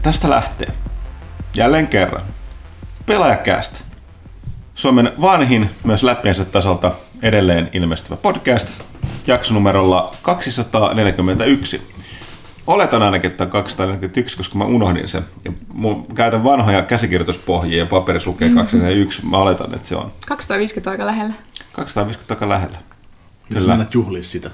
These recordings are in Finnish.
tästä lähtee jälleen kerran Pelaajakästä. Suomen vanhin, myös läppiensä tasolta edelleen ilmestyvä podcast, jaksonumerolla 241. Oletan ainakin, että on 241, koska mä unohdin sen. Ja käytän vanhoja käsikirjoituspohjia ja paperissa lukee 241. Mä oletan, että se on. 250 aika lähellä. 250 aika lähellä. Jos mennät juhliin sitä.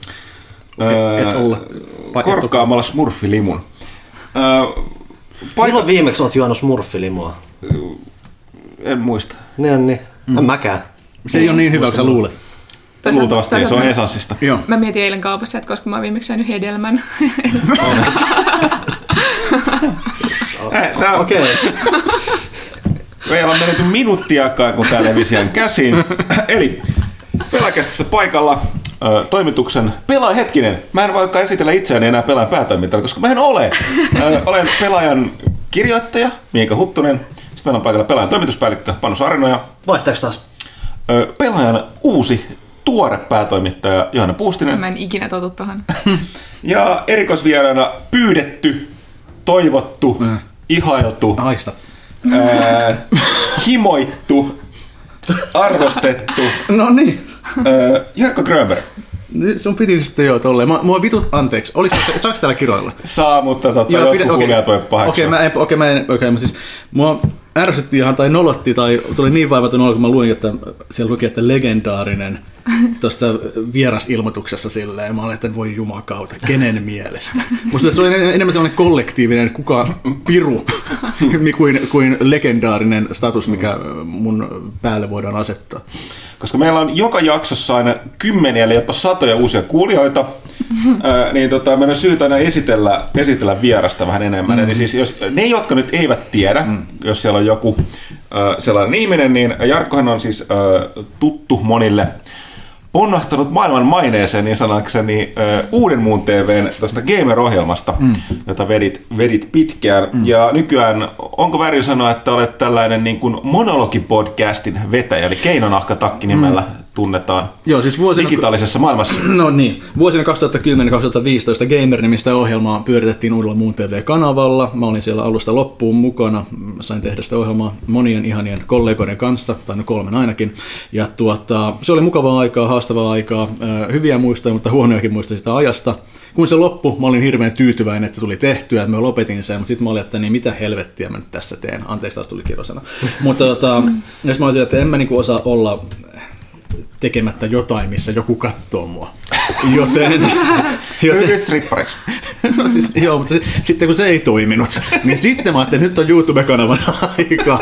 Korkkaamalla smurfilimun. Milloin viimeksi olet juonut smurfilimua? En muista. Niin. En mäkään. Se ei ole niin hyvä, kun sä luulet. Luultavasti se on Esanssista. Mä mietin eilen kaupassa, että koska mä oon viimeksi syönyt hedelmän. Okei. Meillä on mennyt minuuttiakaan, kun tää levisi käsiin. Eli Pelaajakästissä paikalla toimituksen hetkinen. Mä en voikaan esitellä itseäni enää Pelaajan päätoimittajana, koska mä en ole. Olen Pelaajan kirjoittaja Miika Huttunen. Sitten meillä on paikalla Pelaajan toimituspäällikkö Panu Saarinoja. Vaihtaako taas? Pelaajan uusi tuore päätoimittaja Johanna Puustinen. Mä en ikinä totu tohon. Ja erikoisvieraana pyydetty, toivottu, ihailtu, himoittu, arvostettu. No niin. Jarkko Grönberg. Sun piti sitten jo tolleen. Mua vitut anteeksi. Saaks täällä kiroilla? Saa, mutta jotkut kuulijat voi pahaksua. Okei, mutta siis mua ärsytti ihan tai nolotti tai tuli niin vaivaton olo, kun mä luin, että siellä luki, että legendaarinen tuosta vierasilmoituksessa silleen. Mä olin, että voi jumakauta, kenen mielestä. Musta se on enemmän sellainen kollektiivinen kuka piru kuin legendaarinen status, mikä mun päälle voidaan asettaa. Koska meillä on joka jaksossa aina kymmeniä, eli jopa satoja uusia kuulijoita, niin meidän on syytä aina esitellä vierasta vähän enemmän. Eli siis jos ne, jotka nyt eivät tiedä, jos siellä on joku sellainen ihminen, niin Jarkkohan on siis tuttu monille, ponnahtanut maailman maineeseen niin sanakseni Uuden muun TV:n tuosta Gamer-ohjelmasta, jota vedit pitkään. Ja nykyään, onko väärin sanoa, että olet tällainen niin kuin monologipodcastin vetäjä, eli Keinonahkatakki nimellä tunnetaan. Joo, siis digitaalisessa maailmassa. No niin, vuosina 2010-2015 Gamer-nimistä ohjelmaa pyöritettiin Uudella muun TV-kanavalla. Mä olin siellä alusta loppuun mukana. Sain tehdä sitä ohjelmaa monien ihanien kollegoiden kanssa, tai 3 ainakin. Ja se oli mukavaa aikaa, haastavaa aikaa, hyviä muistoja, mutta huonojakin muistoja sitä ajasta. Kun se loppui, mä olin hirveän tyytyväinen, että se tuli tehtyä, että mä lopetin sen, mutta sitten mä olin, että niin mitä helvettiä mä nyt tässä teen. Anteeksi, taas tuli kirosana. Mutta jos mä olisin, että en mä niinku osaa olla tekemättä jotain, missä joku katsoo mua. Joten nyt strippariksi. No siis, joo, mutta sitten kun se ei toiminut, niin sitten mä ajattelin, että nyt on YouTube-kanavan aika.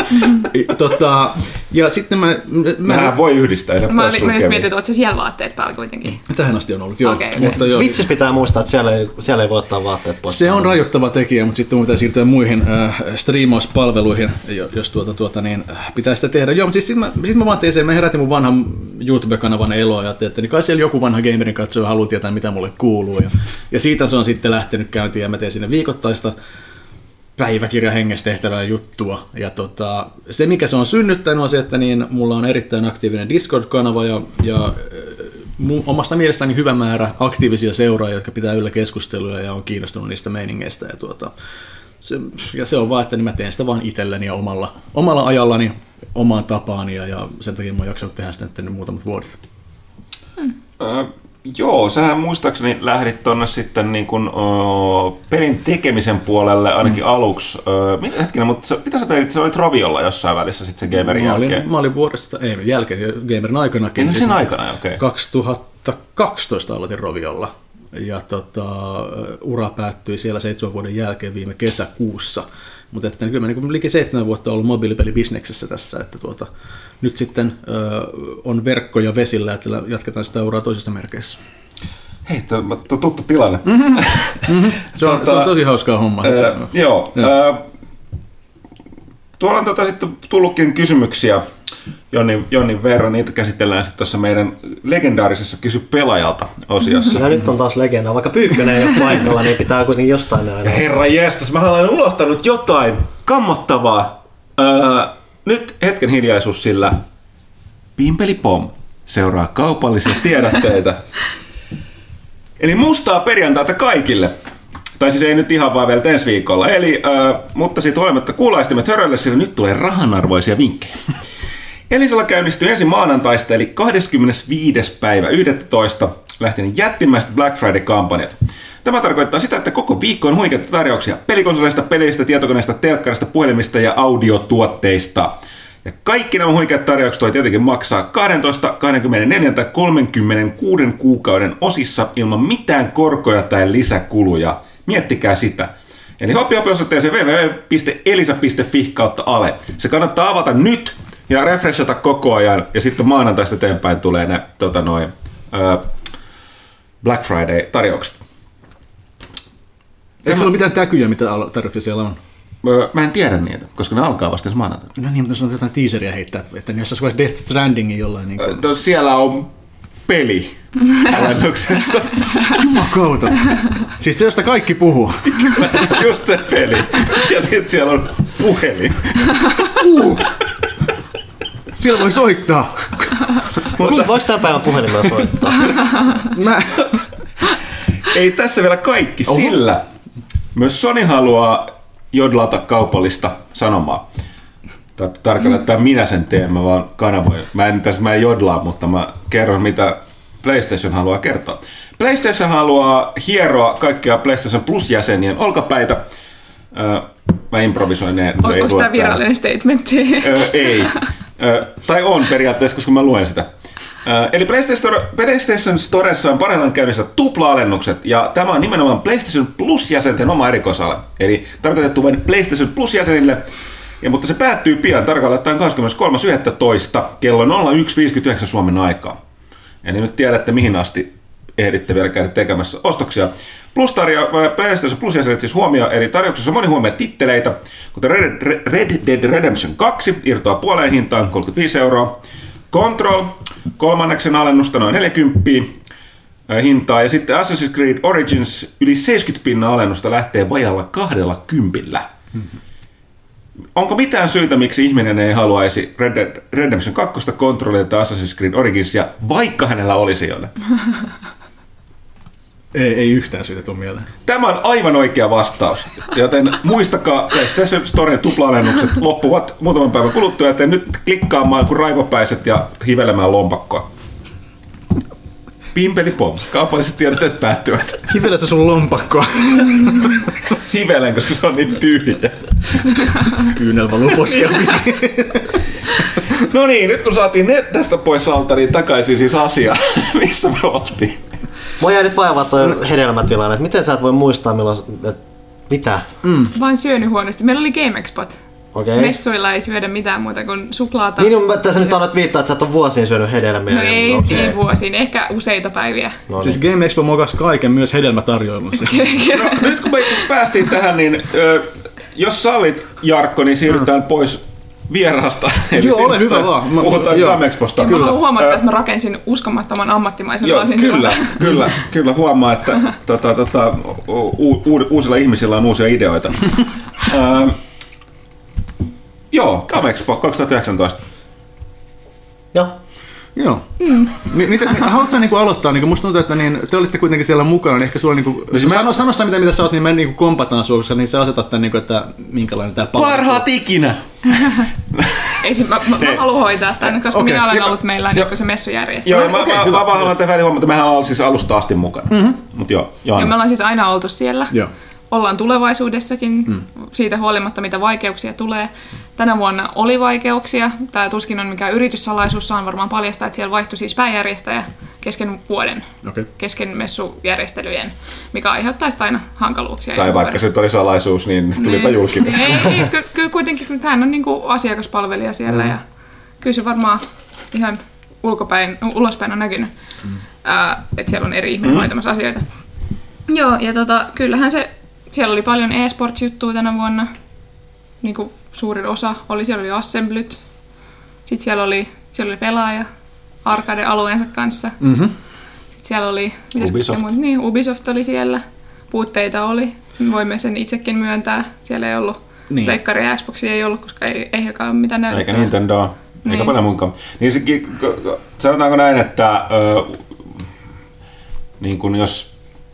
Ja sitten mä voi yhdistää. Mä myös mietin, että oot sä siellä vaatteet päällä kuitenkin. Tähän asti on ollut, joo. Okay. Mutta joo. Vitsis pitää muistaa, että siellä ei voi ottaa vaatteet pois. Se on rajoittava tekijä, mutta sitten mun pitää siirtyä muihin striimauspalveluihin, jos niin pitää sitä tehdä. Joo, mutta siis sit mä vaan tein sen, mä herätin mun vanhan YouTube-kanavan eloa ja ajattelin, että niin kai siellä joku vanha gamerin katsoja haluaa tietää, mitä mulle kuuluu. Ja siitä se on sitten lähtenyt käyntiin ja mä teen sinne viikoittaista päiväkirjahengestä tehtävää juttua. Ja se, mikä se on synnyttänyt, on se, että niin, mulla on erittäin aktiivinen Discord-kanava ja omasta mielestäni hyvä määrä aktiivisia seuraajia, jotka pitää yllä keskusteluja ja on kiinnostunut niistä meiningeistä. Ja se on vaan, että niin mä teen sitä vaan itselleni ja omalla ajallani, omaan tapaani ja sen takia mä oon jaksanut tehdä sitä nyt muutamat vuodet. Joo, sähän muistaakseni lähdit tuonne sitten niin kuin, pelin tekemisen puolelle ainakin aluksi. Hetkinen, mutta mitä sä teit? Sä olit Roviolla jossain välissä sitten sen Gamerin jälkeen. Mä olin jälkeen, Gamerin aikanakin. Niin sen aikana, okei. 2012 aloitin Roviolla ja ura päättyi siellä 7 vuoden jälkeen viime kesäkuussa. Mutta että kyllä mä niin liki 7 vuotta ollut mobiilipelibisneksessä tässä, että nyt sitten on verkkoja vesillä, että jatketaan sitä uraa toisessa merkeissä. Hei, tuttu tilanne. Se on tosi hauskaa homma. Joo. Tuolla on sitten tullutkin kysymyksiä Jonnin verran. Niitä käsitellään sitten tuossa meidän legendaarisessa Kysy pelaajalta -osiossa. Ja nyt on taas legenda. Vaikka Pyykkönen ei ole paikalla, niin pitää kuitenkin jostain aina. Herra jestas, mä olen unohtanut jotain kammottavaa. Nyt hetken hiljaisuus, sillä Pimpelipom seuraa kaupallisia tiedotteita. Eli mustaa perjantaita kaikille. Tai siis ei nyt ihan vaan vielä ensi viikolla. Eli, mutta siitä huolimatta kuulaistimet hörölle, sillä nyt tulee rahanarvoisia vinkkejä. Elisalla käynnistyy ensi maanantaista, eli 25. päivä 11. lähtien jättimäiset Black Friday-kampanjat. Tämä tarkoittaa sitä, että koko viikko on huikeita tarjouksia pelikonsoleista, peleistä, tietokoneista, telkkarista, puhelimista ja audiotuotteista. Ja kaikki nämä huikeat tarjoukset voi tietenkin maksaa 12, 24 tai 36 kuukauden osissa ilman mitään korkoja tai lisäkuluja. Miettikää sitä. Eli hoppi osoitteeseen www.elisa.fi/ale. Se kannattaa avata nyt ja refreshata koko ajan, ja sitten maanantaista eteenpäin tulee ne Black Friday-tarjoukset. Eikö sulla mitään täkyjä, mitä tarjouksia siellä on? Mä en tiedä niitä, koska ne alkaa vasta maanantaina. No niin, mutta jos on jotain teaseria heittää, että jos olisi vaikka Death Strandingin jollain niin kuin... No siellä on peli alennuksessa. Jumakauta. Siis se, josta kaikki puhuu. Just se peli. Ja sitten siellä on puhelin. Siellä voi soittaa. Mutta voiko tämän päivän puhelimella soittaa? Ei tässä vielä kaikki, sillä myös Sony haluaa jodlata kaupallista sanomaa. Tarkalleen, että minä sen teen, mä vaan kanavoin. Mä en jodlaa, mutta mä kerron, mitä PlayStation haluaa kertoa. PlayStation haluaa hieroa kaikkia PlayStation Plus-jäsenien olkapäitä. Mä improvisoin ne. Onko tämä virallinen statementti? Ei. Tai on periaatteessa, koska mä luen sitä. Eli PlayStation Storessa on parhaillaan käynnissä tupla-alennukset, ja tämä on nimenomaan PlayStation Plus-jäsenten oma erikoisale. Eli tarkoitettu vain PlayStation Plus-jäsenille, mutta se päättyy pian tarkalleen 23.11. kello 01.59 Suomen aikaa. Eli nyt tiedätte, mihin asti ehditte vielä käydä tekemässä ostoksia. PlayStation Plus-jäsenet siis huomio, eli tarjouksessa on moni huomio titteleitä, kuten Red Dead Redemption 2 irtoaa puoleen hintaan 35 €. Control, kolmanneksen alennusta noin 40 hintaa, ja sitten Assassin's Creed Origins yli 70% alennusta lähtee vajalla 20. Onko mitään syytä, miksi ihminen ei haluaisi Red Dead Redemption 2, Controlia tai Assassin's Creed Originsia, vaikka hänellä olisi jo ne? Ei yhtään syytä tule mieleen. Tämä on aivan oikea vastaus, joten muistakaa, PlayStation Storen tupla-alennukset loppuvat muutaman päivän kuluttua, joten nyt klikkaamaan kuin raivopäiset ja hivelemään lompakkoa. Pimpeli pom. Kaupalliset tiedotteet päättyvät. Hivelet sun lompakkoa. Hivelen, koska se on niin tyhjä. Kyynelvaluposkia piti. No niin, nyt kun saatiin ne tästä pois alta, niin takaisin siis asiaan, missä me oltiin. Mua jäi nyt vaivaa toi hedelmätilanne, että miten sä et voi muistaa milloin, mitä? Mä oon syönyt huonosti. Meillä oli Game Expot. Okay. Messuilla ei syödä mitään muuta kuin suklaata. Niin, tässä nyt annat viittaa, että sä et ole vuosiin syönyt hedelmiä. No ei vuosiin, ehkä useita päiviä. No siis Game Expo mokas kaiken, myös hedelmätarjoilussa. No, nyt kun me päästiin tähän, niin jos sallit, Jarkko, niin siirrytään pois vieraasta. Eli joo, ole hyvä vaan. Puhutaan Game Exposta. Mä haluan huomata, että mä rakensin uskomattoman ammattimaisen lasin. Kyllä huomaa, että uusilla ihmisillä on uusia ideoita. Joo, Game Expo 2019. Joo. Haluatko niinku aloittaa? Niinku musta tuntuu, että te olitte kuitenkin siellä mukana, niin ehkä sulla niinku... Sano sitä, mitä sä oot, niin me niinku kompataan suussa, niin sä asetat tämän, niinku, että minkälainen tää palvelu. Parhaat ikinä! Mä haluan hoitaa tämän, koska minä olen ollut meillä niin se messujärjestö. Joo, mä vaan haluan tehdä välihuomioon, että mehän ollaan siis alusta asti mukana. Mut joo, me ollaan siis aina oltu siellä. Joo. Ollaan tulevaisuudessakin, siitä huolimatta mitä vaikeuksia tulee. Tänä vuonna oli vaikeuksia. Tämä tuskin on mikään yrityssalaisuus, saan varmaan paljastaa, että siellä vaihtui siis pääjärjestäjä kesken vuoden, kesken messujärjestelyjen, mikä aiheuttaa sitä aina hankaluuksia. Tai vaikka se nyt oli salaisuus, niin tulipa julkinen. Ei, kyllä kuitenkin hän on niinku asiakaspalvelija siellä ja kyllä se varmaan ihan ulospäin on näkynyt, että siellä on eri ihminen hoitamassa asioita. Joo, ja kyllähän siellä oli paljon e-sports-juttua tänä vuonna, niin kuin suurin osa siellä oli Assemblyt, sitten siellä oli pelaaja arcade-alueensa kanssa, sitten siellä oli Ubisoft. Ubisoft oli siellä, puutteita oli, voimme sen itsekin myöntää, siellä ei ollut Pleikkari ja Xboxia ei ollut, koska ei heillä ole mitään näytettävää. Eikä Nintendoa, eikä paljon muunkaan. Niin sanotaanko näin, että niin kun jos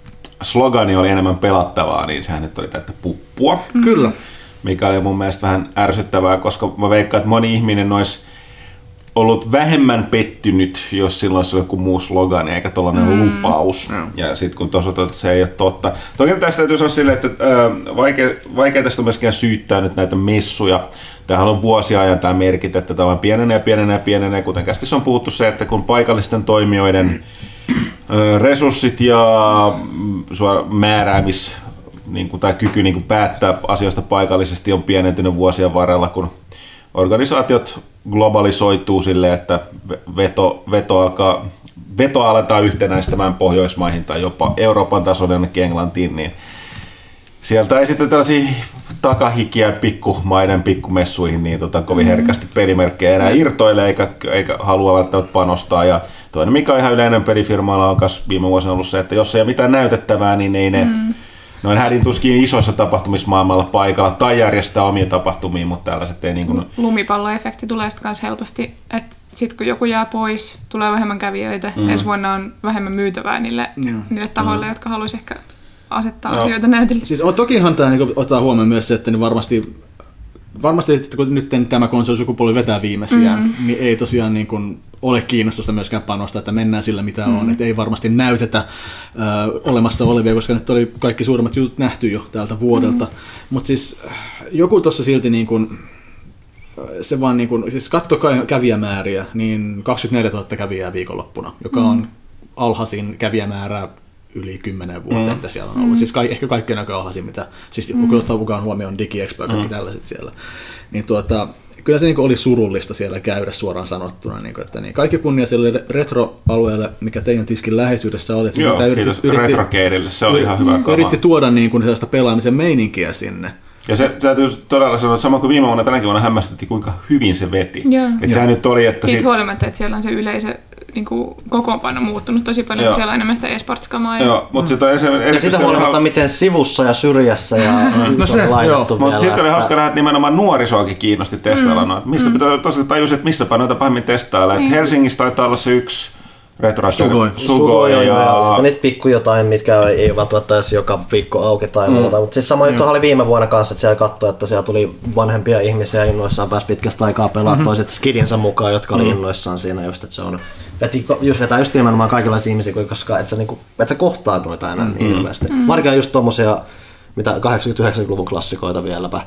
slogani oli enemmän pelattavaa, niin sehän nyt oli täyttä puppua. Kyllä. Mikä oli mun mielestä vähän ärsyttävää, koska mä veikkaan, että moni ihminen olisi ollut vähemmän pettynyt, jos silloin olisi joku muu slogani eikä tollainen lupaus. Ja sitten kun tosiaan että se ei ole totta. Toki tästä täytyy sanoa silleen, että vaikea tästä on myöskään syyttää nyt näitä messuja. Tämähän on vuosia ajan tämä merkit, että tämä pienenee. Kuten kästissä on puhuttu se, että kun paikallisten toimijoiden resurssit ja määräämis tai kyky päättää asioista paikallisesti on pienentynyt vuosien varrella, kun organisaatiot globalisoituu silleen, että veto aletaan yhtenäistämään Pohjoismaihin tai jopa Euroopan tasolle jonnekin Englantiin, niin sieltä ei sitten tällaisia takahikiä pikkumaiden pikkumessuihin niin kovin herkästi pelimerkkejä enää irtoile eikä halua välttämättä panostaa. Ja toinen, mikä on ihan yleinen pelifirmalla, on myös viime vuosina ollut se, että jos ei ole mitään näytettävää, niin ei ne noin hädin tuskin isoissa tapahtumissa maailmalla paikalla tai järjestää omia tapahtumia, mutta tällaiset ei niin kuin... Lumipalloefekti tulee sitten myös helposti, että sitten kun joku jää pois, tulee vähemmän kävijöitä, ensi vuonna on vähemmän myytävää niille tahoille, jotka haluaisi ehkä asettaa asioita näytille. Siis tokihan tämä niin ottaa huomioon myös se, että niin varmasti kun nyt tämä konsolisukupolvi vetää viimeisiään, niin ei tosiaan niin kuin ole kiinnostusta myöskään panostaa, että mennään sillä mitä on. Että ei varmasti näytetä olemassa olevia, koska nyt oli kaikki suurimmat jutut nähty jo tältä vuodelta. Mutta siis joku tuossa silti niin kuin, se vaan niin kuin, siis katso kävijämääriä, niin 24 000 kävijää viikonloppuna, joka on alhaisin kävijämäärä yli 10 vuotta, mitä siellä on ollut. Siis ehkä kaikkein aika alhaisin, mitä, siis kun ottaa mukaan huomioon DigiExpo ja kaikki tällaiset siellä. Niin kyllä se niin oli surullista siellä käydä suoraan sanottuna. Niin että niin, kaikki kunnia sille retroalueelle, mikä teidän tiskin läheisyydessä oli. Joo, kiitos Retrocadeille, se oli ihan hyvä kamaa. Yritti tuoda niin kuin sellaista pelaamisen meininkiä sinne. Ja se täytyy todella sanoa, että sama kuin viime vuonna, tänäkin vuonna hämmästytti, kuinka hyvin se veti. Että sehän nyt oli, että siitä huolimatta, että siellä on se yleisö niin kuin kokoonpano muuttunut tosi paljon, kun siellä on enemmän sitä e-sports-kamaa. Joo, mutta sitä huolimatta, miten sivussa ja syrjässä ja se on laitettu vielä. Mutta sitten oli hauska nähdä, että nimenomaan nuorisoakin kiinnosti testailla. Mistä pitää tosiaan tajusin, että missä noita pahemmin testailla. Helsingissä taitaa olla se yksi Sugoi ja sitten niitä pikku jotain, mitkä ei välttämättä edes joka viikko auki tai muuta. Mutta siis sama juttu oli viime vuonna kanssa, että siellä katsoi, että siellä tuli vanhempia ihmisiä innoissaan, pääsi pitkästä aikaa pelaa toiset skidinsä mukaan, jotka oli innoissaan siinä just, että se on vetää just nimenomaan kaikenlaisia ihmisiä, koska et sä kohtaa noita enää niin hirveästi. Varsinkin just tommosia, mitä 80-90-luvun klassikoita vieläpä.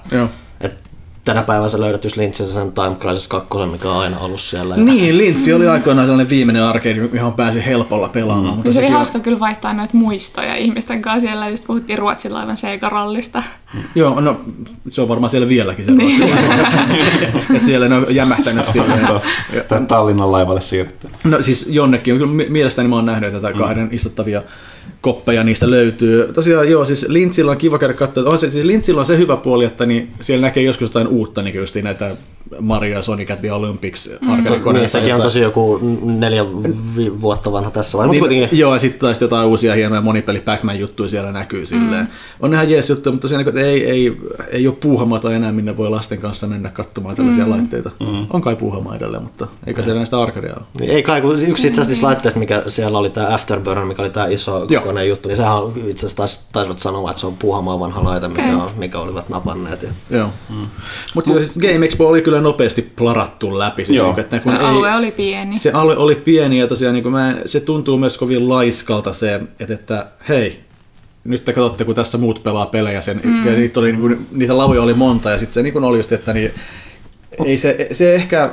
Tänä päivänä sä löydät just Lynchissä sen Time Crisis 2, mikä on aina ollut siellä. Niin, Lynch oli aikoinaan sellainen viimeinen arcade, johon pääsi helpolla pelaamaan. Mutta se oli hauska kyllä vaihtaa noita muistoja ihmisten kanssa. Siellä just puhuttiin Ruotsin laivan Sega-rallista. Joo, no se on varmaan siellä vieläkin se Ruotsin laiva. Että siellä ne on jämähtänyt silleen. Tallinnan laivalle siirretty. No siis jonnekin. Mielestäni mä oon nähnyt tätä kahden istuttavia koppeja niistä löytyy. Tosiaan joo, siis Lynchillä on kiva käydä katsoa. Siis Lynchillä on se hyvä puoli, että niin siellä näkee joskus jotain uutta, niin just näitä Mario ja Sonic at the Olympics arcade-koneita. Niin, sekin on tosi joku 4 vuotta vanha tässä vaiheessa. Niin, joo, ja sitten taas jotain uusia hienoja monipeli Pac-Man-juttuja siellä näkyy silleen. On ihan jees juttuja, mutta tosiaan ei ole puuhamaata enää, minne voi lasten kanssa mennä katsomaan tällaisia laitteita. On kai puuhamaa edelleen, mutta eikä siellä näistä arcadea ole. Niin, ei kai, yksi itse asiassa laitteista, mikä siellä oli tämä Afterburner, mikä oli tämä iso koneen juttu, niin sehän itse asiassa taisivat sanoa, että se on puuhamaa vanha laite, mikä olivat napanneet. Joo. Mutta Game Expo oli kyllä nopeasti plarattu läpi. Siis että se alue oli pieni. Se alue oli pieni ja tosiaan niin se tuntuu myös kovin laiskalta se, että hei, nyt te katsotte, kun tässä muut pelaa pelejä, ja niitä lavoja oli monta ja sitten se niin oli just, että niin, ei se ehkä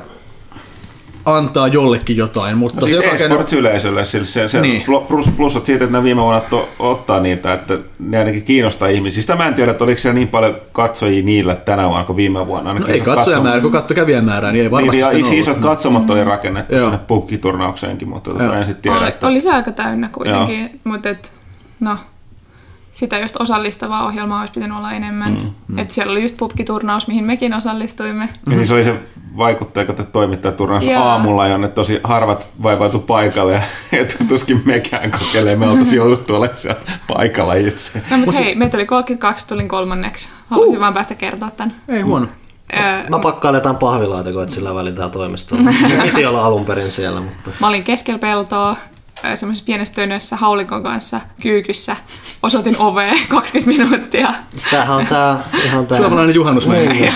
antaa jollekin jotain, mutta no siis e-sports-yleisölle se niin. Plussat siitä, että ne viime vuonna ottaa niitä, että ne ainakin kiinnostaa ihmisiä. Sitä mä en tiedä, että oliko siellä niin paljon katsojia niillä tänä vuonna kuin viime vuonna. No ei katsojamäärä, kun kävijämäärää, niin ei varmasti niin, sitten isot katsomot oli rakennettu sinne pubkiturnaukseenkin, mutta en sitten tiedä. Oli se aika täynnä kuitenkin, mutta sitä just osallistavaa ohjelmaa olisi pitänyt olla enemmän. Et siellä oli just pubkiturnaus, mihin mekin osallistuimme. Ja niin se oli se toimittajaturnaus aamulla, jonne tosi harvat vaivautu paikalle ja tuskin mekään, koska ellei me oltaisi jouduttu olemaan siellä paikalla itse. No mutta hei, meitä oli 32, tulin 3. Halusin vaan päästä kertoa tämän. Ei huono. Mä pakkaan jotain pahvilaatikoita sillä välin täällä toimistolla. Piti olla alun perin siellä, mutta... Mä olin keskellä peltoa. semmoisessa pienessä tönössä haulikon kanssa kyykyssä. Osoitin ovea 20 minuuttia. Tämähän on ihan tää. Suomalainen juhannusmeininki.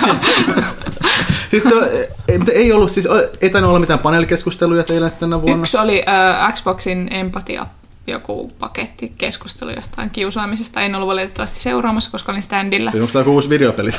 Siis ei ollut, siis ei tainnut olla mitään paneelikeskusteluja teille tänä vuonna? Yksi oli Xboxin empatia, joku pakettikeskustelu jostain kiusaamisesta. En ollut valitettavasti seuraamassa, koska olin standilla. Onko tämä joku uusi videopeli?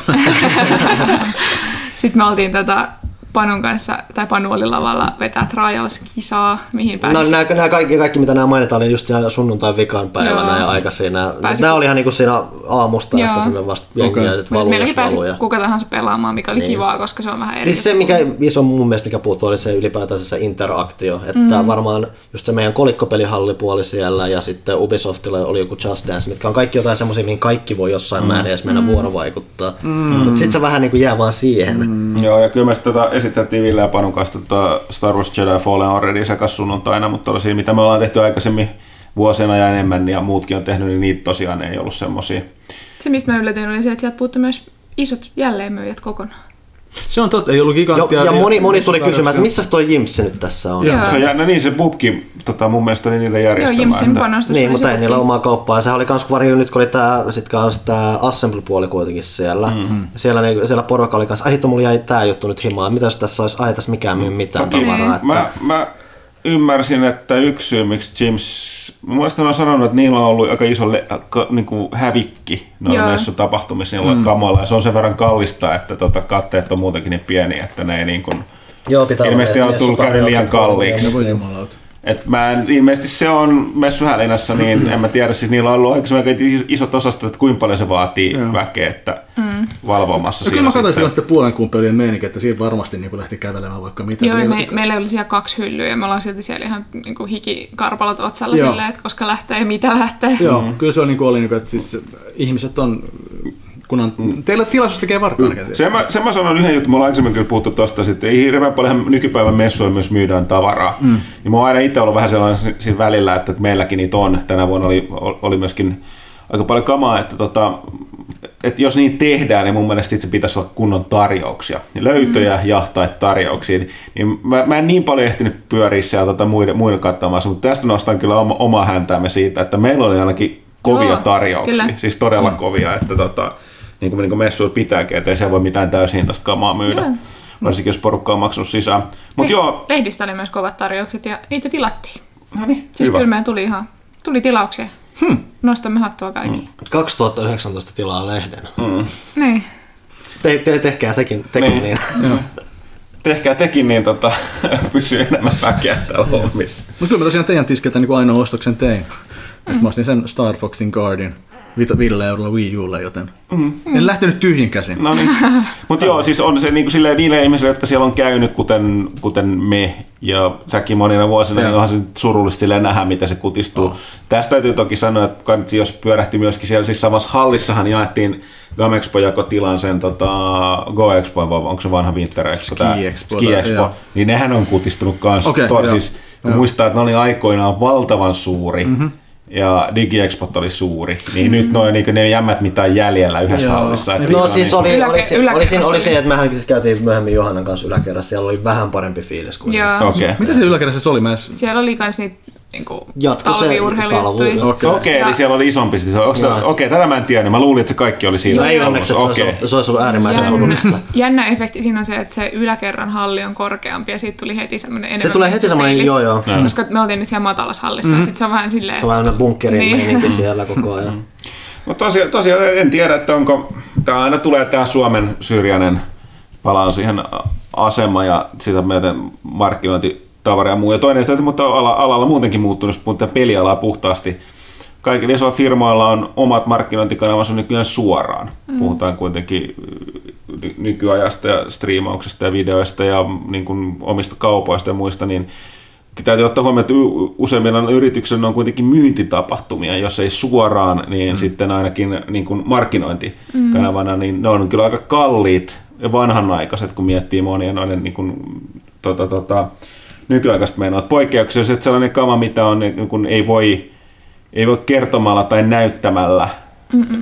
Sitten me oltiin Panun kanssa, tai Panu oli lavalla vetää Trials-kisaa, mihin pääsi. Nämä kaikki, mitä nämä mainitaan, oli just sunnuntain vikan päivänä ja aika siinä. Nämä oli ihan niin kuin siinä aamusta, joo, että sinne vasta jengiä valuu. Meilläkin pääsi kuka tahansa pelaamaan, mikä oli kivaa, koska se on vähän eri. Siis se, mikä iso mun mielestä, mikä puuttuu, oli se ylipäätään se interaktio. Että varmaan just se meidän kolikkopelihallipuoli siellä ja sitten Ubisoftilla oli joku Just Dance, mitkä on kaikki jotain semmoisia, mihin kaikki voi jossain määrin edes mennä vuorovaikuttaa. Mutta sitten se vähän niin kuin jää vaan siihen. Joo, ja kyllä me esiteltiin Ville ja Panun kanssa Star Wars Jedi Fallen Order sekä sunnuntaina, mutta tollaisia, mitä me ollaan tehty aikaisemmin vuosina ja enemmän ja muutkin on tehnyt, niin niitä tosiaan ei ollut semmosia. Se, mistä mä yllätyin, oli se, että sieltä puuttui myös isot jälleenmyyjät kokonaan. Se on totta, ei ollut giganttia. Ja moni tuli kysymään, että missä toi Jimpsi nyt tässä on? Se on jännä, niin se pubki mun mielestä oli niille järjestelmää. Joo, Jimpsin panostus. Niin, mutta ei niillä omaa kauppaa. Ja sehän oli kans varjo nyt, kun oli tää Assemble-puoli kuitenkin siellä. Siellä porukka oli kanssa, hitto, mulla jäi tää juttu nyt himaan. Mitä jos tässä olisi, tässä mikään myy mitään tavaraa. Että... Mä ymmärsin, että yksi syy, miksi Jims... Mun mielestä ne on sanonut, että niillä on ollut aika iso niinku hävikki noilla messutapahtumissa niillä kamoilla. Ja se on sen verran kallista, että katteet on muutenkin niin pieniä, että ne ei niin kuin... Joo, pitää ilmeisesti on tullut käydä liian kalliiksi. Et ilmeisesti se on messuhälinässä, niin en mä tiedä, siis niillä on ollut aikaisemmin isot osastot, että kuinka paljon se vaatii väkeä, että valvomassa siinä. Kyllä mä katsoin sellaista puolen kumpelien meininkiä, että siitä varmasti niin lähti kävelemään vaikka mitä. Joo, meillä oli siellä 2 hyllyä ja me ollaan silti siellä ihan niin hikikarpalot otsalla silleen, että koska lähtee ja mitä lähtee. Joo, kyllä se oli, että siis ihmiset on... Kunhan teillä tilaisuus tekee varkaan. Sen mä sanon yhden jutun, me ollaan aikaisemmin kyllä puhuttu tosta, että ei hirveän paljon nykypäivän messuilla myös myydään tavaraa. Ja mä oon aina itse ollut vähän sellainen siinä välillä, että meilläkin niitä on. Tänä vuonna oli myöskin aika paljon kamaa, että jos niitä tehdään, niin mun mielestä se pitäisi olla kunnon tarjouksia. Löytöjä jahtaa tarjouksia. Niin mä en niin paljon ehtinyt pyöriä sieltä muiden katsomaan, mutta tästä nostan kyllä omaa häntäämme siitä, että meillä oli ainakin kovia tarjouksia, kyllä. Siis todella kovia, että niin kuin messuilla pitääkin, ettei siellä voi mitään täyshintaista kamaa myydä, varsinkin jos porukka on maksanut sisään. Lehdistä oli myös kovat tarjoukset ja niitä tilattiin. No niin, siis hyvä. kyllä meidän tuli tilauksia. Nostamme hattua kaikille. 2019 tilaa lehden. Niin. Tehkää sekin niin. Tehkää tekin, niin pysyy enemmän väkeä täällä hommissa. Mutta kyllä mä tosiaan teidän tiskeltä niin ainoa ostoksen tein. Mä ostin sen Star Foxin Guardian 5 € Wii Ulle, joten en lähtenyt tyhjin käsin. No niin. Mutta joo, siis on se niin kuin niille ihmisille, jotka siellä on käynyt, kuten me ja säkin monina vuosina, niin onhan se surullisesti nähdä, miten se kutistuu. Tästä täytyy toki sanoa, että jos pyörähti myöskin siellä, siis samassa hallissahan jaettiin Gamexpo jako tilan sen Go Expo, vai onko se vanha Winter Expo? Ski Expo. Niin nehän on kutistunut kanssa. Siis, muistaa, että ne oli aikoinaan valtavan suuri. Ja DigiExpot oli suuri, niin nyt ne jämmät mitään jäljellä yhdessä hallissa. No siis oli se, että mehän siis käytiin myöhemmin Johannan kanssa yläkerrassa, siellä oli vähän parempi fiilis kuin okay. Mitä siellä yläkerrassa oli? Siellä oli myös niitä talviurheilujuttuja. Okei, eli siellä oli isompi. Okei, tätä mä en tiedä. Mä luulin, että se kaikki oli siinä. Ei onneksi, se olisi ollut äärimmäisen surullista. Jännä efekti siinä on se, että se yläkerran halli on korkeampi ja siitä tuli heti semmoinen enemmän. Se tulee heti semmoinen, joo. Koska me oltiin nyt siellä matalassa hallissa ja sitten se on vähän silleen... Se on vähän bunkkerin meininki siellä koko ajan. Mutta tosiaan en tiedä, että onko... Tämä aina tulee tämä Suomen syrjäinen palaan siihen asema ja sitä meidän markkinointitavaria ja muu. Ja toinen, mutta alalla muutenkin muuttunut, jos puhutaan pelialaa puhtaasti. Kaikilla isoilla firmoilla on omat markkinointikanavansa nykyään suoraan. Puhutaan kuitenkin nykyajasta ja striimauksesta ja videoista ja niin kuin omista kaupoista ja muista, niin täytyy ottaa huomioon, että useimmilla yrityksillä on kuitenkin myyntitapahtumia, jos ei suoraan, niin sitten ainakin niin kuin markkinointikanavana, niin ne on kyllä aika kalliit ja vanhanaikaiset, kun miettii monia noiden niin kuin, nykyaikaiset meinaat poikkeuksia, että sellainen kama, mitä on, niin kuin ei voi kertomalla tai näyttämällä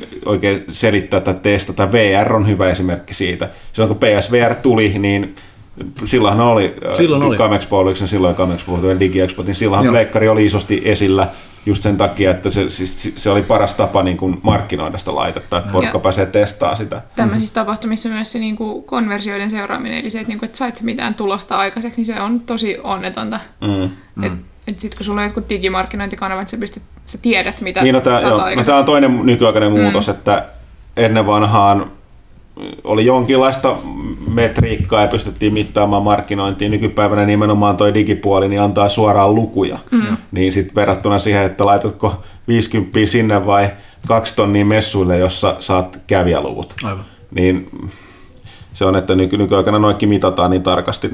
oikein selittää tai testata. VR on hyvä esimerkki siitä. Silloin kun PSVR tuli, niin Silloinhan oli Gamexpo, oliko se silloin Gamexpo, DigiExpo, niin silloinhan pleikkari oli isosti esillä just sen takia, että se oli paras tapa niin kuin markkinoida sitä laitetta, että porukka pääsee testaamaan sitä. Tämmöisissä tapahtumissa myös se niin kuin konversioiden seuraaminen, eli se, että, niin kuin, että sait mitään tulosta aikaiseksi, niin se on tosi onnetonta. Että sitten kun sulla on jotkut digimarkkinointikanavat, sä tiedät, mitä saat aikaiseksi. Tämä on toinen nykyaikainen muutos, että ennen vanhaan oli jonkinlaista metriikkaa ja pystyttiin mittaamaan markkinointia. Nykypäivänä nimenomaan toi digipuoli niin antaa suoraan lukuja. Niin sitten verrattuna siihen, että laitatko 50 sinne vai 2 tonnia messuille, jossa saat kävijäluvut. Aivan. Niin se on, että nykyaikana noikin mitataan niin tarkasti.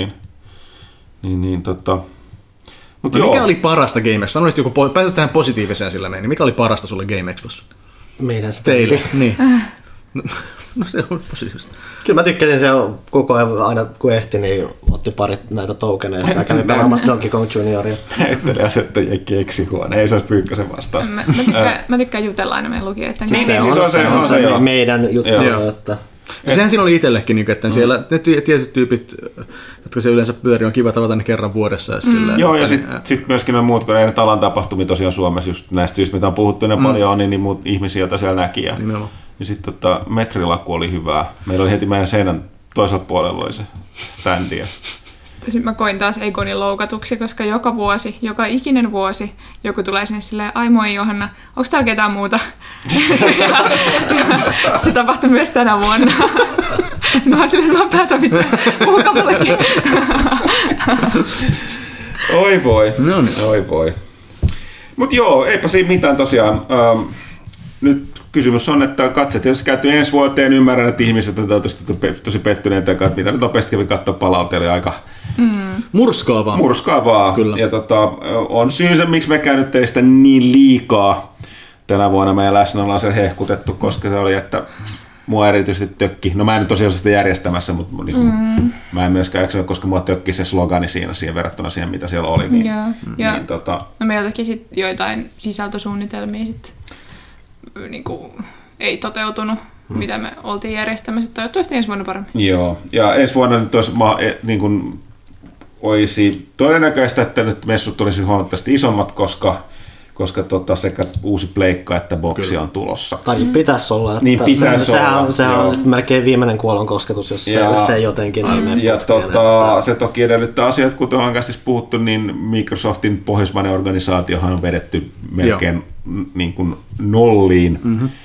Mutta mikä oli parasta Game Expossa? Sanoit joku, päätetään tähän positiiviseen sillä meni. Mikä oli parasta sulle Game Expossa? Meidän standi. Niin. No se on positiivista. Kyllä mä tykkäsin se koko ajan, aina kun ehti, niin otti parit näitä tokeneja ja kävi pelaamassa Donkey Kong Junioria. Näytteli asettajia keksihuone, ei se olisi Pyykkösen vastaus. Mä tykkään jutella aina meidän lukijoita. Se on meidän juttu. Sehän siinä oli itsellekin, että siellä ne tietyt tyypit, jotka se yleensä pyörii, on kiva tavata ne kerran vuodessa. Joo, ja sitten myöskin on muut, kun ei nyt alan tapahtumia tosiaan Suomessa, just näistä syistä, mitä on puhuttu ne paljon on, niin muut ihmisiä, joita siellä näki. Ja sitten metrilaku oli hyvää. Meillä oli heti meidän seinän toisella puolella oli se standi. Sitten mä koin taas Egonin loukatuksi, koska joka ikinen vuosi joku tulee sinne silleen, ai moi Johanna, onko täällä ketään muuta? Se tapahtui myös tänä vuonna. Mä oon silleen, mä päätän mitään puhukamallekin. Oi voi, oi voi. Mut joo, eipä siinä mitään tosiaan. Nyt kysymys on, että katse tietysti käyty ensi vuoteen. Ymmärrän, että ihmiset on tosi pettyneitä, että mitä nyt nopeasti kävi katsoa palautteelle oli aika murskaavaa. Kyllä. Ja on syynsä, miksi mekään nyt teistä niin liikaa tänä vuonna meidän läsnä ollaan siellä hehkutettu, koska se oli, että mua erityisesti tökki. No mä en nyt tosiaan sitä järjestämässä, mutta mä en myöskään jaksanut, koska mua tökki se slogani siihen verrattuna siihen, mitä siellä oli. No meiltäkin sit joitain sisältösuunnitelmia sit niinku ei toteutunut, mitä me oltiin järjestämässä. Toivottavasti ensi vuonna paremmin. Joo, ja ensi vuonna nyt olisi todennäköistä, että nyt messut tulisi huomattavasti isommat, koska sekä uusi pleikka että boksi on tulossa. Tai pitäisi olla. Niin pitäisi olla. Sehän on melkein viimeinen kuolonkosketus, jos se jotenkin ei mene putkeen. Se toki edellyttää asiat, kuten on kästis puhuttu, niin Microsoftin pohjoismainen organisaatiohan on vedetty melkein niin kuin nolliin.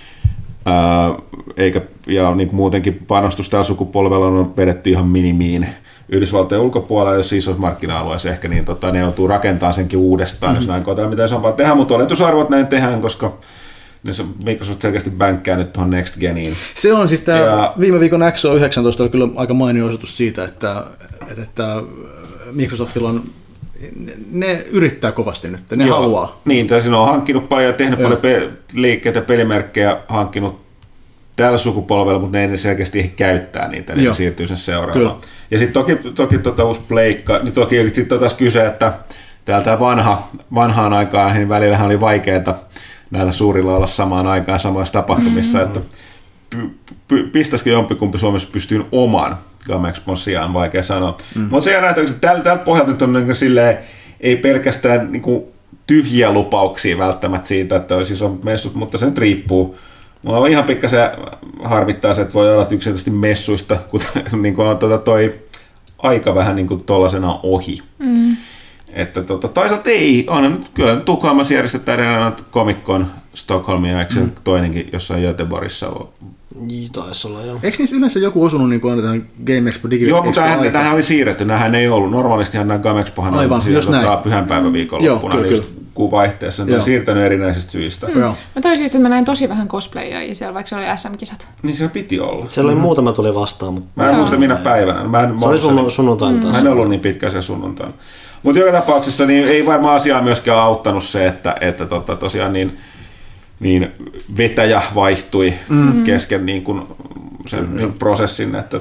Ja niin kuin muutenkin panostus tällä sukupolvella on vedetty ihan minimiin. Yhdysvaltojen ulkopuolella, jos isossa markkina-alueessa ehkä, niin ne joutuu rakentamaan senkin uudestaan, jos näin koetaan, mitä isompaa tehdään, mutta oletusarvot näin tehdään, koska Microsoft selkeästi bänkkää nyt tuohon Next Geniin. Se on siis tämä viime viikon XO19 oli kyllä aika mainio osoitus siitä, että Microsoftilla on, ne yrittää kovasti nyt, ne haluaa. Niin, siinä on hankkinut paljon ja tehnyt paljon liikkeitä, pelimerkkejä, hankkinut tällä sukupolvella, mutta ne ei selkeästi ehdi käyttää niitä, niin ne siirtyy sen seuraavaan. Ja sitten toki uusi pleikka, niin toki sitten taas kyse, että täältä vanhaan aikaan niin välillähän oli vaikeaa näillä suurilla olla samaan aikaan samoissa tapahtumissa, että pistäisikö jompikumpi Suomessa pystyyn oman Gamexpon sijaan, vaikea sanoa. Mutta se näyttää, että tältä pohjalta nyt on niin silleen, ei pelkästään niin kuin tyhjiä lupauksia välttämättä siitä, että olisi isommat messut, mutta se nyt riippuu. Mulla on ihan pikkasen harmittaa se, että voi olla yksinkertaisesti messuista, kuten niin kuin on toi aika vähän niin kuin tollasena ohi. Että toisaalta ei, on nyt kyllä Tukholmassa järjestetään edelleen Comic-Con Stockholmia, eikö se toinenkin jossain Göteborgissa ole? Taisi olla, joo. Eikö niistä yleensä joku osunut niin kuin tähän Game Expo Digi? Joo, mutta tämähän oli siirretty, nämähän ei ollut. Normaalistihan nämä Game Expohan on pyhänpäivän viikonloppuna, niin just kuun vaihteessa. Ne on siirtänyt erinäisistä syistä. Mä taisin just, että mä näin tosi vähän cosplayia siellä, vaikka se oli SM-kisat. Niin se piti olla. Siellä oli muutama tuli vastaan. Mutta mä en muista minä päivänä. Se oli sunnuntain taas. Mä en ollut niin pitkä siellä sunnuntaina. Mutta joka tapauksessa niin ei varmaan asiaa myöskään auttanut se, että tosiaan niin vetäjä vaihtui kesken niin kuin sen niin prosessin, että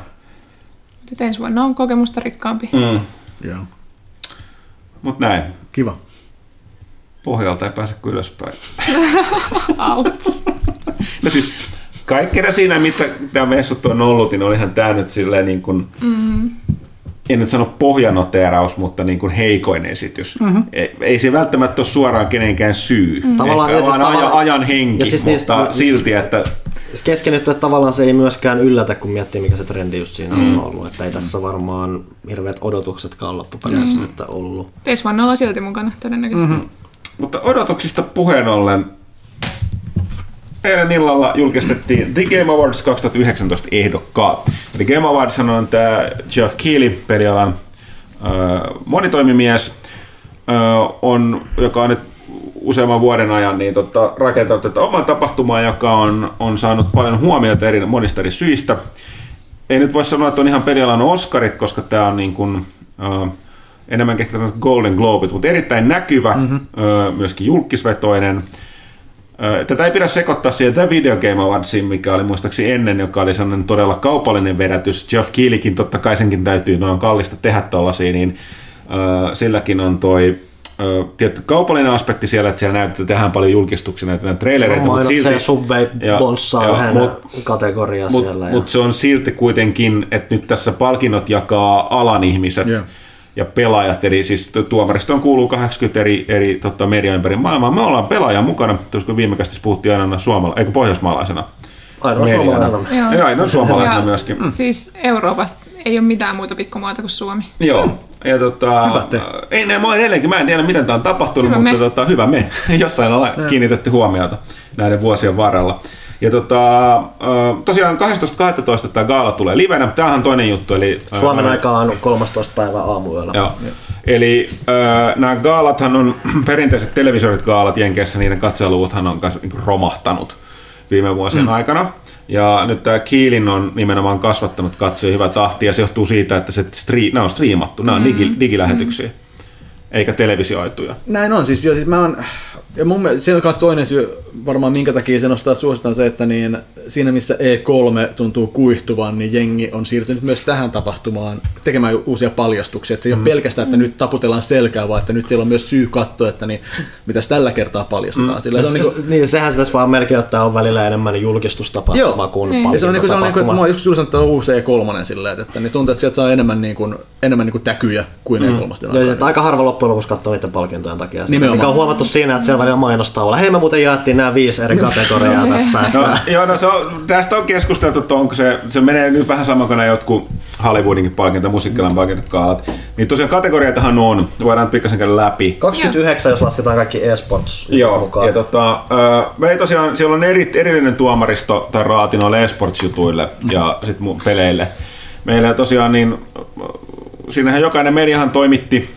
ensi vuonna on kokemusta rikkaampi. Joo. Mut näin. Kiva. Pohjalta ei pääse kuin ylöspäin. Out. No siis kaikkena siinä, mitä tämä messut on ollut, niin olihan tämä nyt silleen niin kuin en nyt sano pohjanoteeraus, mutta niin kuin heikoin esitys. Ei se välttämättä ole suoraan kenenkään syy. Tavallaan, ehkä ja vaan siis ajan henki, ja siis mutta silti, että... Keskennytty, että tavallaan se ei myöskään yllätä, kun miettii, mikä se trendi just siinä on ollut. Että ei tässä varmaan hirveät odotuksetkaan loppupeleissä että ollut. Days One ollaan silti mukana todennäköisesti. Mutta odotuksista puheen ollen, eilen illalla julkistettiin The Game Awards 2019 ehdokkaat. The Game Awards on tämä Geoff Keighley, pelialan monitoimimies, joka on nyt useamman vuoden ajan niin rakentanut tätä omaa tapahtumaa, joka on saanut paljon huomiota monista eri syistä. Ei nyt voi sanoa, että on ihan pelialan Oscarit, koska tämä on niin kuin, enemmän kehittynyt Golden Globet, mutta erittäin näkyvä, myöskin julkisvetoinen. Tätä ei pidä sekoittaa siihen The Video Game Awardsiin, mikä oli muistaakseni ennen, joka oli sellainen todella kaupallinen vedätys. Geoff Keighleykin, totta kai senkin täytyy, on kallista tehdä tollaisia, niin silläkin on toi tietty kaupallinen aspekti siellä, että siellä tehdään paljon julkistuksia, näytetään trailereita, mutta silti... Se Subway bonssaa yhden kategoriaa siellä. Mutta se on silti kuitenkin, että nyt tässä palkinnot jakaa alan ihmiset ja pelaajat, eli siis tuomaristoon kuuluu 80 eri mediaa ympäri maailmaa. Me ollaan pelaajan mukana, koska viime kästissä puhuttiin aina pohjoismaalaisena. Ainoa suomalaisena myöskin. Siis Euroopasta ei ole mitään muuta pikkumaata kuin Suomi. Joo. Ja ei ne mä edelleenkin, mä en tiedä miten tämä on tapahtunut, mutta hyvä me. Jossain ollaan kiinnitetty huomiota näiden vuosien varrella. Ja tosiaan 12.12. tämä gaala tulee livenä. Tämähän on toinen juttu. Eli, Suomen aikaa on 13. päivä aamuyöllä. Joo. Eli nämä gaalathan on perinteiset televisiorit gaalat Jenkeissä, niiden katseluvuthan on romahtanut viime vuosien aikana. Ja nyt tämä Keighley on nimenomaan kasvattanut katsoja hyvä tahti, ja se johtuu siitä, että nämä on striimattu, nämä on digilähetyksiä, eikä televisioituja. Näin on, siis mä oon, ja mun mielestä siinä on myös toinen syy varmaan minkä takia se nostaa suositaan se, että niin, siinä missä E3 tuntuu kuihtuvan, niin jengi on siirtynyt myös tähän tapahtumaan tekemään uusia paljastuksia. Että se ei ole pelkästään, että nyt taputellaan selkää, vaan että nyt siellä on myös syy katsoa, että niin, mitäs tällä kertaa paljastetaan. Sillä se on niin, sehän se tässä vaan melkein ottaa on välillä enemmän julkistustapahtuma kuin palkintotapahtuma. Että mä oon joskus juuri sanonut, että on uusi E3 silleen, että niin tuntuu, että sieltä saa enemmän täkyjä kuin E3. Ja aika harva loppujen lopuksi katsoo niiden palkintojen takia. Mikä on huomattu siinä, että siellä välillä mainostauolla. Hei, me muuten jaettiin nämä 5 eri kategoriaa tässä. Tästä on keskusteltu, että onko se menee nyt vähän saman kuin jotkut Hollywoodinkin palkinto, musiikkialan palkintokaalat. Niin tosiaan kategoriatahan on, voidaan pikkasen käydä läpi. 29, jos lasketaan kaikki eSports mukaan. Ja me ei tosiaan, siellä on erillinen tuomaristo tai raati noille eSports-jutuille ja sit peleille. Meillä tosiaan niin, siinähän jokainen mediahan toimitti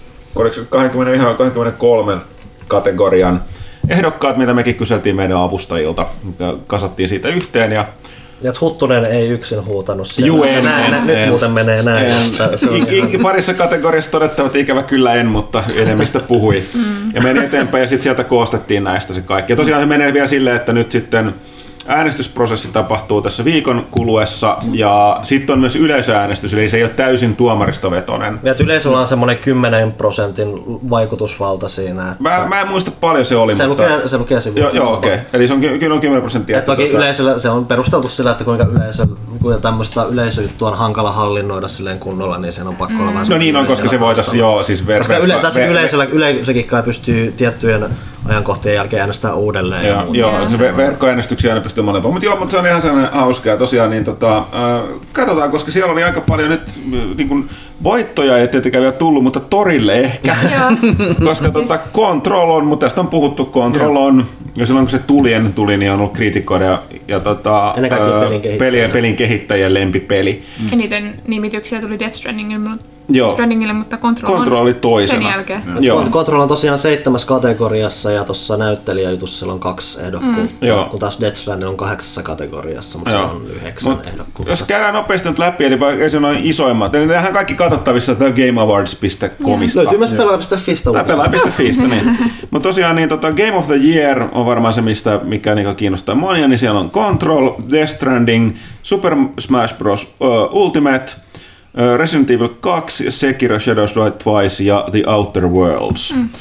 23 kategorian ehdokkaat, mitä mekin kyseltiin meidän avustajilta. Kasattiin siitä yhteen ja Huttunen ei yksin huutanut siellä. Juu, nyt muuten menee näin. Parissa kategoriassa todettava, että ikävä kyllä en, mutta enemmistö puhui. Ja meni eteenpäin ja sitten sieltä koostettiin näistä se kaikki. Ja tosiaan se menee vielä silleen, että nyt sitten äänestysprosessi tapahtuu tässä viikon kuluessa ja sitten on myös yleisöäänestys, eli se ei ole täysin tuomaristovetoinen. Ja yleisöllä on semmoinen 10% vaikutusvalta siinä. Että mä en muista paljon se oli, se lukee sivuilla. Joo, okei. Eli se on kyllä 10%. Toki yleisöllä se on perusteltu sillä, että kuinka tämmöistä yleisöjuttua on hankala hallinnoida silleen kunnolla, niin sen on pakko olla vähän. No niin on, koska se voitaisiin siis tässä yleisökin kai pystyy tiettyjen ajankohtien jälkeen äänestää uudelleen. Joo, verkkoäänestyksiä aina pystyy molempaan. Mutta se on ihan sellainen hauskaa. Tosiaan, niin katsotaan, koska siellä oli aika paljon nyt niin kuin voittoja ei tietenkään vielä tullut, mutta torille ehkä. Koska Control on, mutta tästä on puhuttu, Control on, ja silloin kun se ennen tuli, niin on ollut kriitikoida ja pelin kehittäjien lempipeli. Eniten nimityksiä tuli Death Strandingille, mutta Control oli toisena. Sen jälkeen. Control on tosiaan 7 kategoriassa ja tuossa näyttelijäjutussa siellä on 2 ehdokkuutta, kun taas Death Stranding on 8 kategoriassa, mutta se on 9 ehdokkuutta. Jos käydään nopeasti nyt läpi, eli ei se noin isoimmat, eli nehän kaikki katsottavissa thegameawards.comista. Löytyy myös pelaaja.fistä. Tai pelaaja.fistä, niin. Mutta tosiaan niin, Game of the Year on varmaan se, mikä niin kiinnostaa monia, niin siellä on Control, Death Stranding, Super Smash Bros. Ultimate, Resident Evil 2, Sekiro Shadows Die Twice ja The Outer Worlds.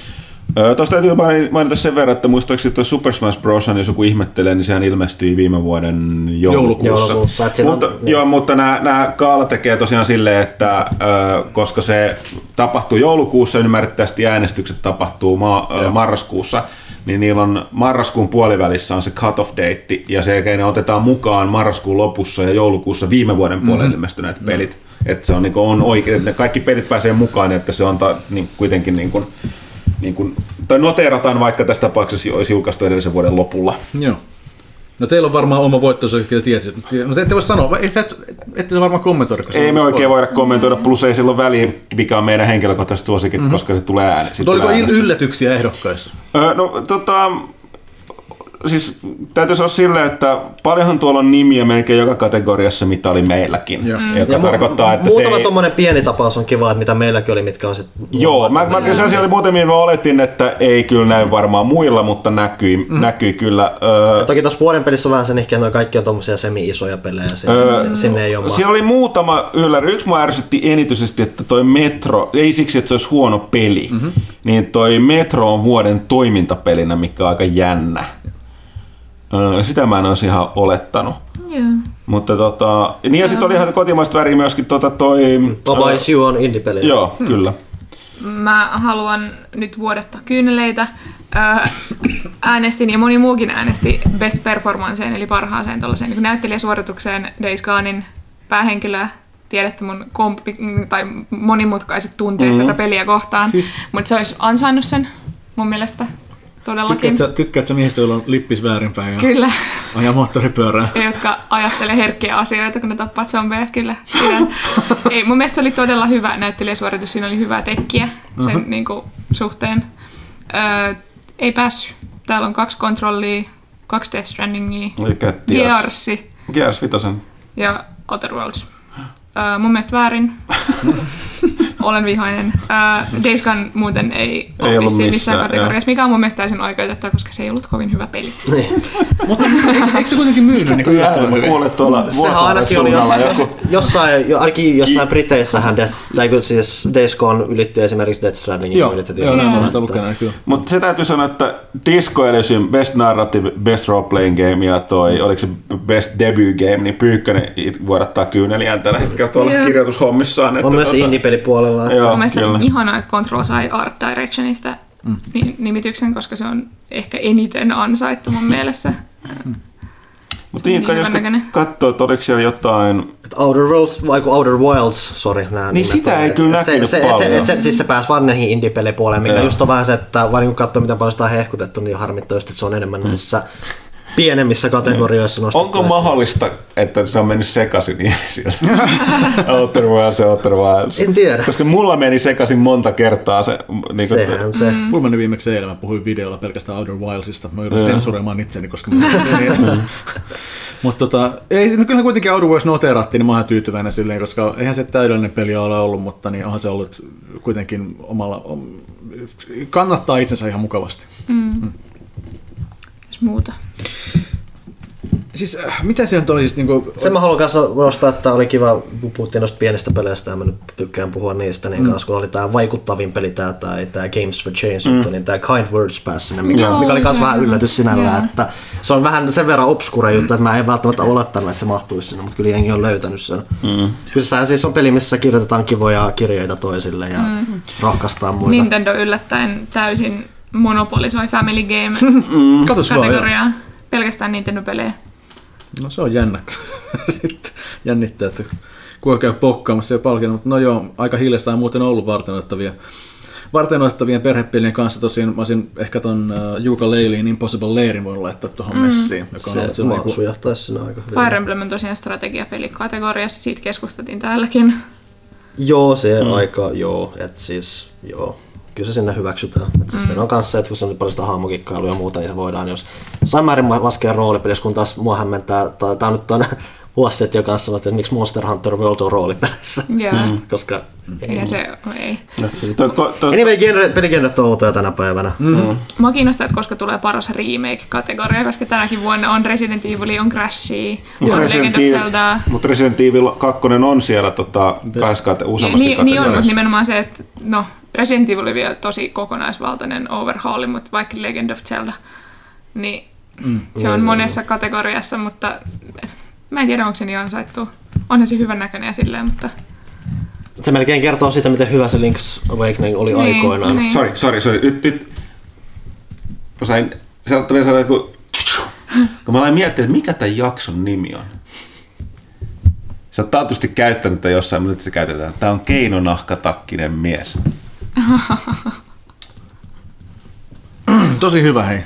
Tuosta täytyy mainita sen verran, että muistaakseni tuo Super Smash Bros. Jos joku ihmettelee, niin sehän ilmestyi viime vuoden joulukuussa. Mutta nämä Kaala tekee tosiaan silleen, että koska se tapahtuu joulukuussa, ymmärrettävästi äänestykset tapahtuu marraskuussa, niin niillä on marraskuun puolivälissä on se cut-off date, ja se ne otetaan mukaan marraskuun lopussa ja joulukuussa viime vuoden puolelle ilmestyneet pelit. Että se on oikein, että kaikki pelit pääsee mukaan, että se on kuitenkin tai noteerataan, vaikka tässä tapauksessa olisi julkaistu edellisen vuoden lopulla. Joo. No teillä on varmaan oma voittonsa, kyllä tiesit. No te ette voi sanoa, ette se varmaan kommentoida. Ei me oikein voida kommentoida, plus ei silloin väliä, mikä on meidän henkilökohtaiset suosikit, koska se tulee äänestys. Oliko yllätyksiä ehdokkaissa? Siis täytyy sanoa silleen, että paljonhan tuolla on nimiä melkein joka kategoriassa, mitä oli meilläkin. Joka tarkoittaa, että muutama tommonen pieni tapaus on kiva, että mitä meilläkin oli, mitkä on sitten... Joo, mä oli muutamia, mä oletin, että ei kyllä näin varmaan muilla, mutta näkyi kyllä. Toki tuossa vuoden pelissä on vähän sen että kaikki on tommosia semi-isoja pelejä, sinne ei ole siinä oli muutama ylläri. Yksi mä ärsytti enityisesti, että toi Metro, ei siksi, että se olisi huono peli, niin toi Metro on vuoden toimintapelinä, mikä on aika jännä. Sitä mä en olisi ihan olettanut. Yeah. Mutta niin ja sitten oli ihan kotimaista väriä myöskin toi... Vice U on indie-peli. Joo, kyllä. Mä haluan nyt vuodettaa kyyneleitä. Äänestin ja moni muukin äänesti best performanceen, eli parhaaseen tuollaiseen niin näyttelijäsuoritukseen Days Gonein päähenkilöä. Tiedätte mun monimutkaiset tunteet tätä peliä kohtaan, mutta se olisi ansainnut sen mun mielestä. Todellakin. Tykkäätkö miehistä, joilla on lippis väärinpäin ja kyllä. Ajaa moottoripyörää? Ja jotka ajattelee herkkiä asioita, kun ne tappaa zombeja, kyllä. Ei, mun mielestä se oli todella hyvä näyttelijäsuoritus, siinä oli hyvää tekkiä sen suhteen. Ei päässyt. Täällä on 2 kontrollia, 2 Death Strandingia, Gears 5 ja Outer Worlds. Mun mielestä väärin. Olen vihainen. Days Gone muuten ei ole vissiin missään kategoriassa, mikä on mun mielestä täysin oikeutettua, koska se ei ollut kovin hyvä peli. Mutta eikö se kuitenkin myynyt? Niin kyllä, kuulet tuolla Vuosaaren suunnalla joku. Ainakin jossain Briteissähän Days Gone ylitti esimerkiksi Death Strandingin. Joo, näin on sitä lukenut kyllä. Mutta se täytyy sanoa, että Disco Elysium, Best Narrative, Best Role Playing Game ja oliko se Best Debut Game, niin Pyykkönen vuodattaa kyyneliään tällä hetkellä tuolla kirjoitushommissaan. On myös indie-pelipuolella. Mun mielestä on ihanaa, että Control sai Art Directionista nimityksen, koska se on ehkä eniten ansaittu mun mielessä. Mutta niin, jos katsoo, että oliko siellä jotain... Outer Worlds, vai Outer Wilds, niin sitä ei kyllä näkynyt paljon. Siis se pääsi vaan näihin indie-pelipuoleen, mikä just on vähän se, että vaan kun katsoo, miten paljon sitä on hehkutettu, niin harmittaa just, että se on enemmän näissä pienemmissä kategorioissa nostettu. Onko mahdollista, että se on mennyt sekaisin ihmisillä? Outer Wilds ja Outer Wilds. En tiedä. Koska mulla meni sekaisin monta kertaa se. Sehän se. Mulla meni viimeksi eilen, mä puhuin videolla pelkästään Outer Wildsista. Mä joudun sensuroimaan itseni, koska mutta kyllä kuitenkin Outer Wilds noteerattiin, niin mä oon tyytyväinen silleen, koska eihän se täydellinen peli ole ollut, mutta niin onhan se ollut kuitenkin kannattaa itsensä ihan mukavasti. Muuta. Siis mitä se nyt oli? Siis, sen mä haluan kanssa nostaa, että oli kiva, kun puhuttiin noista pienistä peleistä, ja mä nyt tykkään puhua niistä, niin kanssa kun oli tää vaikuttavin peli, tää Games for Change, niin tää Kind Words pääsi sinne, mikä oli kanssa vähän yllätys sinällään, että se on vähän sen verran obskure juttu, että mä en välttämättä olettanut, että se mahtuisi sinne, mutta kyllä jengi on löytänyt sen. Kyllä siis on peli, missä kirjoitetaan kivoja kirjeitä toisille ja rohkaistaan muita. Nintendo yllättäen täysin monopolisoi Family Game kategoriaa. Pelkästään Nintendo-pelejä. No se on jännä. Sitten jännittää, että kuinka käy pokkaamassa ja palkinut. Mutta no joo, aika hiljaista on muuten ollut varteenotettavien perhepelien kanssa. Tosiaan mä olisin ehkä ton Yooka-Layleyn Impossible Lairin voinut laittaa tuohon messiin. Se sujahtaisi siinä aika hyvin. Fire Emblem on tosiaan strategiapelikategoriassa, siitä keskusteltiin täälläkin. Joo, se aika, että siis, kyllä se sinne hyväksytään. Siis sen on kanssa, että kun se on paljon sitä hahmokikkailuja ja muuta, niin se voidaan, jos jossain määrin laskea roolipelissä, kun taas mua hämmentää, tää on nyt Huosset jo kanssa, että miksi Monster Hunter World on roolipelissä. Joo. Koska Eihän se, ei. Anyway, pelikentät on outoja tänä päivänä. Mua kiinnostaa, että koska tulee paras remake-kategoria, koska tänäkin vuonna on Resident Evil, on Crashia, on Legend of Zelda. Mutta Resident Evil 2 on siellä useammasti Niin on, kategoriassa. mutta nimenomaan se, että no, Resident Evil oli vielä tosi kokonaisvaltainen overhauli, mutta vaikka Legend of Zelda, niin se on monessa kategoriassa, mutta mä en tiedä, onko se niin ansaittu. Onhan se hyvän näköinen ja silleen, mutta... Se melkein kertoo siitä, miten hyvä se Link's Awakening oli aikoinaan. Niin. Sori. Nyt sieltä tuli sellainen, kun mä aloin miettiä, että mikä tämän jakson nimi on. Sä oot taatusti käyttänyt tätä jossain, mutta nyt se käytetään. Tää on keinonahkatakkinen mies. Tosi hyvä, hei.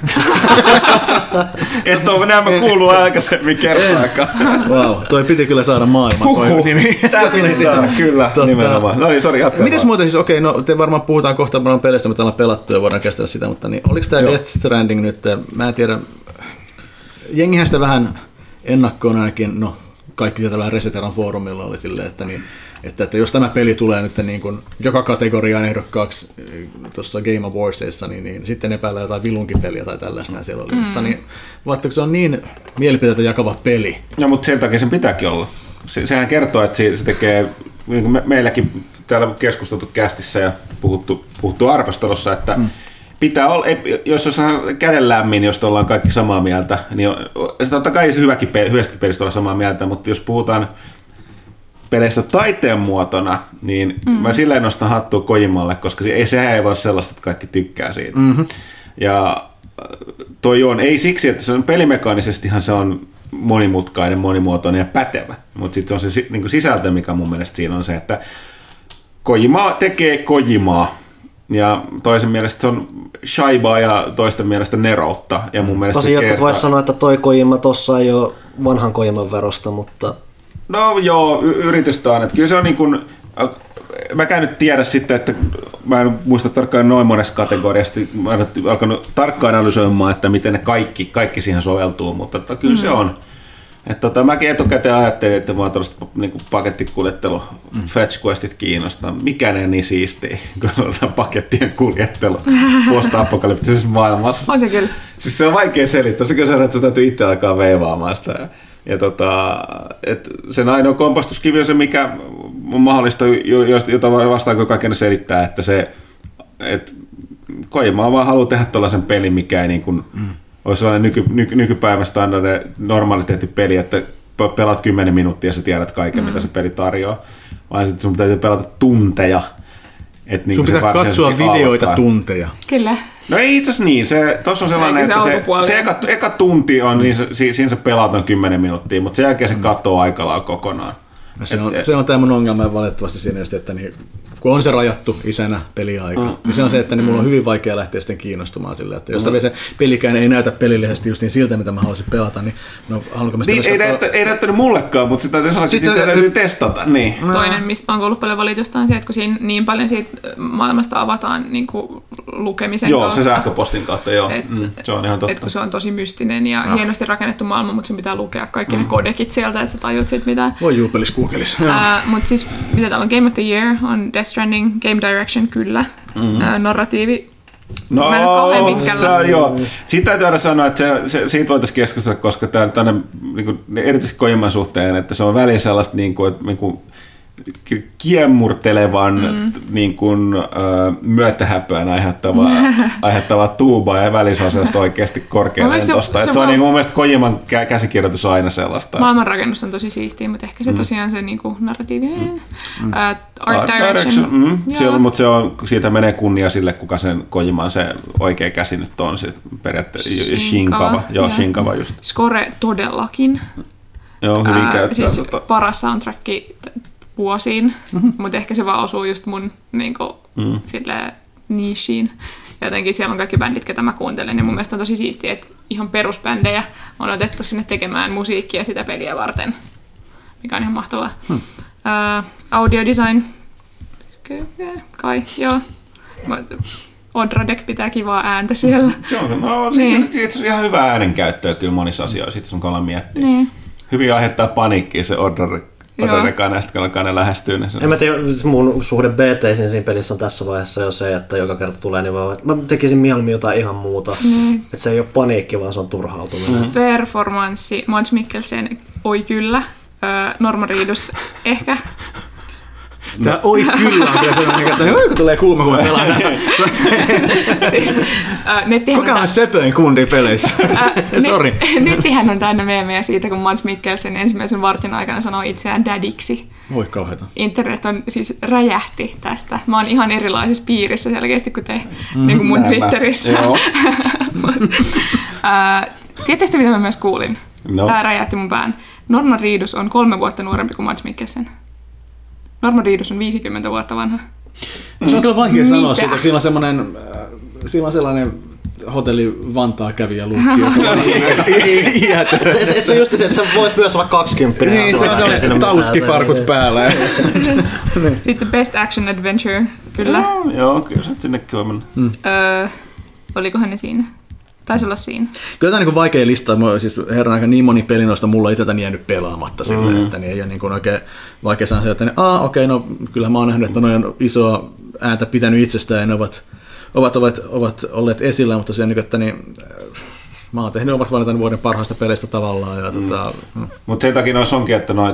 Et ole nämä kuullut aikaisemmin kertaakaan. Wow, toi piti kyllä saada maailman. Tää piti saada, kyllä, nimenomaan. No niin, sori, jatkaa. Mites muuten siis, okei, no te varmaan puhutaan kohta paljon pelistä, mitä ollaan pelattu ja voidaan käsitellä sitä, mutta niin, oliko tää Death Stranding nyt, mä en tiedä, jengihän sitä vähän ennakkoon ainakin, no kaikki sieltä Reseteran foorumilla oli silleen, että jos tämä peli tulee nyt niin kuin joka kategoriaan ehdokkaaksi tuossa Game Awardsissa, niin sitten epäillään jotain vilunkipeliä tai tällaista siellä oli. Mutta niin, vaikka se on niin mielipiteitä jakava peli. No, mutta sen takia sen pitääkin olla. Sehän kertoo, että se tekee, niin kuin meilläkin täällä keskusteltu kästissä ja puhuttu arvostelussa, että pitää olla, jos on käden lämmin, jos ollaan kaikki samaa mieltä, niin totta kai hyvästä pelistä olla samaa mieltä, mutta jos puhutaan peleistä taiteen muotona, niin mä sillä nostan hattua Kojimalle, koska sehän ei voi sellaista, että kaikki tykkää siitä. Ja toi on, ei siksi, että se on pelimekaanisestihan se on monimutkainen, monimuotoinen ja pätevä, mutta sitten se on se niin sisältö, mikä mun mielestä siinä on se, että Kojima tekee Kojimaa. Ja toisen mielestä se on shaibaa ja toisten mielestä neroutta. Ja mun mielestä tosi jotkut vois sanoa, että toi Kojima tossa ei ole vanhan Kojiman verosta, mutta... No joo, yritystä on. Että kyllä se on niin kuin, mä en nyt tiedä sitten, että mä en muista tarkkaan noin monesta kategoriasta. Mä en alkanut tarkkaan analysoimaan, että miten ne kaikki siihen soveltuu, mutta kyllä se on. Että mäkin etukäteen ajattelin, että mua tuollaista niin pakettikuljettelu, fetch questit kiinnostaa. Mikään ei niin siistiä kuin pakettien kuljettelu post-apokalyptisessa maailmassa. On se kyllä. Siis se on vaikea selittää. Se kyllä että se täytyy itse alkaa veivaamaan sitä. Ja et sen ainoa kompastuskivi on se, mikä on mahdollista, jota vastaan kun kaiken selittää, että Kojima vaan haluaa tehdä tuollaisen pelin, mikä ei niin kuin olisi sellainen nykypäivän standardi normaliteettipeli, että pelaat 10 minuuttia ja sä tiedät kaiken, mitä se peli tarjoaa. Vaan sitten sun täytyy pelata tunteja. Että niin sun pitää katsoa videoita tunteja. Kyllä. No ei itse asiassa niin. Tuossa on sellainen, että se eka tunti on, niin siinä sä pelaat noin 10 minuuttia, mutta sen jälkeen se katsoo aika lailla kokonaan. Se on tämä mun ongelma valitettavasti siinä, että niin, kun on se rajattu isänä peliaika, niin se on se, että niin mulla on hyvin vaikea lähteä sitten kiinnostumaan sillä, että jos se pelikään ei näytä pelillisesti just niin siltä, mitä mä haluaisin pelata, niin no, haluanko mä sitä... Ei näyttänyt mullekaan, mutta sitä täytyy testata. Niin. Toinen, mistä mä oon kuullut paljon valitusta, on se, että kun siinä niin paljon siitä maailmasta avataan niin kuin lukemisen kautta. Joo, se sähköpostin kautta, joo. Se on ihan totta. Et kun se on tosi mystinen ja hienosti rakennettu maailma, mutta sun pitää lukea kaikki ne kodekit sieltä, että sä tajut siitä mitään. Voi juupelis kuukelis. Mutta siis, mitä täällä on? Game of the Year, on Death Stranding, Game Direction, kyllä. Narratiivi. No, mä en ole kauhean pitkällä. Joo. Siitä täytyy aina sanoa, että siitä voitaisiin keskustella, koska tänne niin erityisesti Kojiman suhteen, että se on väliin sellaista niin kuin kiemurtelevan niin kuin, myötähäpöön aiheuttavaa tuubaa ja välissä on sellaista oikeasti korkealentosta. Se on niin mun mielestä Kojiman käsikirjoitus aina sellaista. Maailmanrakennus on tosi siistiä, mutta ehkä se tosiaan se niin kuin narratiivi. Art Direction. Mutta siitä menee kunnia sille, kuka sen Kojiman se oikea käsi nyt on. Se periaatteessa Shinkawa. Joo, Shinkawa just. Score todellakin. Joo, hyvin käyttää. Siis paras soundtrack vuosiin, mutta ehkä se vaan osuu just mun niinku, nichiin. Jotenkin siellä on kaikki bändit, ketä mä kuuntelen, ja mun mielestä on tosi siistiä, että ihan perusbändejä on otettu sinne tekemään musiikkia sitä peliä varten, mikä on ihan mahtavaa. Audio design, kai, joo. Odradek pitää kivaa ääntä siellä. Se on ihan hyvää äänenkäyttöä kyllä monissa asioissa, sitten sun kallan miettiä. Niin. hyvin aiheuttaa paniikkiä se Odorikana, ja sitten kun alkaa ne lähestyä. Niin en mä tiedä, siis mun suhde BT:siin siinä pelissä on tässä vaiheessa jo se, että joka kerta tulee, niin mä tekisin mieluummin jotain ihan muuta. Että se ei ole paniikki, vaan se on turhautuminen. Performanssi, Mads Mikkelsen, oi kyllä. Norman Reedus ehkä. Tää oi kyllä on kyllä sellainen, että kun tulee kuuma, kun me pelaan. Siis, kuka on söpöin kundi peleissä? Sori. Nettihän on täynnä meemejä siitä, kun Mads Mikkelsen ensimmäisen vartin aikana sanoi itseään dadiksi. Voi kauheeta. Internet on siis räjähti tästä. Mä oon ihan erilaisessa piirissä selkeästi kuin te, niin kuin mun Twitterissä. Tiedätkö, mitä mä myös kuulin? No. Tää räjähti mun pään. Norman Reedus on 3 vuotta nuorempi kuin Mads Mikkelsen. Norman Reedus on 50 vuotta vanha. No, se on kyllä vaikea sanoa siitä, siinä on sellainen hotelli Vantaa kävijä luukki, joka on aika iätön. Se on just se, että se voisi myös olla 20. Niin, se on tauskifarkut päällä. Sitten Best Action Adventure, kyllä. Joo, kyllä se sinnekin voi mennä. Olikohan ne siinä? Taisi olla siinä. Kyllä tämä on niin vaikea lista. Siis herran aika niin moni peli noista mulla itseltäni jäänyt pelaamatta silleen, että niin ei ole niin oikein vaikea sanoa, että okei, no kyllähän mä oon nähnyt, että ne on isoa ääntä pitänyt itsestään ja ne ovat olleet esillä, mutta tosiaan, että niin, mä oon tehnyt ovat vain tämän vuoden parhaista peleistä tavallaan. Ja Mutta sen takia noissa onkin, että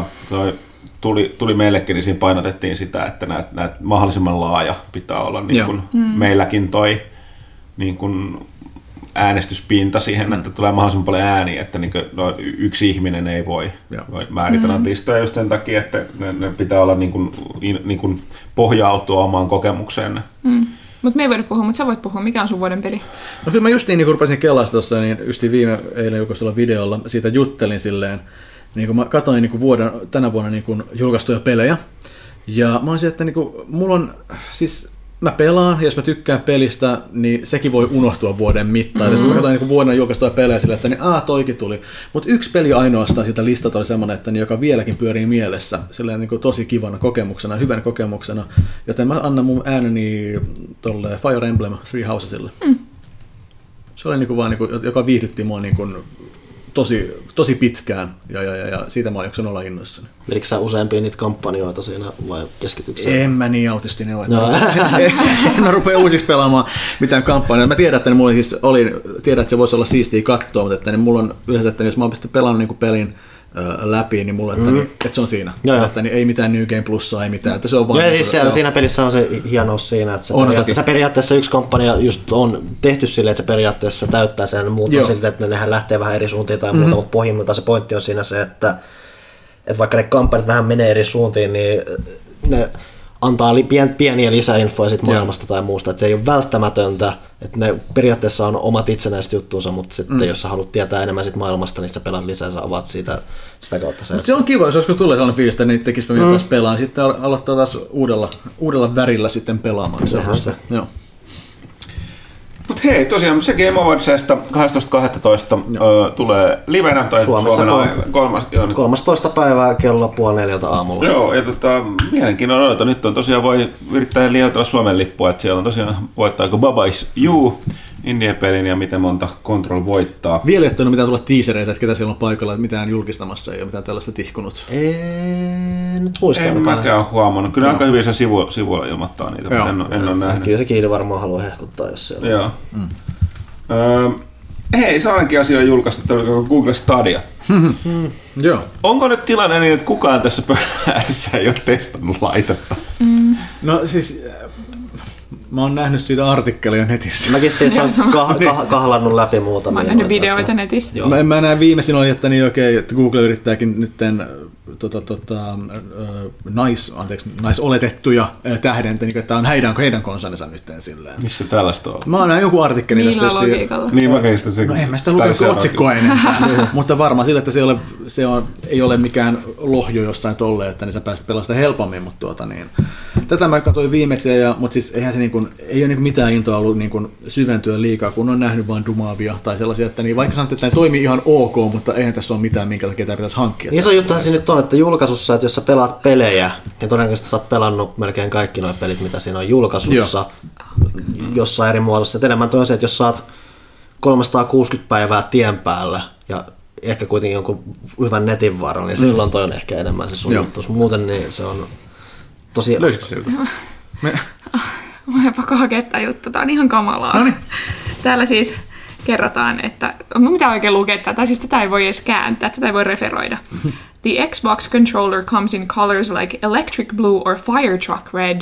tuli meillekin, niin siinä painotettiin sitä, että näet mahdollisimman laaja pitää olla niin kuin meilläkin toi niin kuin äänestyspinta siihen, että tulee mahdollisimman paljon ääniä, että niin kuin, yksi ihminen ei voi määritellä listoja just sen takia, että ne pitää olla niin kuin pohjautua omaan kokemukseenne. Mutta me ei voida puhua, mutta sä voit puhua. Mikä on sun vuoden peli? No kyllä mä just niin kun rupesin kelasta tuossa, niin just eilen julkaistulla videolla siitä juttelin silleen, niin kun mä katsoin niin kun tänä vuonna niin kun julkaistuja pelejä, ja mä olisin, että niin kun, mulla on siis mä pelaan, ja jos mä tykkään pelistä, niin sekin voi unohtua vuoden mittaan. Ja sitten mä katsoin niin vuoden julkaistua pelejä sillä, että toikin tuli. Mutta yksi peli ainoastaan siitä listalta oli semmoinen, että joka vieläkin pyörii mielessä. Silleen niin tosi kivana kokemuksena, hyvän kokemuksena. Joten mä annan mun ääneni tolle Fire Emblem Three Housesille. Se oli niin vaan, niin joka viihdytti mua niin tosi pitkään, ja siitä mä jaksan olla innoissani. Vedikö sä useampia niitä kampanjoita siinä vai keskitykseen? En mä niin autistinen ole. No. Mä rupean uusiksi pelaamaan mitään kampanjoita. Mä tiedän, että mulla siis tiedän, että se voisi olla siistiä katsoa, mutta että mulla on yleensä, että jos mä oon pelannut niin pelin läpi, niin mulla että se on siinä. Että niin ei mitään New Game Plussaa, ei mitään. Että se on vaan siis siinä pelissä on se hienous siinä, että se periaatteessa yksi kampanja just on tehty silleen, että se periaatteessa täyttää sen muuta siltä, että nehän lähtee vähän eri suuntiin tai muuta, mutta pohjimmiltaan se pointti on siinä se, että vaikka ne kampanjat vähän menee eri suuntiin, niin ne antaa pieniä lisäinfoja siitä maailmasta tai muusta, että se ei ole välttämätöntä, että ne periaatteessa on omat itsenäiset juttuunsa, mutta sitten jos sä haluat tietää enemmän siitä maailmasta, niin sä pelaat lisää, sä avaat sitä kautta. Se on kiva, jos joskus tulee sellainen fiilis, että niitä tekisipä vielä taas pelaa, niin sitten aloittaa taas uudella värillä sitten pelaamaan. Se. Joo. Mutta hei, tosiaan se Game Awardsista 12.12. Tulee livenä tai Suomessa 13. päivää kello 3:30 aamulla. Joo, ja mielenkiinnolla odotan. Nyt on tosiaan voi yrittää lihoitella Suomen lippua, että siellä on tosiaan voittaako Baba Is You Indie-pelin ja miten monta Control voittaa. Vielä ei ole mitään tulla teasereita, että ketä siellä on paikalla, että mitään julkistamassa ei ole mitään tällaista tihkunut. Nyt muista. En mäkään ole huomannut. Kyllä aika hyvin se sivuilla ilmoittaa niitä, mutta en ole nähnyt. Kyllä se Kiili varmaan haluaa hehkuttaa, jos siellä on. Hei, sellainenkin asia on julkaistu, Google Stadia. Joo. Onko nyt tilanne niin, että kukaan tässä pöydän ääressä ei ole testannut laitetta? No siis mä oon nähnyt siitä artikkeleja netissä. Mäkin siis on kahlannut läpi muutamia. Mä oon nähnyt videoita netissä. Mä näin viimeisin oli, että että Google yrittääkin nyt naisoletettuja tähdentä, että tämä on heidän konserninsa nyt silleen. Missä tällaista on? Mä oon näin joku artikkeli. Millä logiikalla? Niin mä keistä sen. No en mä sitä lukenut otsikkoa enempää, mutta varmaan sillä, että ei ole mikään lohjo jossain tolleen, että niin sä pääset pelaamaan sitä helpommin, mutta tätä mä katsoin viimeksi, mutta siis eihän se ei ole mitään intoa ollut syventyä liikaa, kun on nähnyt vain dumaavia tai sellaisia, että vaikka sanotaan, että ne toimii ihan ok, mutta eihän tässä ole mitään, minkä takia tämä pitäisi hankkia. Iso juttuhan siinä nyt on, että julkaisussa, että jos sä pelaat pelejä, niin todennäköisesti sä oot pelannut melkein kaikki nuo pelit, mitä siinä on julkaisussa jossain eri muodossa. Et enemmän toi on se, että jos sä oot 360 päivää tien päällä ja ehkä kuitenkin jonkun hyvän netin varrella, niin silloin toi on ehkä enemmän se sun juttu. Muuten niin se on tosi... Löysikö siltä? Mä en pakko hakea tää juttu, tää on ihan kamalaa. Noniin. Täällä siis kerrotaan, että... Mitä oikein lukea tätä? Siis tätä ei voi edes kääntää, tätä ei voi referoida. The Xbox controller comes in colors like electric blue or fire truck red.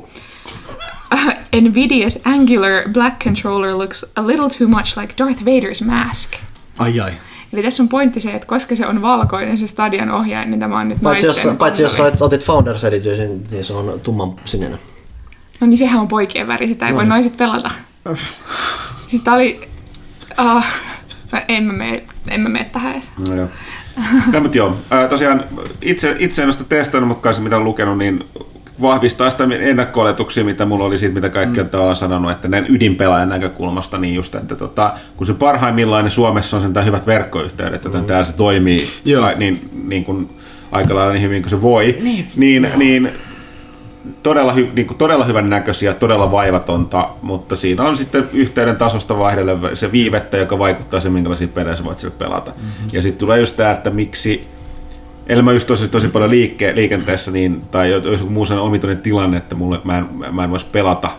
Nvidia's angular black controller looks a little too much like Darth Vader's mask. Ai. Eli tässä on pointti se, että koska se on valkoinen se Stadian ohjain, niin tämä on nyt Paitsi jos otit Founders Edition, niin se on tumman sininen. No niin sehän on poikien väri, sitä ei voi noiset pelata. Siis tää oli... en mä mene tähän edes. No joo. No, mutta joo. Tosiaan itse en ole sitä testannut, mutta kai se mitä on lukenut, niin vahvistaa sitä ennakko-oletuksia, mitä mulla oli siitä, mitä kaikki on tavallaan sanonut, että näin ydinpelaajan näkökulmasta, niin just, että kun se parhaimmillaan niin Suomessa on sentään hyvät verkkoyhteydet, joten täällä se toimii niin kuin aika lailla niin hyvin kuin se voi, niin todella hyvän näköisiä, todella vaivatonta, mutta siinä on sitten yhteyden tasosta vaihdelle se viivettä, joka vaikuttaa se, minkälaisia pelejä sä voit sille pelata. Ja sitten tulee just tämä, että miksi elämä just tosi paljon liikenteessä, niin, tai jos joku muu sellainen omituinen tilanne, että mä en voisi pelata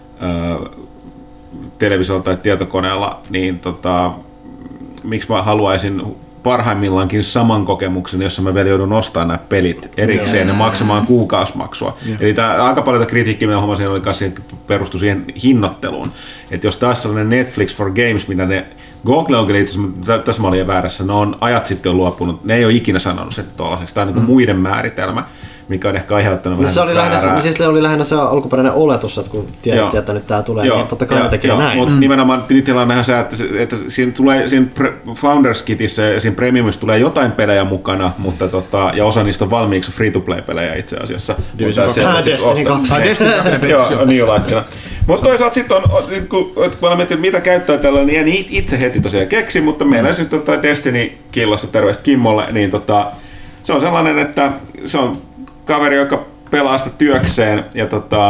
televisiolla tai tietokoneella, niin miksi mä haluaisin parhaimmillaankin saman kokemuksen, jossa mä vielä joudun ostamaan nämä pelit erikseen ja maksamaan kuukausimaksua. Eli aika paljon kritiikkiä, mitä huomasin, oli perustui siihen hinnoitteluun. Että jos taas sellainen Netflix for Games, mitä ne Google onkin itse asiassa, tässä mä olin väärässä, ne on ajat sitten luopunut, ne ei ole ikinä sanonut se tuollaiseksi. Tämä on niin muiden määritelmä, mikä on ehkä aiheuttanut vähän väärää. Siis oli lähinnä se alkuperäinen oletus, että kun tiedettiin, että nyt tämä tulee, niin totta kai ne tekee näin. Mutta nimenomaan nyt tilannehan se, että siinä Founders Kitissä ja siinä Premiumissa tulee jotain pelejä mukana, mutta ja osa niistä on valmiiksi free-to-play-pelejä itse asiassa. Destiny 2. Joo, niin on laittina. Mutta toisaalta sitten kun mä mietin, mitä käyttää tällä, niin en itse heti tosiaan keksi, mutta meillä nyt Destiny-killassa, terveistä Kimmolle, niin se on sellainen, että se on kaveri, joka pelaa sitä työkseen ja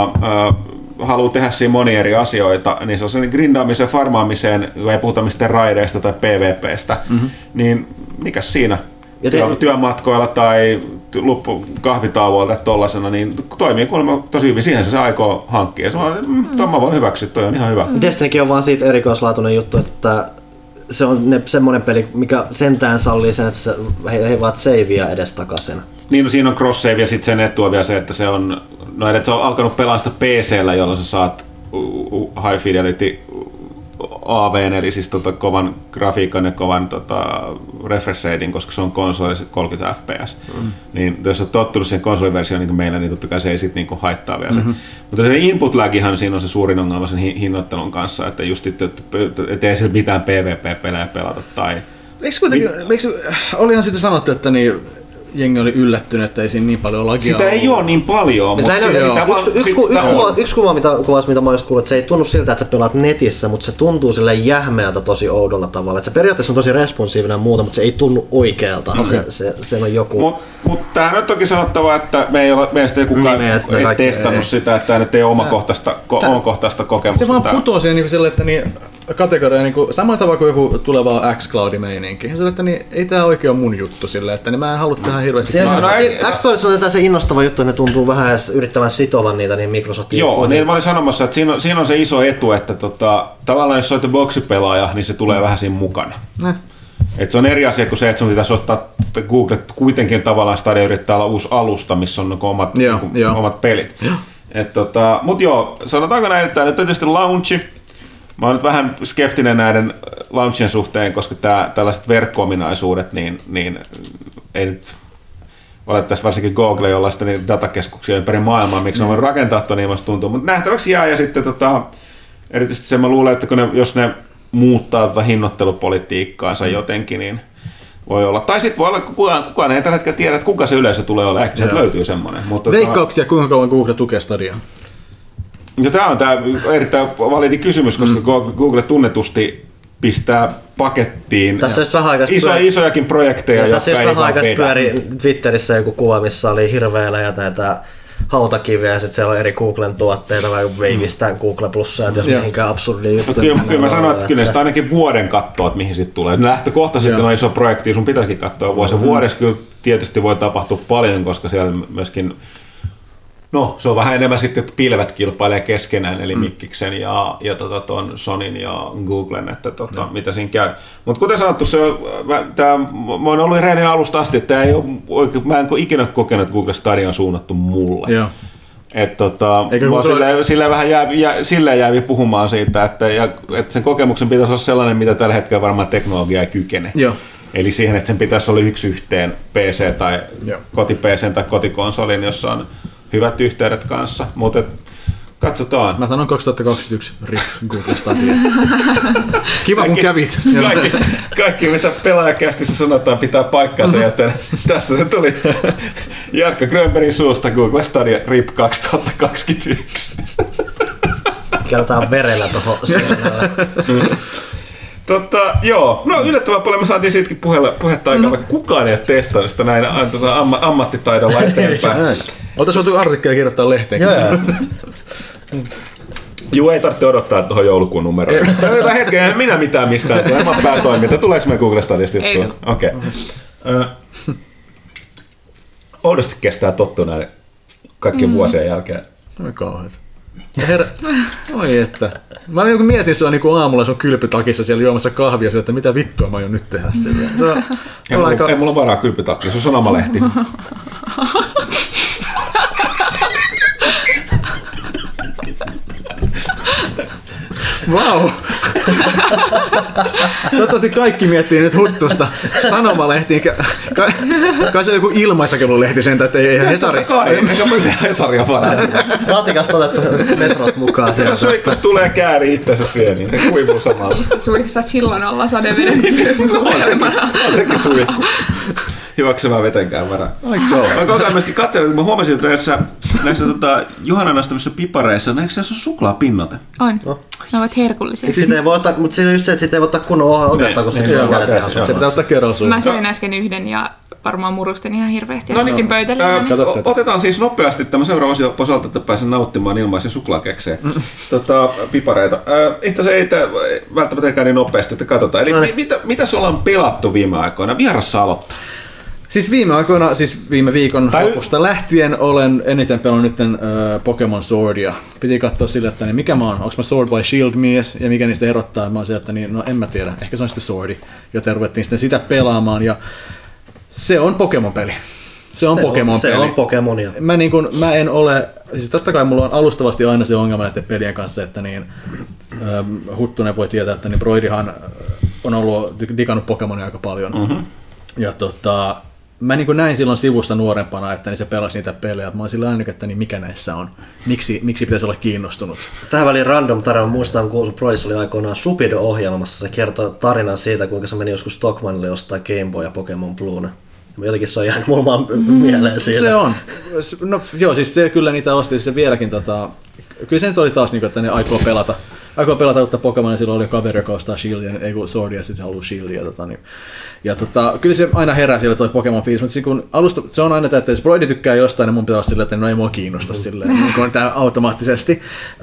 haluaa tehdä siinä monia eri asioita, niin se on sellainen grindaamiseen, farmaamiseen, ei puhuta mistään raideista tai PvPstä, niin mikäs siinä? Työmatkoilla tai kahvitauoilla tai tollasena, niin toimii kuulemma tosi hyvin. Siihen se aikoo hankkia. Mä voin hyväksyä, toi on ihan hyvä. Destinykin on vaan siitä erikoislaatuinen juttu, että se on semmoinen peli, mikä sentään sallii sen, että he vaat savea edes takaisin. Niin, no siinä on cross-save ja sitten sen etua vielä se, että se on, että se on alkanut pelaa sitä PC:llä, jolloin sä saat high fidelity AV:n, eli siis kovan grafiikan ja kovan refresh rating, koska se on konsolissa 30 fps. Niin jos olet tottunut siihen konsoliversioon niin kuin meillä, niin totta kai se ei sit niinku haittaa vielä se. Mutta se input lagihan siinä on se suurin ongelma sen hinnoittelun kanssa, että just et ei siellä mitään PvP-pelejä pelata tai... Olihan sitten sanottu, että jengi oli yllättynyt, että ei siinä niin paljon lagia sitä ei ole niin paljon. Yksi kuva, mitä mä oon kuullut, että se ei tunnu siltä, että sä pelaat netissä, mutta se tuntuu silleen jähmeältä tosi oudolla tavalla. Että se periaatteessa on tosi responsiivinen ja muuta, mutta se ei tunnu oikealta. Se on joku... Mutta tämä on toki sanottava, että meistä ei kukaan ei testannut sitä, että tämä nyt ei ole omakohtaista kokemusta. Se vaan putoaa siihen sille, että kategoria samalla tavalla kuin joku tuleva X-Cloud-meininki. Että ei tämä oikein ole mun juttu silleen, että mä en halua tähän hirveästi. X-Cloudissa on se innostava juttu, että ne tuntuu vähän edes yrittävän sitovan niitä niin Microsoftiin. Joo, niin mä olin sanomassa, että siinä on se iso etu, että tavallaan jos olet boxipelaaja, niin se tulee vähän siinä mukana. Et se on eri asia kuin se, että sun pitäisi ottaa Google kuitenkin tavallaan Stadia yrittää olla uusi alusta, missä on omat pelit. Mutta joo, sanotaanko näin, että nyt on tietysti launchi. Mä oon nyt vähän skeptinen näiden launchien suhteen, koska tällaiset verkko-ominaisuudet, niin ei nyt valitettavasti varsinkin Google, jolla sitten niin datakeskuksia ympäri maailmaa, miksi ne voi rakentaa tuon, niin tuntuu. Mutta nähtäväksi jää, ja sitten erityisesti sen mä luulen, että jos ne muuttaa hinnoittelupolitiikkaansa jotenkin, niin voi olla. Tai sitten voi olla, kukaan ei tällä hetkellä tiedä, että kuka se yleisö tulee olla. Ehkä sieltä löytyy semmoinen. Veikkauksia, kuinka kauan Google tukee Stadiaa? Ja tämä on erittäin validi kysymys, koska Google tunnetusti pistää pakettiin isojakin projekteja, jotka ei vaan vähän pyöri Twitterissä joku kuva, missä oli hirveellä ja näitä hautakiviä ja sitten siellä on eri Googlen tuotteita, vai veivistään Google Plussa ja tietysti mihinkään absurdia juttuja. Kyllä mä sanon, että kyllä sitä ainakin vuoden katsoo, että mihin sitten tulee. Lähtökohtaisesti on iso projekti, sun pitäisikin katsoa vuodessa kyllä tietysti voi tapahtua paljon, koska siellä myöskin se on vähän enemmän sitten, että pilvet kilpailee keskenään, eli Mikkiksen ja ton Sonyn ja Googlen, että mitä siinä käy. Mutta kuten sanottu, mä oon ollut reenin alusta asti, että mä en ikinä kokenut, että Google Stadia on suunnattu mulle. Joo. Että sillä vähän jäävi puhumaan siitä, että sen kokemuksen pitäisi olla sellainen, mitä tällä hetkellä varmaan teknologia ei kykene. Joo. Eli siihen, että sen pitäisi olla yksi yhteen PC tai koti-PC tai kotikonsolin, jossa on hyvät yhteydet kanssa, mutta katsotaan. Mä sanon 2021 RIP Google Stadia. Kiva kun kävit. Kaikki mitä pelaajakästissä sanotaan pitää paikkaansa, joten tästä se tuli Jarkko Grönbergin suusta Google Stadia RIP 2021. Käytetään verellä tuohon silmällä. Yllättävän paljon me saatiin siitäkin puhetta aikaa, vaikka kukaan ei ole testannut sitä näin ammattitaidolla eteenpäin. Oltaisiin voitu artikkeli kirjoittaa lehteen. Joo, ei tarvitse odottaa tuohon joulukuun numeroon. Tällä hetkellä en minä mitään mistään. Mä päätoiminta. Tuleeko me Google Stadiasta juttua? Okei. Oudosti kestää tottua näin kaikkien vuosien jälkeen. Oi kauheeta. Oi että. Mä mietin sua niin aamulla sun kylpytakissa siellä juomassa kahvia, että mitä vittua mä aion nyt tehdä sille. Ei mulla varaa kylpytakkia, se on sanomalehti. Vau! Toivottavasti kaikki miettii nyt huttusta sanomalehtiin. Kai se on joku ilmaisjakelulehti sen, että ei Hesari. Eikä mä mitään Hesaria varaa. Ratikasta otettu metrot mukaan sieltä. Suihkus tulee kääri itsensä siihen, niin ne kuivuu samalla. Suihkusat silloin alla sadeveden. On sekin suihku. Hyväksymään vetenkään varaa. Mä koko ajan myöskin katselin, kun mä huomasin, että näissä Juhanan nostamissa pipareissa, eikö se ole suklaapinnote? On. Ne ovat herkullisia. Mutta siinä on just se, että siitä ei voi ottaa kunnon otetta, kun se pitää ottaa kerran suun. Mä söin äsken yhden ja varmaan murustin ihan hirveästi. Ja nytkin pöytälle. Otetaan siis nopeasti tämä seuraava osio osalta, että pääsen nauttimaan ilmaisen suklaakekseen pipareita. Itse asiassa ei välttämättä niin nopeasti, että katsotaan. Eli mitä sulla on pelattu viime aikoina? Vierassa aloittaa. Siis viime aikoina, viime viikon lopusta lähtien olen eniten pelannut nyt Pokemon Swordia. Piti katsoa sille, että mikä mä oon, onko mä Sword by Shield mies ja mikä niistä erottaa. Mä oon se, että en mä tiedä, ehkä se on sitten Swordi, joten ruvettiin sitten sitä pelaamaan ja se on Pokemon-peli. Se on Pokemonia. Mä en ole, siis totta kai mulla on alustavasti aina se ongelma näiden pelien kanssa, että Huttunen voi tietää, että Broidihan on ollut digannut Pokemonia aika paljon. Mm-hmm. Ja mä näin silloin sivusta nuorempana, että se pelasi niitä pelejä. Mä oon sillä aina, että mikä näissä on. Miksi pitäisi olla kiinnostunut? Tähän väliin random tarina. Muistan, kun Broidis oli aikoinaan Supido-ohjelmassa. Se kertoi tarinan siitä, kuinka se meni joskus Stockmanille ostaa Game Boy ja Pokemon Blue. Jotenkin se on jäänyt mulla mieleen siitä. Se on. No joo, siis se kyllä niitä osti. Se vieläkin, kyllä se nyt oli taas, että ne aikoo pelata uutta Pokemonia, silloin oli kaveri, joka ostaa Shieldia, ei kun Swordia, ja sitten se haluaa Shieldia. Kyllä se aina herää siellä toi Pokemon-fiilis, mutta kun alusta, se on aina tämä, että jos Broidi tykkää jostain, niin mun pitää olla silleen, että ei mua kiinnosta silleen, tämä automaattisesti.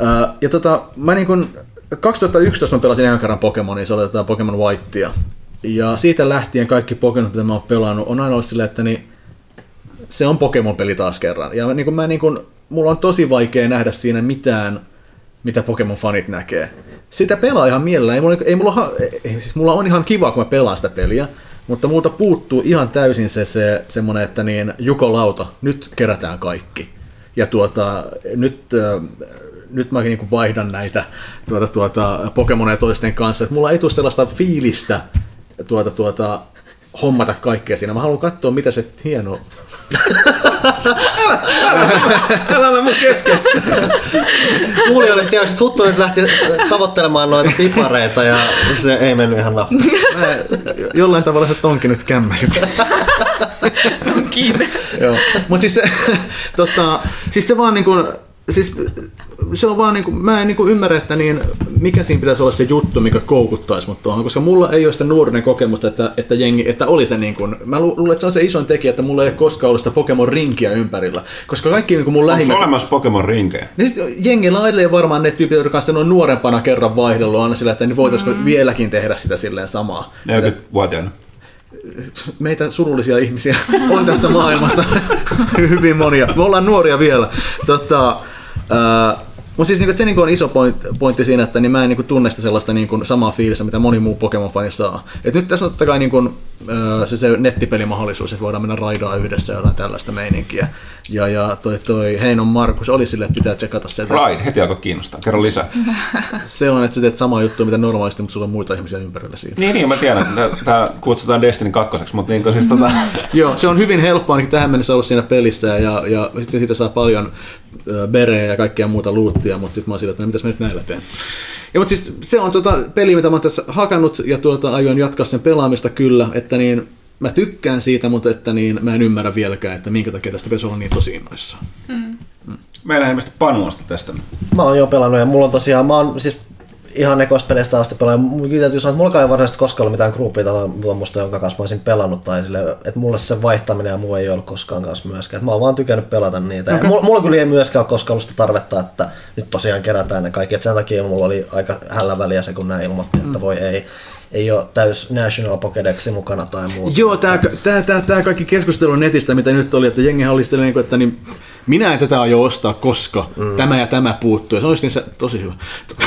Mä 2011 mä pelasin ihan kerran Pokemonia, se oli Pokemon Whitea. Ja siitä lähtien kaikki Pokemon, mitä mä oon pelannut, on aina ollut silleen, että se on Pokemon-peli taas kerran. Ja mulla on tosi vaikea nähdä siinä mitään, mitä Pokemon-fanit näkee. Sitä pelaa ihan mielellään. Mulla on ihan kiva, kun mä pelaan sitä peliä, mutta multa puuttuu ihan täysin se semmoinen, että jukolauta, nyt kerätään kaikki. Ja nyt mä vaihdan näitä Pokemoneja toisten kanssa. Et mulla ei tule sellaista fiilistä hommata kaikkea siinä. Mä haluan katsoa, mitä se hieno... Älä ole mun kesken. Kuulijoille tiedä, että Huttunen lähti tavoittelemaan noita pipareita ja se ei mennyt ihan nappiin. Jollain tavalla se tonkin nyt kämmäsit. On kiinni. Joo. Mut siis se vaan siis se on vaan niinku, mä en niinku ymmärrä, että niin, mikä siinä pitäisi olla se juttu, mikä koukuttaisi mut tuohon, koska mulla ei ole sitä nuoruuden kokemusta, että oli se niinku, mä luulen, että se on se isoin tekijä, että mulla ei ole koskaan ollut sitä Pokemon-rinkiä ympärillä, koska kaikki niinku mun lähimmät... Onko olemassa Pokemon-rinkejä? Niin sit jengillä on edelleen varmaan ne tyypit, jotka kanssa noin nuorempana kerran vaihdellut aina sillä, että niin voitaisiko vieläkin tehdä sitä silleen samaa. 40-vuotiaana. Meitä surullisia ihmisiä on tässä maailmassa hyvin monia. Me ollaan nuoria vielä. Mutta siis se on iso pointti siinä, että mä en tunne sitä sellaista samaa fiilistä, mitä moni muu Pokemon-fani saa. Et nyt tässä on totta kai se nettipelimahdollisuus, että voidaan mennä raidaa yhdessä jotain tällaista meininkiä. Ja toi Heinon Markus oli silleen, että pitää tsekata sieltä. Raid, heti alkoi kiinnostaa. Kerro lisää. Se on, että sä teet samaa juttua, mitä normaalisti, mutta sulla on muita ihmisiä ympärillä siinä. Niin, mä tiedän. Tää kutsutaan Destiny 2, mutta niin siis Joo, se on hyvin helppoa, ainakin tähän mennessä ollut siinä pelissä, ja sitten siitä saa paljon berejä ja kaikkea muuta luuttia, mutta sitten mä oon sillä, että mitäs mä nyt näillä teen. Ja, mutta siis se on peli, mitä mä oon tässä hakannut, ja aion jatkaa sen pelaamista kyllä, että niin, mä tykkään siitä, mutta että niin, mä en ymmärrä vieläkään, että minkä takia tästä pitäisi olla niin tosi innoissaan. Meillä ilmeisesti Panuasta tästä. Mä oon jo pelannut, ja mulla on tosiaan, mä oon siis ihan ekospeleistä asti pelannut. Täytyy sanoa, että mulla ei varsinaisesti koskaan ollut mitään groupia tai tuommoista, jonka kanssa mä olisin pelannut, tai sille, että mulle se vaihtaminen ja muu ei ollut koskaan kanssa myöskään. Mä oon vaan tykännyt pelata niitä. Okay. Mulla kyllä ei myöskään ole koskaan ollut sitä tarvetta, että nyt tosiaan kerätään ne kaikki. Et sen takia mulla oli aika hällä väliä se, kun nää ilmoitti, että voi ei ole täys National Pokédexi mukana tai muuta. Joo, tää kaikki keskustelu netistä, mitä nyt oli, että jengihän oli sitten niin, että niin, minä en tätä aio ostaa, koska tämä ja tämä puuttuu. Ja se olisi niin se tosi hyvä.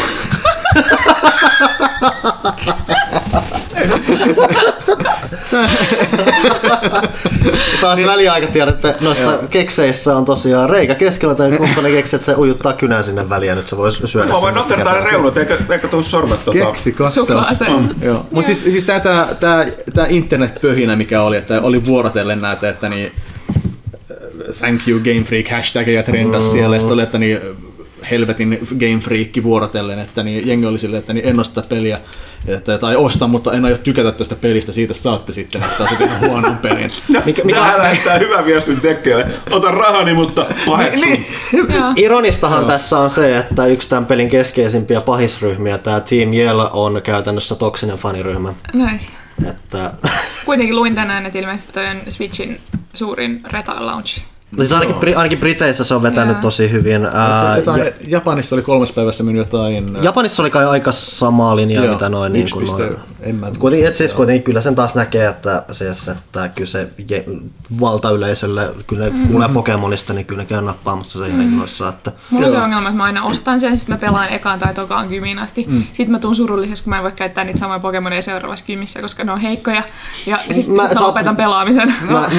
Taas väliaikatiedot, että noissa kekseissä on tosiaan reikä keskellä tai kumppanen keksi, että se ujuttaa kynän sinne väliin ja nyt se voi syödä. Mä voin nostaa ne reunat, eikä tuu sormet Keksikatsaus. Mutta siis tää internetpöhinä, mikä oli, että oli vuorotellen näitä, että niin thank you Game Freak hashtagia trendas siellä, ja sitten oli, että niin helvetin Game Freakki vuorotellen, että niin jengi oli silleen, että niin en osta peliä, tai osta, mutta en aio tykätä tästä pelistä, siitä saatte sitten, että on sitten huonon pelin. Tähän lähettää hyvä viestin tekkeelle. Ota rahani, mutta paheksun. Ironistahan tässä on se, että yksi tämän pelin keskeisimpiä pahisryhmiä, tämä Team Yell, on käytännössä toksinen faniryhmä. Nice. Että kuitenkin luin tänään, että ilmeisesti toi on Switchin suurin retail launch. Siis ainakin Briteissä se on vetänyt tosi hyvin. Japanissa oli 3 päivässä mennyt jotain... Japanissa oli kai aika samaa linjaa, mitä noin. Niin kuin kuitenkin kyllä sen taas näkee, että kyllä se valtayleisölle, kyllä ne kuulee Pokemonista, niin kyllä ne käy nappaamassa se ihan innoissaan. Mulla on se ongelma, että mä aina ostan sen, sitten mä pelaan ekaan tai tokaan kymiin asti. Sitten mä tuun surulliseksi, kun mä en voi käyttää niitä samoja Pokemoneja seuraavassa kymissä, koska ne on heikkoja. Ja sitten mä lopetan pelaamisen.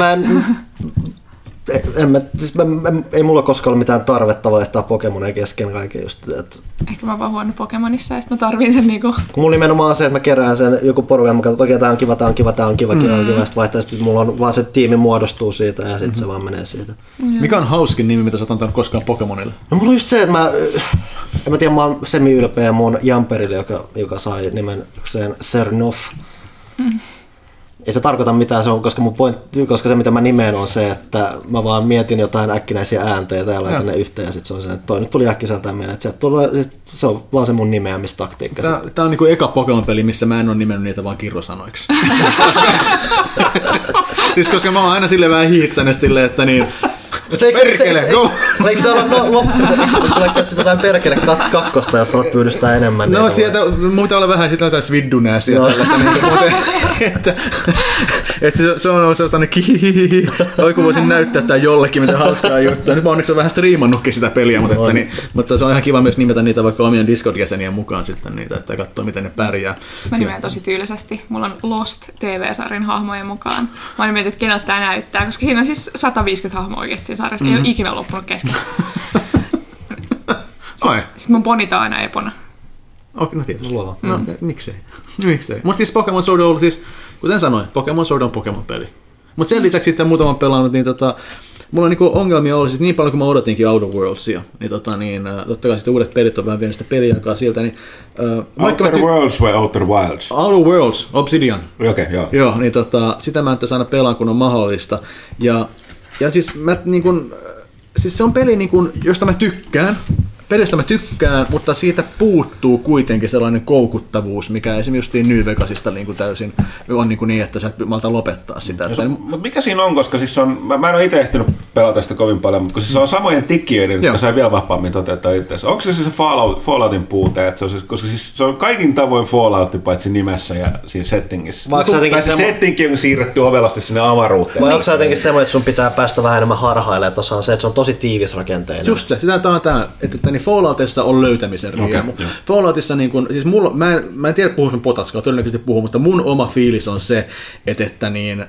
Ei mulla koskaan ollut mitään tarvetta vaihtaa Pokemoneja kesken kaiken just. Ehkä mä oon vaan huono Pokemonissa ja sit mä tarviin sen niinku... Kun mulla nimenomaan se, että mä kerään sen joku porukan, mä katson, että tää on kiva, tää on kiva, tää on kiva, ja sit vaihtaa, sit mulla on vaan se tiimi muodostuu siitä ja sit se vaan menee siitä. Mikä on hauskin nimi, mitä sä oot antanut koskaan Pokemonille? No mulla on just se, että en mä tiedä, mä oon semi-ylpeä mun Jamperille, joka sai nimekseen Sernoff. Ei se tarkoita mitään, se on, koska se mitä mä nimeen on se, että mä vaan mietin jotain äkkinäisiä äänteitä ja laitan ne yhteen ja sit se on se, että toi nyt tuli äkkiseltään mieleen, että se on vaan se mun nimeämistaktiikka. Tää on niinku eka Pokemon-peli, missä mä en ole nimennyt niitä vaan kirrosanoiksi. Siis koska mä oon aina silleen vähän hiittänyt silleen, että niin... Perkele, go! Eikö se olla tuleeko se jotain perkele kakkosta, jos olet pyydystää enemmän? No sieltä muuta olla vähän sitten jotain sviddunääsiä tällaista. Että se on sellainen kihihihi. Oikein voisin näyttää tää jollekin, mitä hauskaa juttua. Nyt mä onneksi vähän striimannutkin sitä peliä, mutta se on ihan kiva myös nimetä niitä vaikka omien Discord-jäsenien mukaan sitten niitä, että katsoo miten ne pärjää. Mä nimeän tosi tyylisesti. Mulla on Lost TV-sarjan hahmojen mukaan. Mä olin mietin, että keneltä tää näyttää, koska siinä on siis 150 hahmoa oikeesti sarjassa. Ei ole ikinä loppunut kesken. Sitten mun ponita on aina Epona. Okei, no tietysti. No, miksei. Mutta siis Pokemon Sword on ollut siis, kuten sanoin, Pokemon Sword on Pokemon-peli. Mutta sen lisäksi sitten muutaman pelannut, niin mulla on niinku ongelmia ollut siis niin paljon kuin mä odotinkin Outer Worldsia. Niin, totta kai sitten uudet pelit on vähän vienyt sitä peliaikaa sieltä. Niin, Outer Worlds vai Outer Wilds? Outer Worlds, Obsidian. Okei, joo. Joo, niin sitä mä en tässä aina pelaan, kun on mahdollista. Ja siis mä niin kun, siis se on peli, niin kuin, josta mä tykkään. Pelistä mä tykkään, mutta siitä puuttuu kuitenkin sellainen koukuttavuus, mikä esimerkiksi New Vegasista niin kuin täysin on niin, että sä et malta lopettaa sitä. Mutta mikä siinä on, koska siis mä en ole itse ehtinyt pelata sitä kovin paljon, mutta siis se on samojen tekijöiden, jotka sai vielä vapaammin toteuttaa itseänsä. Onko se Falloutin puute, että koska siis se on kaikin tavoin Fallout paitsi nimessä ja siinä settingissä. Tai se settingkin on siirretty ovelasti sinne avaruuteen. Vai onko se jotenkin semmoinen, että sun pitää päästä vähän enemmän harhailemaan? Tuossa on se, että se on tosi tiivisrakenteinen. Just se, sitä on tämä, että niin Falloutissa on löytämisen riemu. Okay, Falloutissa, niin kun, siis mä en tiedä puhua sun potaskaa, todennäköisesti puhuu, mutta mun oma fiilis on se, että niin,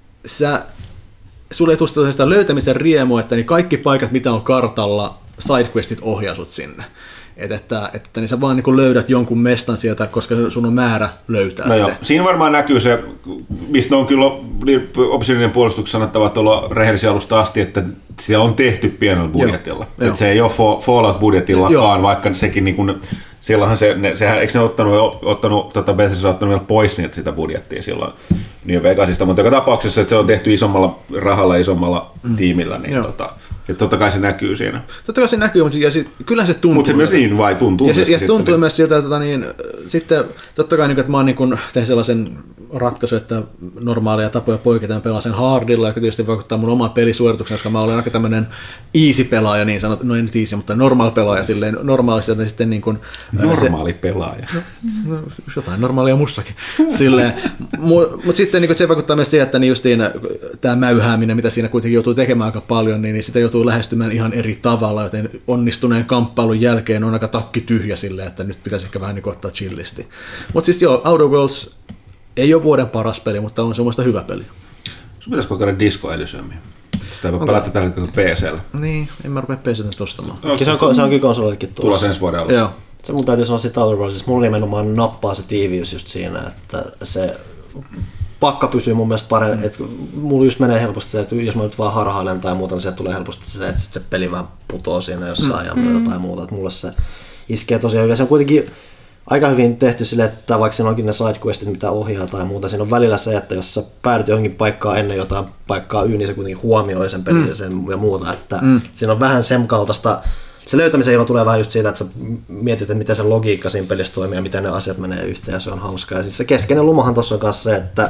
sulle ei tule sitä löytämisen riemua, että niin kaikki paikat, mitä on kartalla, sidequestit ohjaa sut sinne. Että niin sä vaan niin löydät jonkun mestan sieltä, koska sun on määrä löytää se. Joo. Siinä varmaan näkyy se, mistä on kyllä Obsidianin puolustuksessa sanottavat olla rehellisiä alusta asti, että sitä on tehty pienellä budjetilla. Että se ei ole Fallout-budjetillakaan, vaikka sekin niin kuin, silloinhan sehän, eikö ne ottanut Bethesda ottanut vielä pois niitä sitä budjettia silloin New Vegasista, mutta joka tapauksessa, että se on tehty isommalla rahalla, isommalla tiimillä, niin totta kai se näkyy siinä. Totta kai se näkyy, mutta kyllähän se tuntuu. Mutta se myös niin vai tuntuu. Ja se tuntuu myös siltä, että sitten totta kai, että mä oon tehnyt sellaisen ratkaisun, että normaalia tapoja poiketaan pelaa sen hardilla, joka tietysti vaikuttaa mun omaan pelisuoritukseen, koska mä olen aika tämmöinen easy-pelaaja, niin sanot, no ei nyt easy, mutta normaali-pelaaja silleen, normaalisti, että sitten niin kuin... Normaali-pelaaja. No, jotain normaalia mussakin. Silleen, mutta sitten niin se vaikuttaa myös siihen, että niin justiin tämä mäyhääminen, mitä siinä kuitenkin joutuu tekemään aika paljon, niin sitä joutuu lähestymään ihan eri tavalla, joten onnistuneen kamppailun jälkeen on aika takki tyhjä silleen, että nyt pitäisi ehkä vähän niin ottaa chillisti. Mutta siis joo, Outer Worlds ei ole vuoden paras peli, mutta on semmoista hyvä peli. Sun pitäisi kokeilla Disco Elysiumia. Sitä ei pelata tällä hetkellä PC:llä. Niin, en mä rupea PC:tä nyt ostamaan. Se on kyllä konsolillekin tulossa ensi vuoden alussa. Joo. Se mun täytyy sanoa siitä Outer Worldsista, mulla nimenomaan nappaa se tiiviys just siinä, että se pakka pysyy mun mielestä paremmin, että mulla just menee helposti se, että jos mä nyt vaan harhailen tai muuta, niin sieltä tulee helposti se, että se peli vähän putoo siinä jossain ja myötä tai muuta, että mulle se iskee tosiaan hyvin. Se on kuitenkin aika hyvin tehty silleen, että vaikka siinä onkin ne sidequestit, mitä ohjaa tai muuta, siinä on välillä se, että jos sä päädyt johonkin paikkaan ennen jotain paikkaa niin se kuitenkin huomioi sen pelin ja muuta, että siinä on vähän sen kaltaista. Se löytämisen ilo tulee vähän just siitä, että sä mietit, että miten se logiikka siinä pelissä toimii ja miten ne asiat menee yhteen ja se on hauskaa. Ja siis se keskeinen lumahan tuossa on myös se, että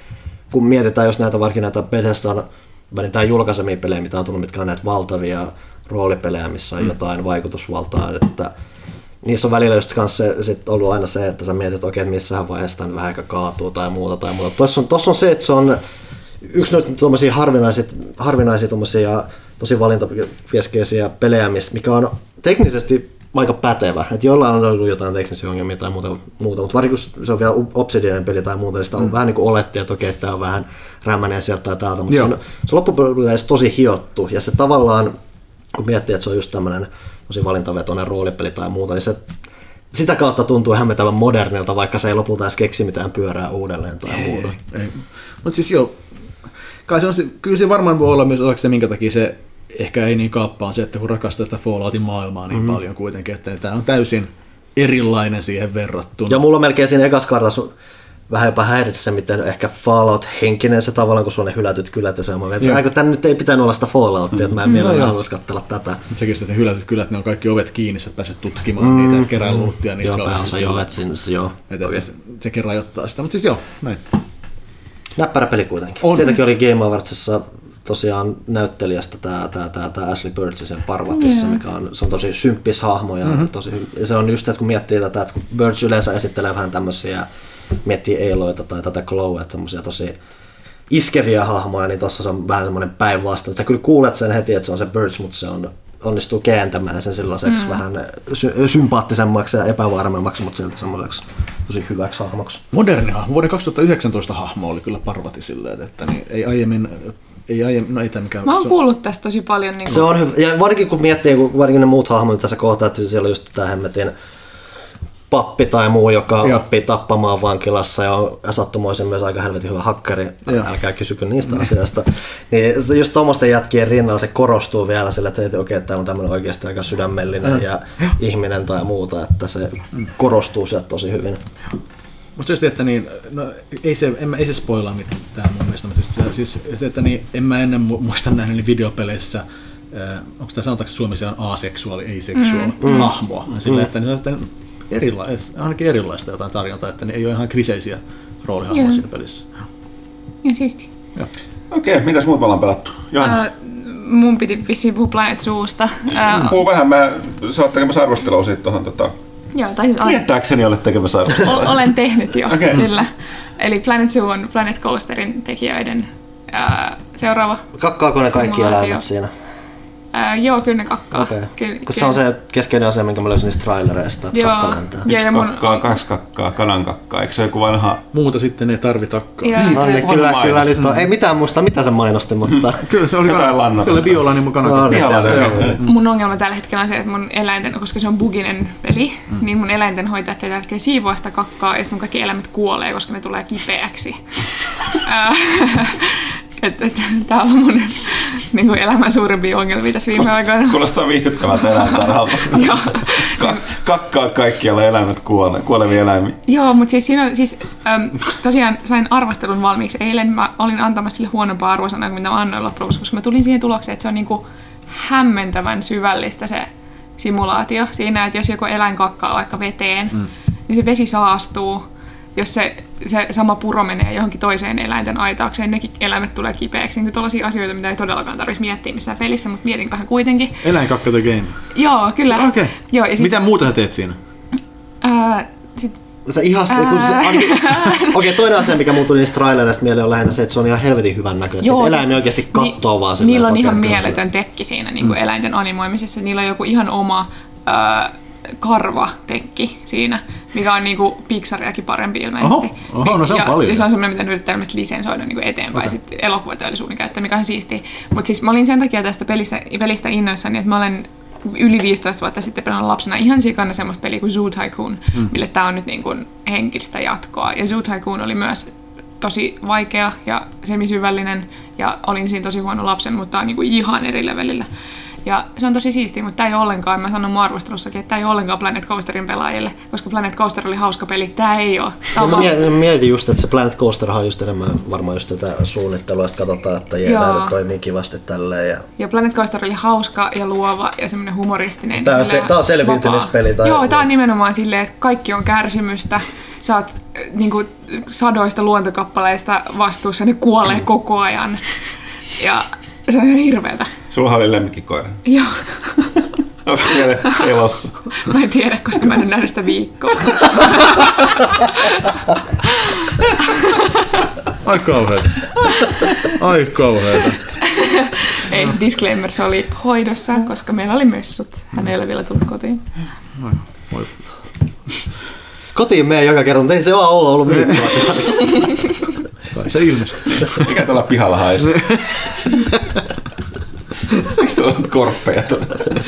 kun mietitään jos varsinkin näitä Bethesdan vähintään julkaisemia pelejä, mitä on tullut, mitkä on näitä valtavia roolipelejä, missä on jotain vaikutusvaltaa, että niissä on välillä just sit ollut aina se, että sä mietit, että okei, että missähän vaiheessa tämän vähän kaatuu tai muuta. Tuossa on se, että se on yksi noita tuommoisia harvinaisia tuommoisia tosi valintakeskeisiä pelejä, mikä on teknisesti aika pätevä. Että jollain on ollut jotain teknisiä ongelmia tai muuta, mutta varsinkin kun se on vielä Obsidianin peli tai muuta, niin sitä on vähän niin kuin olettiin, että okei, tämä on vähän rämmäneen sieltä tai täältä, mutta se on loppupeleissä tosi hiottu ja se tavallaan, kun miettii, että se on just tämmöinen tosi valintavetoinen roolipeli tai muuta, niin se sitä kautta tuntuu hämmentävän modernilta, vaikka se ei lopulta edes keksi mitään pyörää uudelleen tai muuta. Mutta siis joo, kai se on, kyllä se varmaan voi olla myös osaksi se, minkä takia se ehkä ei niin kaappaa, on se, että kun rakastaa sitä Falloutin maailmaa niin paljon kuitenkin, että tämä on täysin erilainen siihen verrattuna. Ja mulla on melkein siinä ekassa kartassa vähän jopa häiritsee se, miten ehkä Fallout-henkinen se tavallaan, kun sulla on ne hylätyt kylät ja semmoinen. Eikö tän nyt ei pitänyt olla sitä Falloutia, että mä en mielellään haluaisi katsella tätä. Sekin sitten ne hylätyt kylät, ne on kaikki ovet kiinni, sä pääset tutkimaan niitä, että kerää luuttia niistä. Joo, pääosa joo, että joo. Sekin rajoittaa sitä, mutta siis joo, näin. Näppärä peli kuitenkin. On. Siitäkin oli Game Awardsissa tosiaan näyttelijästä tämä Ashley Burch sen Parvatissa, mikä on, se on tosi symppis hahmo ja se on just, että kun miettii tätä, että kun Burch yleensä esittelee vähän tämmöisiä, miettii Aloita tai tätä Glowia, semmoisia tosi iskeviä hahmoja, niin tossa se on vähän semmoinen päinvastainen. Sä kyllä kuulet sen heti, että se on se Burch, mutta se onnistuu kääntämään sen sellaiseksi vähän sympaattisemmaksi ja epävarmemmaksi, mutta siltä semmoiseksi tosi hyväksi hahmoksi. Moderni hahmo. Vuoden 2019 hahmo oli kyllä Parvati silleen, että niin, ei aiemmin, no ei tämä mikään... Mä oon kuullut tästä tosi paljon. Niin se on hyvä, ja varsinkin kun miettii, varsinkin ne muut hahmot tässä kohtaa, että siellä on just tää hemmetin pappi tai muu, joka oppii tappamaan vankilassa ja on sattumoisin myös aika helvetin hyvä hakkeri, älkää kysykö niistä asioista. Niin just tuommoisten jätkien rinnalla se korostuu vielä sillä, että okei, täällä on tämmöinen oikeasti aika sydämellinen ja ihminen tai muuta, että se korostuu sieltä tosi hyvin. Mutta se, että niin, no, ei se spoilaa mitään mun mielestä, mutta siis että niin, en mä ennen muista nähnyt videopeleissä onko tämä sanotaanko Suomessa on aseksuaali, ei-seksuaali hahmoa. Sillä, että ne on ainakin erilaista jotain tarjontaa, että ne ei ole ihan kriseisiä roolihahmoja siinä pelissä. Ja siisti. Okei, mitäs muut me ollaan pelattu? Mun piti vissiin puhua Planet Zoosta. Puhu vähän, sä oot tekemässä arvostelua siitä tuohon Joo, tai siis tietääkseni olet tekemässä arvostelua. Olen tehnyt jo, kyllä. Eli Planet Zoo on Planet Coasterin tekijöiden seuraava. Kakkaako ne kaikki eläimet siinä? Joo, kyllä ne kakkaa. Okay. Kun se on se keskeinen asia, minkä mä löysin niistä trailereista, että kakka lentää. Yksi kakkaa, kaksi kakkaa, kanan kakkaa. Eikö se joku vanha... Muuta sitten ei tarvitakaan. No niin, kyllä nyt on. Ei mitään muista, mitä se mainosti, mutta... Kyllä se oli kyllä Biolanin mukana. Mun ongelma tällä hetkellä on se, että mun eläinten, koska se on buginen peli, niin mun eläintenhoitajat ei tällä hetkellä siivoa sitä kakkaa, ja sitten mun kaikki eläimet kuolee, koska ne tulee kipeäksi. Tämä on mun niin kuin elämän suurimpia ongelmia tässä viime aikoina. Kuulostaa viihdyttävältä eläintarhalta. Kakkaa kaikkialla eläimet kuolevia eläimiä. Joo, mutta siis siinä on, tosiaan sain arvostelun valmiiksi eilen. Mä olin antamassa sille huonompaa arvosanaa kuin mitä mä annoin loppujen, koska mä tulin siihen tulokseen, että se on niin kuin hämmentävän syvällistä se simulaatio. Siinä, että jos joku eläin kakkaa vaikka veteen, niin se vesi saastuu. Jos se sama puro menee johonkin toiseen eläinten aitaukseen, nekin eläimet tulee kipeäksi. Niin tuollaisia asioita, mitä ei todellakaan tarvitsisi miettiä missään pelissä, mutta mietin vähän kuitenkin. Eläinkakka the game. Joo, kyllä. Okay. Joo, ja siis, mitä muuta sä teet siinä? Se ihastaa, Okei, toinen asia, mikä mulla tuli niistä trailereista mieleen, on lähinnä se, että se on ihan helvetin hyvän näköinen. Eläin oikeasti kattoo vaan silleen. Niillä on ihan mieletön tekki siinä niin kuin eläinten animoimisessa. Niillä on joku ihan oma karvatekki siinä, mikä on niinku Pixariakin parempi ilmeisesti. Oho, no se on paljon. Ja se on semmoinen, mitä ne yrittää ilmeisesti lisensoida niinku eteenpäin sitten elokuvateollisuuden käyttöön, mikä on siistiä. Mutta siis mä olin sen takia tästä pelistä innoissani, että mä olen yli 15 vuotta sitten pelannut lapsena ihan sikana semmoista peliä kuin Zoo Tycoon, mille tää on nyt niinku henkistä jatkoa. Ja Zoo Tycoon oli myös tosi vaikea ja semisyvällinen, ja olin siinä tosi huono lapsen, mutta tää on niinku ihan eri levelillä. Ja se on tosi siistiä, mutta tämä ei ollenkaan, mä sanon mun arvostelussakin, että tämä ei ollenkaan Planet Coasterin pelaajille, koska Planet Coaster oli hauska peli, tämä ei ole. Mä mietin just, että se Planet Coaster on just enemmän varmaan just tätä suunnittelua, että katsotaan, että tämä nyt toimii kivasti tälleen. Ja Planet Coaster oli hauska ja luova ja semmoinen humoristinen. Tämä on selviytymispeli. Joo, tämä on nimenomaan silleen, että kaikki on kärsimystä. Sä oot niinku sadoista luontokappaleista vastuussa, ne kuolee koko ajan. Ja se on ihan hirveetä. Sulla oli lemmikkikoira. Joo. Onko vielä elossa? Mä en tiedä, koska mä en ole nähnyt sitä viikkoa. Ai kauheeta. Ei, disclaimer, se oli hoidossa, koska meillä oli messut. Hän ei ole vielä tullut kotiin. Kotiin mene joka kerta, mutta ei se ole ollut viikkoa. Kai se ilmestyy. Mikä tuolla pihalla haisee? Miksi tuolla on korppeja tuolla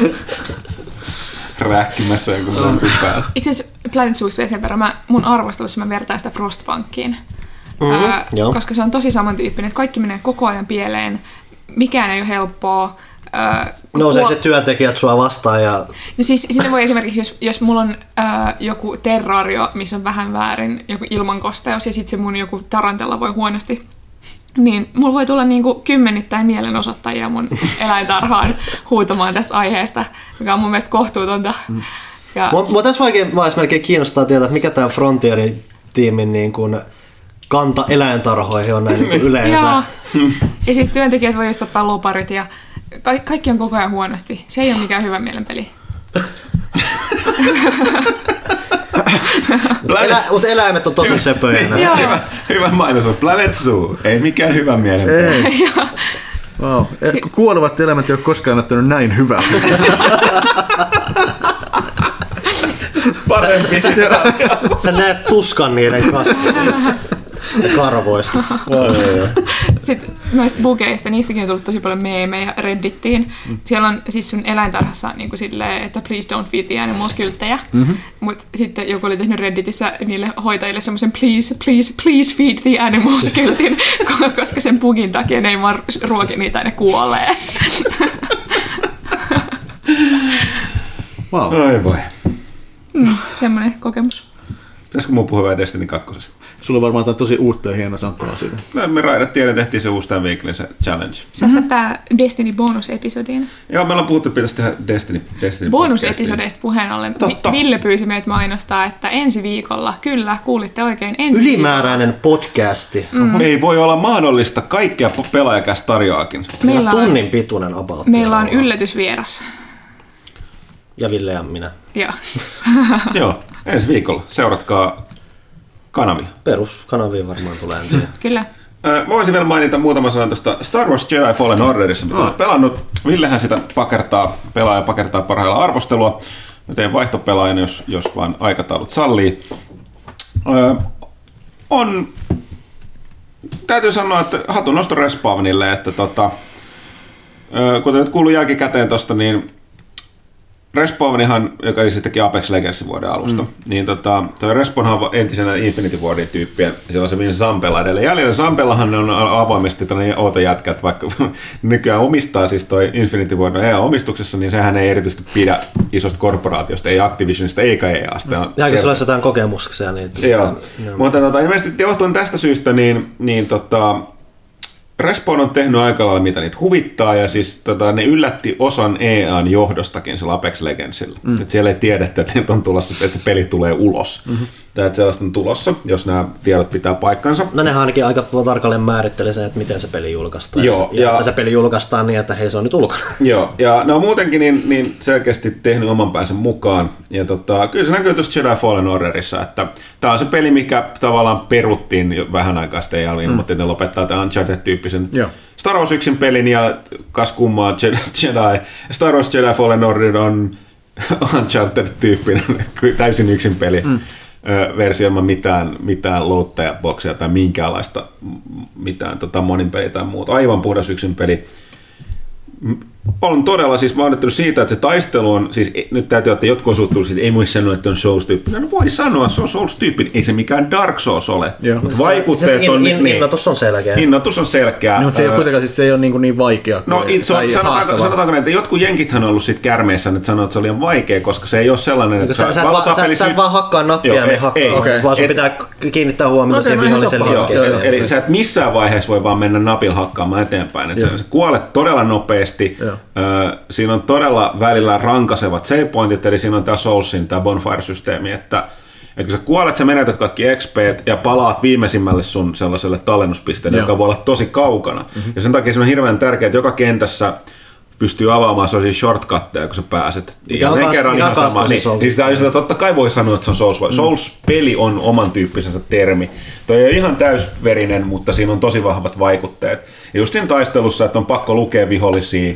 räkkimässä jonkun lampun päällä? Itse asiassa Planet Zoosta sen verran mun arvostelussa mä vertaan sitä Frostpunkiin. Koska se on tosi samantyyppinen, että kaikki menee koko ajan pieleen, mikään ei ole helppoa. Nousee se työntekijät sua vastaan ja... No siis siinä voi esimerkiksi, jos mulla on joku terrario, missä on vähän väärin, joku ilmankosteus ja sitten se mun joku tarantella voi huonosti, niin mulla voi tulla niinku kymmenittäin mielenosoittajia mun eläintarhaan huutamaan tästä aiheesta, mikä on mun mielestä kohtuutonta. Mua tässä vaiheessa melkein kiinnostaa tietää, että mikä tämä Frontierin tiimin niin kuin kanta eläintarhoihin on näin niin kuin yleensä. Ja siis työntekijät voi just ottaa loparit ja kaikki on koko ajan huonosti. Se ei ole mikään hyvä mielenpeli. Mutta eläimet on tosi söpöjä. Hyvä mainos on Planet Zoo. Ei mikään hyvä mielenpeli. Wow. Kuolevat eläimet ei ole koskaan näyttänyt näin hyvää. Sä näet tuskan niiden kasvoista ja karvoista. Sitten noista bugeista, niissäkin on tullut tosi paljon meemejä Reddittiin. Siellä on siis sun eläintarhassa niin kuin silleen, että please don't feed the animals-kylttejä. Mutta sitten joku oli tehnyt Redditissä niille hoitajille semmoisen please feed the animals-kyltin, koska sen bugin takia ne ei vaan ruoki niitä ja ne kuolee. Wow. Oi voi. Semmoinen kokemus. Pitäisikö mun puhua Destiny 2? Sulla on varmaan tosi uutta ja hienoa samppaa siitä. No, me raidattiin ja tehtiin se uusi tämän viikollinen se challenge. Säästä tää Destiny bonusepisodiin. Joo, me ollaan puhuttu, että pitäisi tehdä Destiny Bonusepisodeista puheen ollen. Ville pyysi meitä mainostaa, että ensi viikolla, kyllä, kuulitte oikein, ensi Ylimääräinen podcasti. Ei voi olla mahdollista, kaikkea pelaajakäs tarjoakin. Meillä on, Tunnin pituinen about. meillä on yllätysvieras. Ja Ville ja minä. Joo. Joo, ensi viikolla. Seuratkaa kanavia. Peruskanaviin varmaan tulee, en tiedä. Kyllä. Mä voisin vielä mainita muutaman sanan tuosta Star Wars Jedi Fallen Orderissa, mitä olet pelannut. Villehän sitä pakertaa parhailla arvostelua. Mä teen vaihtopelaajan, jos vaan aikataulut sallii. Täytyy sanoa, että hatunnosto Respawnille, että kuten nyt kuuluu jälkikäteen tuosta, niin Respawnhan, joka siis teki Apex Legendsin vuoden alusta, niin toi Respawnhan on entisenä Infinity Wardin tyyppiä, siellä on se Vince Zampella edelleen. Jäljellä Zampellahan on avoimesti tällainen outo jätkä, että vaikka nykyään omistaa siis toi Infinity Ward EA-omistuksessa, niin sehän ei erityisesti pidä isosta korporaatiosta, ei Activisionista eikä EAsta. Jääkö sulla olisi jotain kokemuksia? Niin, Joo, mutta ilmeisesti johtuen tästä syystä, niin Respawn on tehnyt aika lailla, mitä niitä huvittaa, ja siis ne yllätti osan EA:n johdostakin sillä Apex Legendsillä. Että siellä ei tiedetty, että on tulossa, että se peli tulee ulos. Tai että sellaista on tulossa, jos nämä tiedot pitää paikkansa. No nehän ainakin aika tarkalleen määritteli sen, että miten se peli julkaistaan. Joo, ja että se peli julkaistaan niin, että hei, se on nyt ulkona. Joo, ja ne on muutenkin niin selkeästi tehnyt oman päänsä mukaan. Ja kyllä se näkyy tuossa Jedi Fallen Orderissa, että tämä on se peli, mikä tavallaan peruttiin jo vähän aikaa sitten jälkeen, mutta ne lopettaa tämän Uncharted-tyyppisen Star Wars 1 pelin, ja kas kummaa Star Wars Jedi Fallen Order on Uncharted-tyyppinen täysin yksin peli. Versio ilman mitään loattaja-boksia tai minkäänlaista mitään monin peliä tai muuta. Aivan puhdas yksin peli. On todella siis onnittunut siitä, että se taistelu on, siis nyt täytyy, että jotkut on suuttunut siitä, ei voi sanoa, että on Souls-tyyppinen. No voi sanoa, se on Souls-tyyppinen, ei se mikään Dark Souls ole. Vaikutteet on... Innoitus on selkeä. Innoitus on selkeä. No, mutta se ei kuitenkaan, siis se ei ole niin vaikea. No sanotaanko, että jotkut jenkithän on ollut siitä kärmeissä, että sanoo, että se oli liian vaikea, koska se ei ole sellainen, että sä et vaan hakkaa nappia, niin hakkaa, vaan sun pitää kiinnittää huomiota siihen vihollisen liikkeeseen. Eli sä et missään vaiheessa voi vaan mennä napilla hakkaamaan eteenpäin. Sä kuolet todella nopeasti. Siinä on todella välillä rankasevat save pointit, eli siinä on tämä Soulsin, tämä Bonfire-systeemi, että kun sä kuolet, sä menetät kaikki XP:t ja palaat viimeisimmälle sun sellaiselle tallennuspisteelle, joka voi olla tosi kaukana. Ja sen takia se on hirveän tärkeää, että joka kentässä pystyy avaamaan sellaisia shortcutteja, kun sä pääset. Ja kerran ihan sama. Niin sitä totta kai voi sanoa, että se on Souls. Souls-peli on oman tyyppisensä termi. Toi ei ole ihan täysverinen, mutta siinä on tosi vahvat vaikutteet. Ja just siinä taistelussa, että on pakko lukea vihollisia.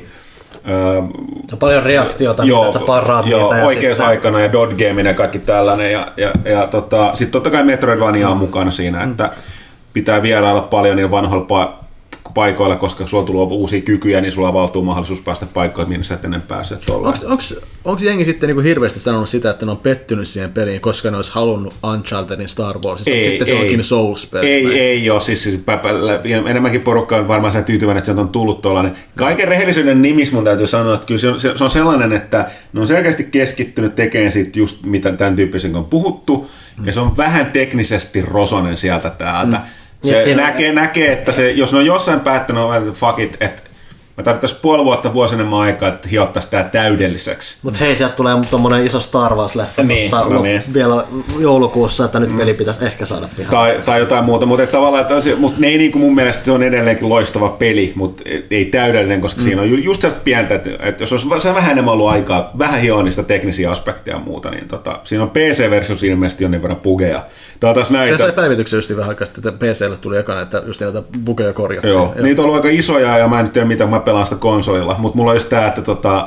On paljon reaktiota, mitä sä parraat niitä. Oikeassa aikana ja dot gaming ja kaikki tällainen. Sitten totta kai Metroidvania on mukana siinä, että pitää vierailla paljon niillä vanhoilla paikoilla, koska sulla tulee uusia kykyjä, niin sulla avautuu mahdollisuus päästä paikkoihin, minne sä et ennen pääse. Onko jengi sitten niinku hirveästi sanonut sitä, että ne on pettynyt siihen peliin, koska ne olisi halunnut Unchartedin Star Warsissa? Sitten se onkin Souls-peli. Ei ole. Siis enemmänkin porukka on varmaan sen tyytyväinen, että se on tullut tuollainen. Kaiken rehellisyyden nimissä mun täytyy sanoa, että kyllä se on sellainen, että ne on selkeästi keskittynyt tekemään siitä just mitä tämän tyyppisen on puhuttu, ja se on vähän teknisesti rosonen sieltä täältä. Se näkee, että se, jos ne on jossain päättänyt, fuck it, että me tarvittaisiin puoli vuosi aikaa, että hiottaisiin tämä täydelliseksi. Mutta hei, sieltä tulee tommonen iso Star Wars-leffa vielä joulukuussa, että nyt peli pitäisi ehkä saada pihalle. Tai jotain muuta, mutta tavallaan, mutta ne ei niin kuin mun mielestä se on edelleenkin loistava peli, mutta ei täydellinen, koska siinä on just sellaista pientä, että jos olisi vähän enemmän ollut aikaa, vähän hioa niistä teknisiä aspekteja ja muuta, niin siinä on PC-versiossa ilmeisesti jonkin verran bugeja. Se sai päivityksen just vähän aikaa, että PC:lle tuli ekana, että just näitä bugeja korjattiin. Joo, niitä on ollut aika isoja ja mä en tiedä mitä mä pelaan sitä konsolilla, mutta mulla on just tää, että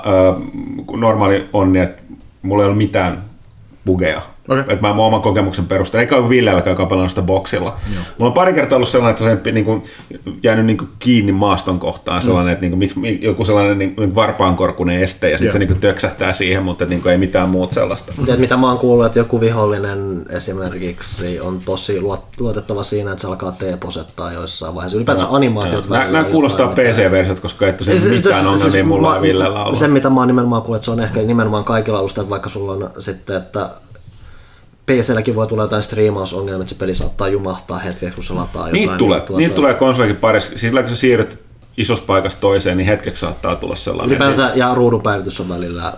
normaali on niin, että mulla ei ole mitään bugeja. Okay. Että mä oman kokemuksen perusteella, eikä ole Villelläkään, joka on pelannut sitä boksilla. Joo. Mulla on pari kertaa ollut sellainen, että se on niin kuin, jäänyt niin kuin kiinni maaston kohtaan, sellainen, että niin kuin, joku sellainen niin vaarpaankorkuinen este, ja sitten se niin kuin töksähtää siihen, mutta niin kuin, ei mitään muuta sellaista. Mitä mä oon kuullut, että joku vihollinen esimerkiksi on tosi luotettava siinä, että se alkaa T-posettaa joissain vaiheessa. Ylipäätään animaatiot välillä. Nämä kuulostaa PC-versiot, koska ei tosiaan mitään ongelmia mulla on Villellä ollut. Se, mitä mä oon nimenomaan kuullut, että se on ehkä nimenomaan kaikilla alusta, että vaikka sulla on sitten, että PC:lläkin voi tulla jotain striimausongelmia, että se peli saattaa jumahtaa hetkeksi, kun se lataa jotain. Niitä tulee konsolikin parissa. Sillä kun sä siirryt isosta paikasta toiseen, niin hetkeksi saattaa tulla sellainen. Ylipäänsä ja ruudun päivitys on välillä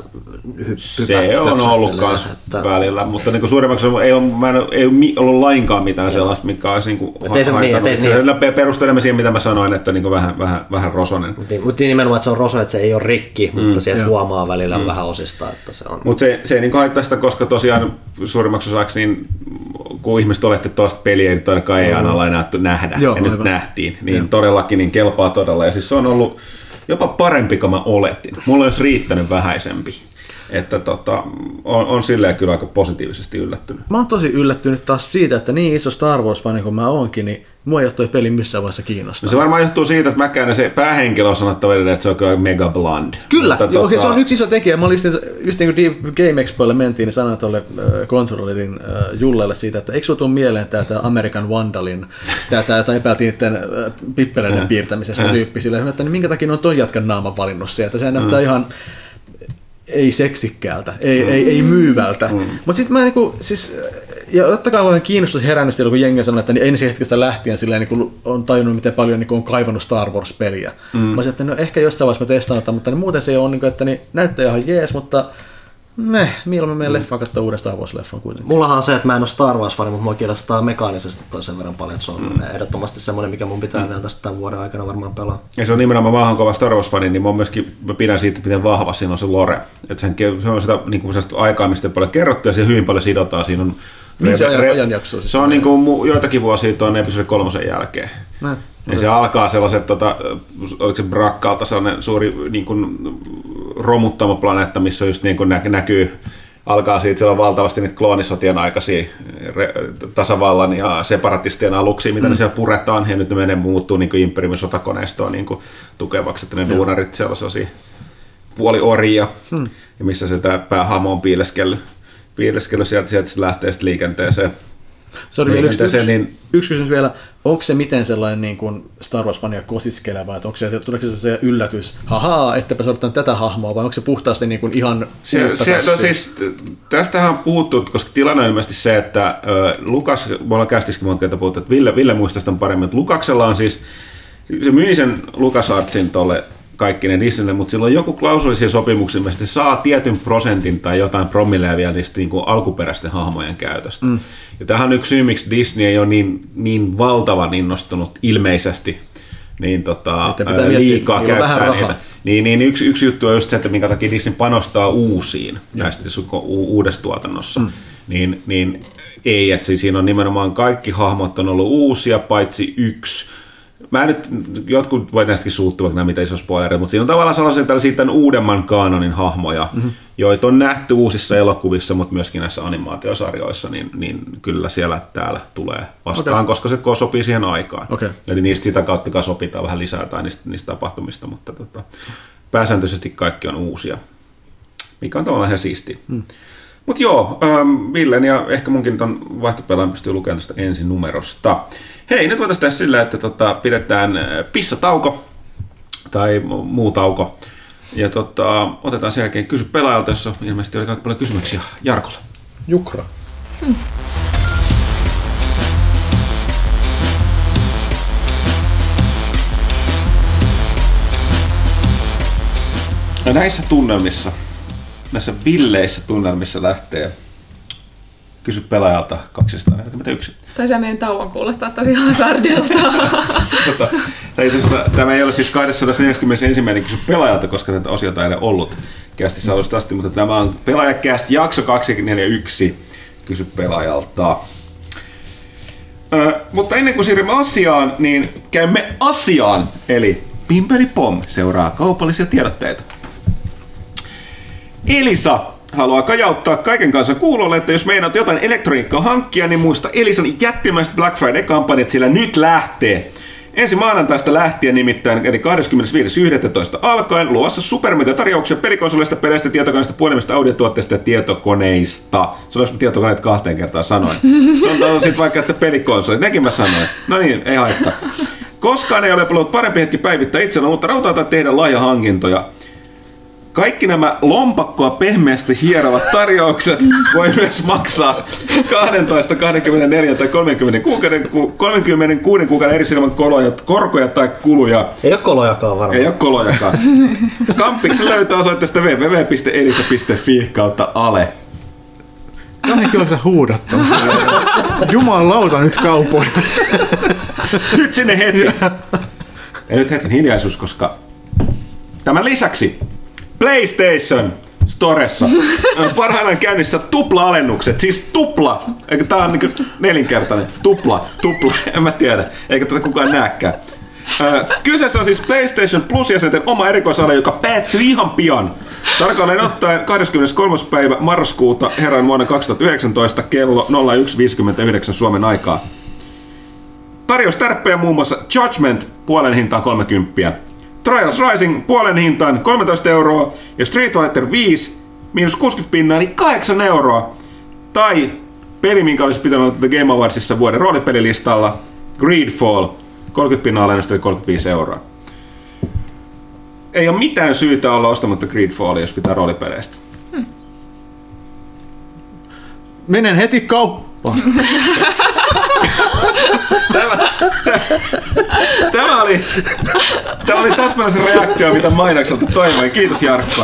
se on ollut myös välillä, mutta niin suurimmaksi ei ole ollut lainkaan mitään sellaista, mikä olisi haitannut. Perustelemme siihen, mitä mä sanoin, että niin vähän rosonen. Mutta nimenomaan, että se on roso, että se ei ole rikki, mutta sieltä huomaa välillä vähän osista, että se on. Mutta se ei niin haittaa sitä, koska tosiaan suurimmaksi osaksi, niin, kun ihmiset olette tuosta peliä, niin todellakaan ei aina enää nähdä, ja nyt nähtiin, niin todellakin niin kelpaa todella. Ja siis se on ollut jopa parempi kuin mä oletin. Mulla olisi riittänyt vähäisempi. Että on silleen kyllä aika positiivisesti yllättynyt. Mä oon tosi yllättynyt taas siitä, että niin iso Star Wars-fani kuin mä oonkin, niin mua ei ole toi peli missään vaiheessa kiinnostaa. No se varmaan johtuu siitä, että mäkään se päähenkilö on sanottava edelleen, että se on kyllä mega blonde. Kyllä, se on yksi iso tekijä. Mä olin just niin kuin Game Expoille mentiin, niin sanoin tuolle Controllerin Jullelle siitä, että eikö sulla tule mieleen tämä American Vandalin, jota epäiltiin niiden pippeleiden piirtämisestä tyyppi silleen, että niin minkä takia ne on ton jatkan naaman valinnut sieltä. Se näyttää ihan ei seksikkäältä, ei myyvältä. Mutta sitten mä niinku, ja ottakaa olen kiinnostus herännyt silloin, kun jengi sanoi, että niin ensi hetkestä lähtien silleen, niin on tajunnut, miten paljon niin on kaivannut Star Wars-peliä. Mä sanoin, että no ehkä jossain vaiheessa mä testaan, mutta niin muuten se on, niin kuin, että niin näyttää ihan jees, mutta milloin mä menen leffaan katsoa uuden Star Wars-leffan kuitenkin. Mullahan on se, että mä en ole Star Wars-fani, mutta mua kiinnostaa mekaanisesti toisen verran paljon, että se on ehdottomasti semmoinen, mikä mun pitää vielä tästä tämän vuoden aikana varmaan pelaa. Ja se on nimenomaan, mä oon kova Star Wars-fani, niin mä pidän siitä, miten vahva siinä on se lore. Että se on sitä niin aikaa, mistä on paljon kerrottu ja se hyvin paljon sidotaan. Siinä on ajanjaksoa? Se on niin kuin joitakin vuosia tuon episodi 3 jälkeen. Ja se alkaa sellaiset, oliko se Brakkalta sellainen suuri niin kuin romuttama planeetta, missä just niin kuin näkyy, alkaa siitä, siellä on valtavasti niitä kloonisotien aikaisia tasavallan ja separatistien aluksia, mitä ne siellä puretaan, ja nyt ne muuttuu niin kuin Imperiumin sotakoneistoon niin kuin tukevaksi, että ne duunarit sellaisia puoliorjia, ja missä se tämä päähahmo on piileskellyt sieltä se lähtee sitten liikenteeseen. Sori, yksi kysymys vielä. Onko se miten sellainen niin kuin Star Wars-fania kosiskeleva, että tuleeko se yllätys, ettepä soitetaan tätä hahmoa, vai onko se puhtaasti niin kuin ihan no siis, tästähän on puhuttu, koska tilanne on ilmeisesti se, että Lukas, me ollaan kästiskin monta kertaa puhuttu, että Ville muistaa sitä paremmin, että Lukaksella on siis, se myi sen LucasArtsin tolle kaikki ne Disneylle, mutta silloin joku klausulisia sopimuksia, että saa tietyn prosentin tai jotain promilleja vielä niistä niin kuin alkuperäisten hahmojen käytöstä. Ja tämähän on yksi syy, miksi Disney ei ole niin valtavan innostunut ilmeisesti niin liikaa käyttää niitä. Niin yksi juttu on just se, että minkä takia Disney panostaa uusiin näistä uudessa tuotannossa. Niin ei, että siinä on nimenomaan kaikki hahmot on ollut uusia, paitsi yksi. Mä nyt, jotkut voi näistäkin suuttua, vaikka nämä mitä iso spoilereita, mutta siinä on tavallaan sellaisia tämän uudemman kaanonin hahmoja, joita on nähty uusissa elokuvissa, mutta myöskin näissä animaatiosarjoissa, niin kyllä siellä täällä tulee vastaan, koska se sopii siihen aikaan. Eli niistä sitä kautta sopitaan vähän lisää tai niistä tapahtumista, mutta pääsääntöisesti kaikki on uusia, mikä on tavallaan ihan siistiä. Mutta joo, Villen ja ehkä munkin ton vaihtopelaan pystyy lukemaan tästä ensinumerosta. Hei, nyt voitaisiin tehdä sillä, että pidetään pissatauko tai muu tauko. Ja otetaan sen jälkeen kysy pelaajalta, jossa ilmeisesti oli aika paljon kysymyksiä Jarkolla. Jukra. Ja näissä tunnelmissa, näissä villeissä tunnelmissa lähtee kysy pelaajalta 241. Tosiaan meidän tauon kuulostaa tosi hazardilta. Tämä ei ole siis 241. kysy pelaajalta, koska tätä osiota ei ole ollut kästissä alusta asti, mutta tämä on Pelaajakäst jakso 241 kysy pelaajalta. Mutta ennen kuin siirrymme asiaan, niin käymme asiaan, eli Pimpeli Pom seuraa kaupallisia tiedotteita. Elisa haluaa kajauttaa kaiken kansan kuulolle, että jos meinaat jotain elektroniikkaa hankkia, niin muista Elisan jättimäiset Black Friday-kampanjat, sillä nyt lähtee. Ensi maanantaista lähtien nimittäin, eli 25.11. alkaen, luvassa supermegatarjouksia pelikonsoleista, peleistä, tietokoneista, puhelimista, audiotuotteista ja tietokoneista. Se olisi tietokoneet 2 kertaa sanoin. Se on sitten vaikka, että pelikonsolit, nekin mä sanoin. No niin, ei haittaa. Koskaan ei ole ollut parempi hetki päivittää itsellä, mutta rautata tehdä lahjahankintoja. Kaikki nämä lompakkoa pehmeästi hierovat tarjoukset voi myös maksaa 12, 24 tai 36 kuukauden eri ilman korkoja tai kuluja. Ei ole kolojakaan varmaan. Ei ole kolojakaan. Kampiksen löytää osoitteesta www.elisa.fi/ale. Ainakin onko sä huudattanut? Jumalauta nyt kaupoja. Nyt sinne heti. Ja nyt hetken hiljaisuus, koska tämän lisäksi PlayStation Storessa on parhaillaan käynnissä tupla-alennukset. Siis tupla. Eikö tää on niin nelinkertainen? Tupla. En mä tiedä. Eikä tätä kukaan näkään. Kyseessä on siis PlayStation Plus-jäsenten oma erikoisale, joka päättyy ihan pian. Tarkalleen ottaen 23. päivä marraskuuta herran vuonna 2019 kello 01.59 Suomen aikaa. Tarjous-tärppejä muun muassa Judgment puolen hintaan 30, Trials Rising puolen hintaan 13 € ja Street Fighter 5 miinus 60 pinnaa niin 8 €. Tai peli, minkä olisi pitänyt olla The Game Awardsissa vuoden roolipelilistalla, Greedfall, 30 pinnaa alennusta eli 35 €. Ei ole mitään syytä olla ostamatta Greedfallia, jos pitää roolipeleistä. Menen heti kauppaan. Tämä oli täsmälleen se reaktio, mitä mainokselta toivoin. Kiitos Jarkko.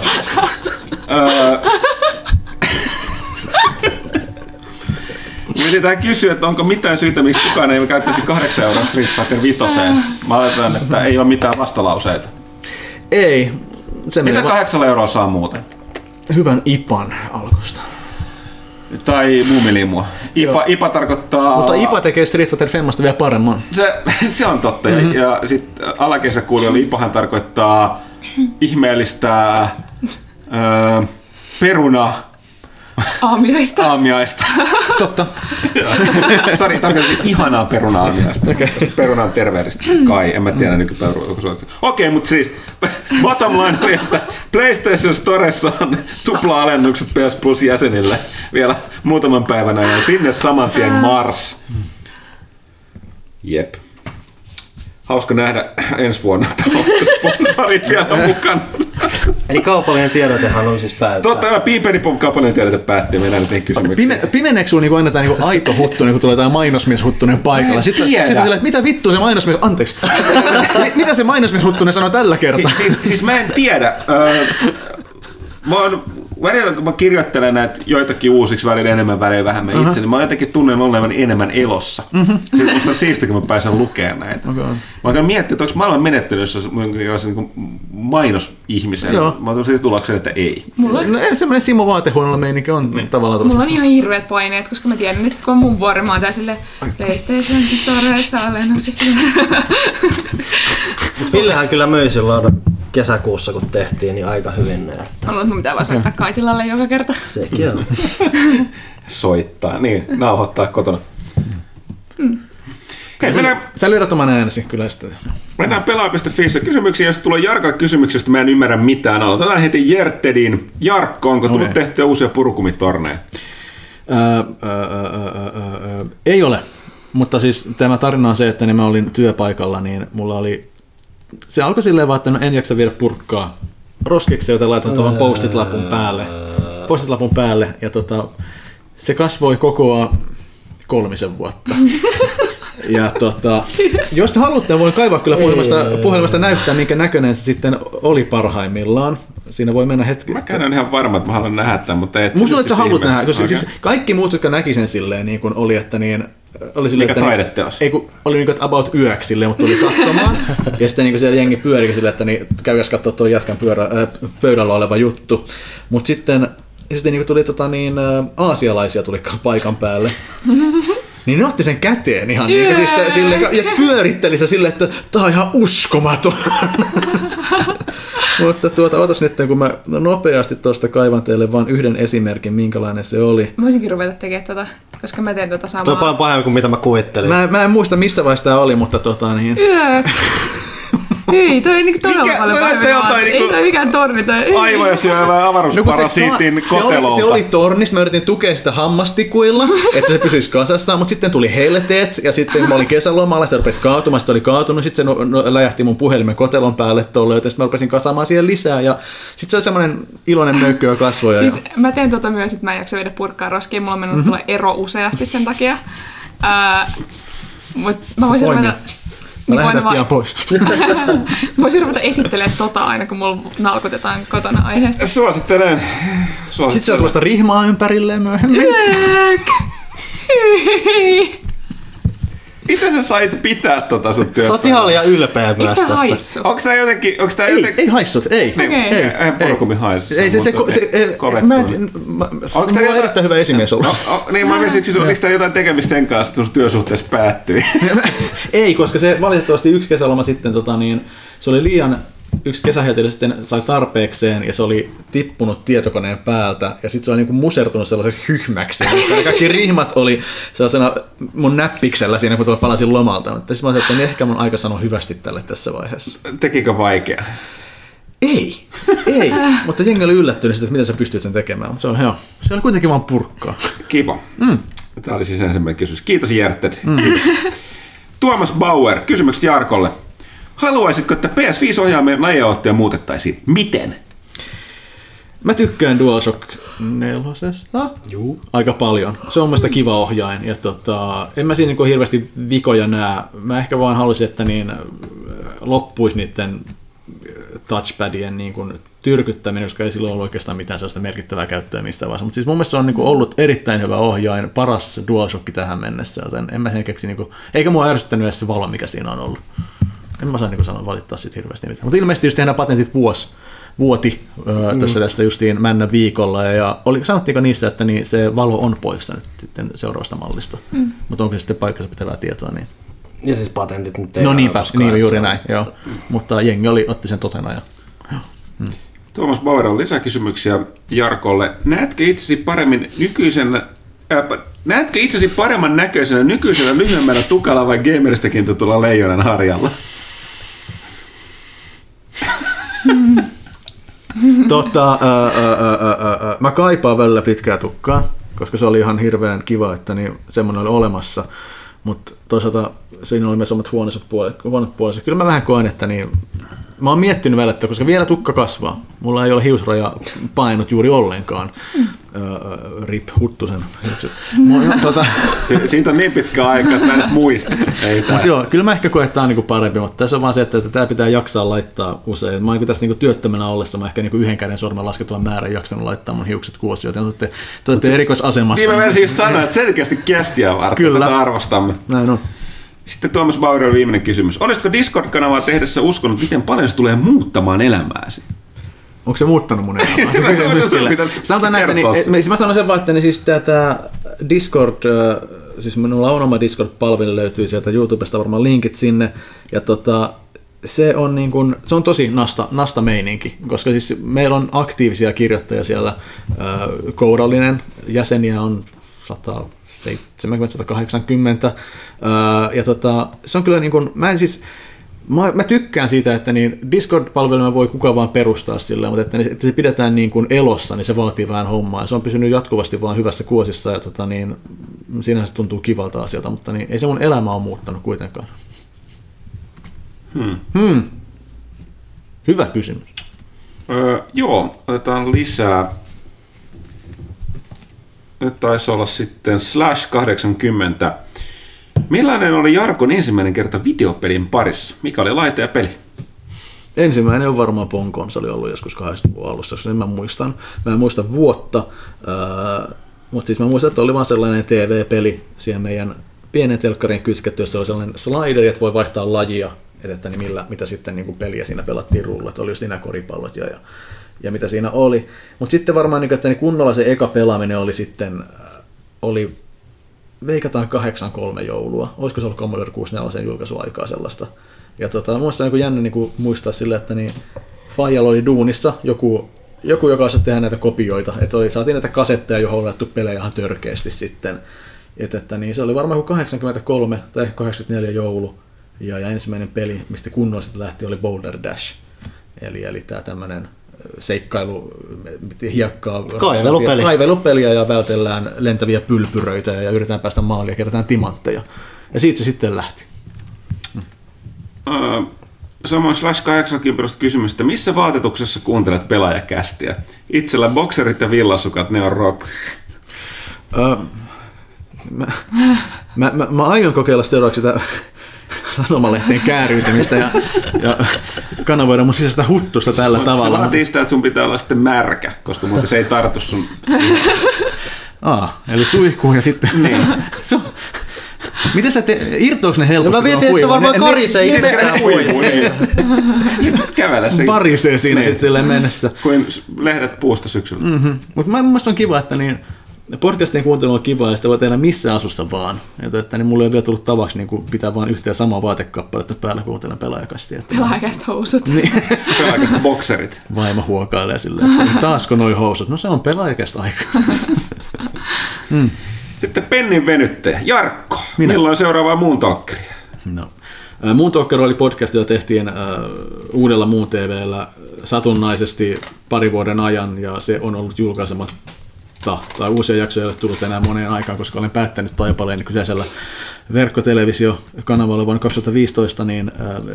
Yritetään kysyä, että onko mitään syytä, miksi kukaan ei käyttäisi 8 € Street Fighter 5. Mä aletaan, että ei ole mitään vastalauseita. Ei. Mitä 8 € saa muuten? Hyvän IPAn alkusta. Tai muumilimua. IPA tarkoittaa... Mutta IPA tekee Street Fighter Femmasta vielä paremman. Se on totta. Ja sitten alakesäkuulijoille IPAhan tarkoittaa ihmeellistä peruna... Aamiaista. Totta. Sari tarkoitti ihanaa peruna-aamiaista. Okay. Peruna on terveellistä. Kai, en mä tiedä nykypäivänä. Okei, mutta siis bottom line oli, että PlayStation Storessa on tupla-alennukset PS Plus jäsenille vielä muutaman päivän ajan. Sinne saman tien Mars. Jep. Hauska nähdä ensi vuonna sponsorit vielä mukana. Eli kaupallinen tiedotehan on siis päättää. Totta, Piipelipom kaupallinen tiedote päätti. Mennään nyt kysymyksiin. Pimeneekö sinulla niinku aina tämä niinku aito huttunen, kun tulee jotain mainosmies huttunen paikalla? Sitten sillä, että mitä vittua se mainosmies... Anteeksi. Mitä se mainosmies huttunen sanoo tällä kertaa? Siis mä en tiedä. Välillä kun mä kirjoittelen näitä joitakin uusiksi, välillä enemmän, välillä vähemmän itse, niin mä jotenkin tunnen olevan enemmän elossa. Siis musta on siistiä, kun mä pääsen lukemaan näitä. Okay. Mä oon miettinyt, että onko maailman menettelyssä niin mainosihmisen. Mä oon siitä tulokseen, että ei. Mulla on semmoinen Simo Vaatehuonolla meininki on tavallaan tuossa. Mulla on ihan hirveät paineet, koska mä tiedän, että kun on mun vuori, mä oon tää silleen PlayStation Storessa alennuksesta. Villehän kyllä möi silloin kesäkuussa, kun tehtiin, niin aika hyvin. Että... Haluan, että pitää vaan soittaa Kaitilalle joka kerta. Sekin on. Soittaa, niin, nauhoittaa kotona. Sä lyödät oman äänesi kyllä sitten. Mennään pelaa.fiissä kysymyksiin, jos tulee Jarkalle kysymyksistä, mä en ymmärrä mitään. Aloitetaan heti Jertedin. Jarkko, onko tullut tehtyä uusia purukumitorneja? Ei ole, mutta siis tämä tarina on se, että mä olin työpaikalla, niin mulla oli... Se alkoi silleen vaan, että en jaksa viedä purkkaa roskiksi, joten laitan tuohon post-it-lapun päälle. Ja se kasvoi kokoa 3 vuotta. Ja jos te haluatte, voin kaivaa kyllä puhelimesta näyttää, minkä näköinen se sitten oli parhaimmillaan. Siinä voi mennä hetki. Mä käyn ihan varma, että mä haluan nähdä tämän, mutta et... Musta että sä haluat nähdä, koska siis kaikki muut, jotka näki sen silleen, niin kuin oli, että niin... Oli silleen, mikä taideteos? Ei, kun oli niin kuin about yöksi silleen, mutta tuli katsomaan. Ja sitten niin siellä jengi pyöri silleen, että niin, käydäs katsoa tuon jätkän pöydällä oleva juttu. Mutta sitten niin tuli aasialaisia tuli paikan päälle. Niin ne otti sen käteen ihan niin, siis silleen, ja pyöritteli se silleen, että tää on ihan uskomaton. Mutta otas nyt, kun mä nopeasti tuosta kaivan teille vain yhden esimerkin, minkälainen se oli. Mä voisinkin ruveta tekemään tätä, koska mä teen tätä samaa. Tuo on paljon pahemmin kuin mitä mä kuvittelin. Mä en muista, mistä vaiheessa tää oli, mutta niin... Ei, toi on niinku todella Mikä- paljon toi pahempi näyttää vaan. jotain Ei niinku- toi mikään torni. Toi. Aivoja syövää avaruusparasiitin kotelolta. Se oli tornis, mä yritin tukea sitä hammastikuilla, että se pysyisi kasassa, mutta sitten tuli helteet ja sitten mä olin kesälomalla, se rupesi kaatumaan, se oli kaatunut, sitten se läjähti mun puhelimen kotelon päälle tuolle, joten mä rupesin kasaamaan siihen lisää ja sitten se oli semmoinen iloinen möykky ja kasvoja. Siis mä teen tota myös, että mä en jaksa viedä purkkaa roskiin. Mulla on mennyt tulla ero useasti sen takia. Mut mä voisin Poimia. ruveta... Mä niin lähden voin pian pois. Mä voisin ruveta esittelemään tota aina, kun mulla nalkutetaan kotona aiheesta. Suosittelen. Sitten se on tuosta rihmaa ympärilleen myöhemmin. Miten sä sait pitää tota sun Sä työstä? oot ihan liian ylpeä myös Eikö tää tästä. haissu? Onks tää jotenkin... Ei haissut, ei. Niin, Okei. ei porukumi haise. Ei se mä en tiedä, Onks tää mulla on erittäin hyvä esimies ollut. Niin mä olisin kysynyt, oliko tää jotain tekemistä sen kanssa, että sun työsuhteessa päättyi? Ei, koska se valitettavasti yksi kesäloma sitten, se oli liian, yksi kesähelteily sitten sai tarpeekseen ja se oli tippunut tietokoneen päältä ja sitten se oli niinku musertunut sellaiseksi hyhmäksi. Ja kaikki rihmat oli sellaisena mun näppiksellä siinä, kun palasin lomalta. Mutta sitten mä ajattelin, että ehkä mun aika sanoa hyvästi tälle tässä vaiheessa. Tekikö vaikea? Ei, mutta jengi oli yllättynyt siitä, että miten sä pystyt sen tekemään. Mutta se oli kuitenkin vaan purkkaa. Kiva. Tämä oli siis ensimmäinen kysymys. Kiitos Jerted. Tuomas Bauer, kysymykset Jarkolle. Haluaisitko, että PS5-ohjaimien layouttia muutettaisiin? Miten? Mä tykkään DualShock 4. Juu. Aika paljon. Se on mielestäni kiva ohjain. Ja en mä siinä niin hirveästi vikoja näe. Mä ehkä vaan haluaisin, että loppuisi niiden touchpadien niin kuin tyrkyttäminen, koska ei silloin ollut oikeastaan mitään sellaista merkittävää käyttöä missään vaiheessa. Mutta siis mun mielestä se on niin kuin ollut erittäin hyvä ohjain, paras DualShock tähän mennessä, joten en mä sen keksi, niin kuin, eikä mua ärsyttänyt edes se valo, mikä siinä on ollut. En mä saa niin sanoa valittaa siitä hirveästi mitään. Mutta ilmeisesti just tehdään patentit vuoti tässä justiin männä viikolla. Ja sanottiinko niissä, että se valo on poissa nyt sitten seuraavasta mallista. Mutta onko se sitten paikkansa pitävää tietoa? Niin. Ja siis patentit nyt ei No ole niinpä, koskaan, niin juuri että näin. Joo. Mutta jengi otti sen totena. Ja. Tuomas Bauer on lisäkysymyksiä Jarkolle. Näetkö itsesi paremman näköisenä nykyisellä lyhyemmällä tukalla vai gameristakin tutulla leijonan harjalla? Mä kaipaan välillä pitkää tukkaa, koska se oli ihan hirveän kiva, että semmoinen oli olemassa. Mutta toisaalta siinä oli myös omat huonot puolensa. Kyllä mä vähän koen, että mä oon miettinyt välillä, että koska vielä tukka kasvaa. Mulla ei ole hiusraja painut juuri ollenkaan. Rip Huttusen hiukset. Siitä on niin pitkä aika, että mä en edes muista. Mutta joo, kyllä mä ehkä koen, että tämä on niinku parempi, mutta tässä on vaan se, että tämä pitää jaksaa laittaa usein. Mä oon tässä niinku työttömänä ollessa, mä ehkä niinku yhden käden sormen lasketulla määrän jaksanut laittaa mun hiukset kuosi, joten te olette erikoisasemassa. Niin mä menisin just sanoa, että selkeästi kästiä varten, kyllä. Tätä arvostamme. Näin on. Sitten Tuomas Bauer viimeinen kysymys. Olisitko Discord-kanavaa tehdessä uskonut, miten paljon se tulee muuttamaan elämääsi? Onko se muuttanut mun elämää? Sanotaan näin, mä sanon sen vaan, että siis tämä Discord, siis minulla on oma Discord-palvelu, löytyy sieltä YouTubesta varmaan linkit sinne, ja se on, niin kun, se on tosi nasta meininki, koska siis meillä on aktiivisia kirjoittajia siellä, kourallinen jäseniä on 170-180, ja se on kyllä niin kuin, mä tykkään siitä, että Discord-palvelua voi kukaan vaan perustaa sillä, mutta että se pidetään niin kuin elossa, niin se vaatii vähän hommaa, ja se on pysynyt jatkuvasti vaan hyvässä kuosissa, ja siinähän se tuntuu kivalta asialta, mutta ei se mun elämä ole muuttanut kuitenkaan. Hyvä kysymys. Joo, otetaan lisää. Nyt taisi olla sitten /80. Millainen oli Jarkon ensimmäinen kerta videopelin parissa? Mikä oli laite ja peli? Ensimmäinen on varmaan Ponkon, se oli ollut joskus 80-luvun alussa, sen mä muistan. Mä en muista vuotta, mutta siis mä muistan, että oli vaan sellainen TV-peli siihen meidän pienen telkkariin kytketty, jossa oli sellainen slideri, että voi vaihtaa lajia, että mitä sitten niin kuin peliä siinä pelattiin rulla, että oli just nämä koripallot ja mitä siinä oli. Mutta sitten varmaan, että kunnolla se eka pelaaminen oli sitten, veikataan 83 joulua. Olisiko se ollut Commodore 64 julkaisuaikaa sellaista. Ja muista on jännä muistaa sille, että Faijalla oli duunissa joku joka osasi tehdä näitä kopioita. Että saatiin näitä kasetteja, johon oli laittu pelejä ihan törkeästi sitten. Se oli varmaan 83 tai 84 joulu. Ja ensimmäinen peli, mistä kunnollisesti lähti, oli Boulder Dash. Eli tämä tämmöinen seikkailu, hiekkaa, kaivelupeliä ja vältellään lentäviä pylpyröitä ja yritetään päästä maaliin ja kerätään timantteja. Ja siitä se sitten lähti. Samoin /8kin perustat kysymys, että missä vaatetuksessa kuuntelet pelaajakästiä? Itsellä bokserit ja villasukat, ne on rock. Mä aion kokeilla seuraavaksi sitä sanomalehteen kääriytymistä ja kanavoida mun sisäistä huttusta tällä tavalla. Se vaatii sitä, että sun pitää olla sitten märkä, koska muuten se ei tartu sun. Eli suihkuu ja sitten. Niin. Miten sä irtoaks ne helposti? No mä mietin, että se varmaan karisee itsestään kuivuu. Kävellä siinä. Varisee siinä sitten silleen mennessä. Kuin lehdet puusta syksyllä. Mutta mun mielestä on kiva, että niin podcastien kuuntelu on kiva ja sitä voi tehdä missä asussa vaan. Että niin mulla ei ole vielä tullut tavaksi niin pitää vaan yhteen samaa vaatekappaletta päällä kuuntelen pelaajakastia. Pelaajakästä housut. Niin. Pelaajakästä bokserit. Vaimo huokailee silleen, että taasko noi housut? No se on pelaajakästä aikaa. Sitten pennin venyttäjä. Jarkko, Minä. milloin seuraavaa Moon Talkeria? No. Moon Talker oli podcast, jota tehtiin uudella Moon TV:llä satunnaisesti pari vuoden ajan, ja se on ollut julkaisematta. Tai uusia jaksoja ei ole tullut enää moneen aikaan, koska olen päättänyt taipaleen kyseisellä verkkotelevisiokanavalla vuonna 2015, niin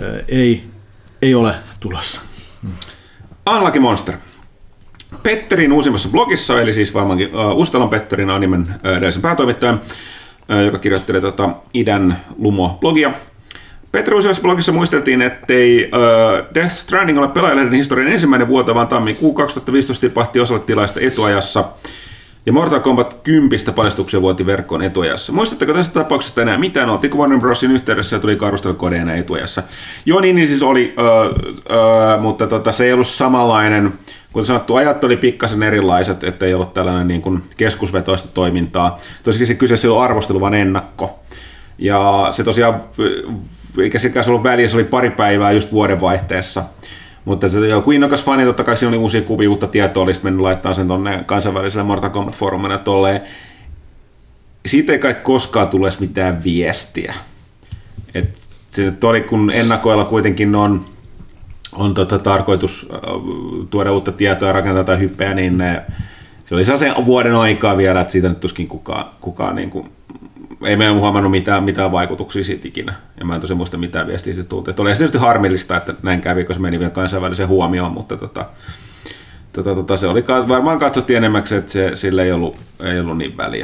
ei ole tulossa. Unlucky Monster. Petterin uusimmassa blogissa, eli siis varmaankin Ustalon Petterin animen edellisen päätoimittajan, joka kirjoittelee Idän Lumo-blogia. Petterin uusimmassa blogissa muisteltiin, ettei Death Stranding ole pelaajalehden historian ensimmäinen vuoto, vaan tammikuu 2015 tipahti osalle tilaista etuajassa. Ja Mortal Kombat 10 paljastuksia vuoti verkkoon etuajassa. Muistatteko tästä tapauksesta enää mitään? Oltiinko Warner Brosin yhteydessä ja tuli Garustel-kodeja enää etuajassa? Joo, niin siis oli, mutta se ei ollut samanlainen. Kuten sanottu, ajat oli pikkasen erilaiset, ettei ollut tällainen niin kuin keskusvetoista toimintaa. Tosiaan se kyseessä ei ollut arvostelu, vaan ennakko. Ja se tosiaan, eikä sekään ollut väliä, se oli pari päivää just vuodenvaihteessa. Mutta joku innokas fani, totta kai siinä oli uusia kuvia, uutta tietoa, olisi mennyt laittaa sen tuonne kansainväliselle Mortal Kombat-foorumille tolleen. Siitä ei kai koskaan tule mitään viestiä. Et se nyt oli, kun ennakoilla kuitenkin on tarkoitus tuoda uutta tietoa ja rakentaa jotain hyppejä, niin se oli sellaisen vuoden aikaa vielä, että siitä nyt tuskin kukaan niin kuin, ei me ole huomannut mitään vaikutuksia siitä ikinä. Ja mä en tosiaan muista mitään viestiä siitä tullut. Oli tietysti harmillista, että näin kävi, koska se meni vielä kansainväliseen huomioon, mutta se oli varmaan katsottiin enemmäksi, että sillä ei ollut niin väliä.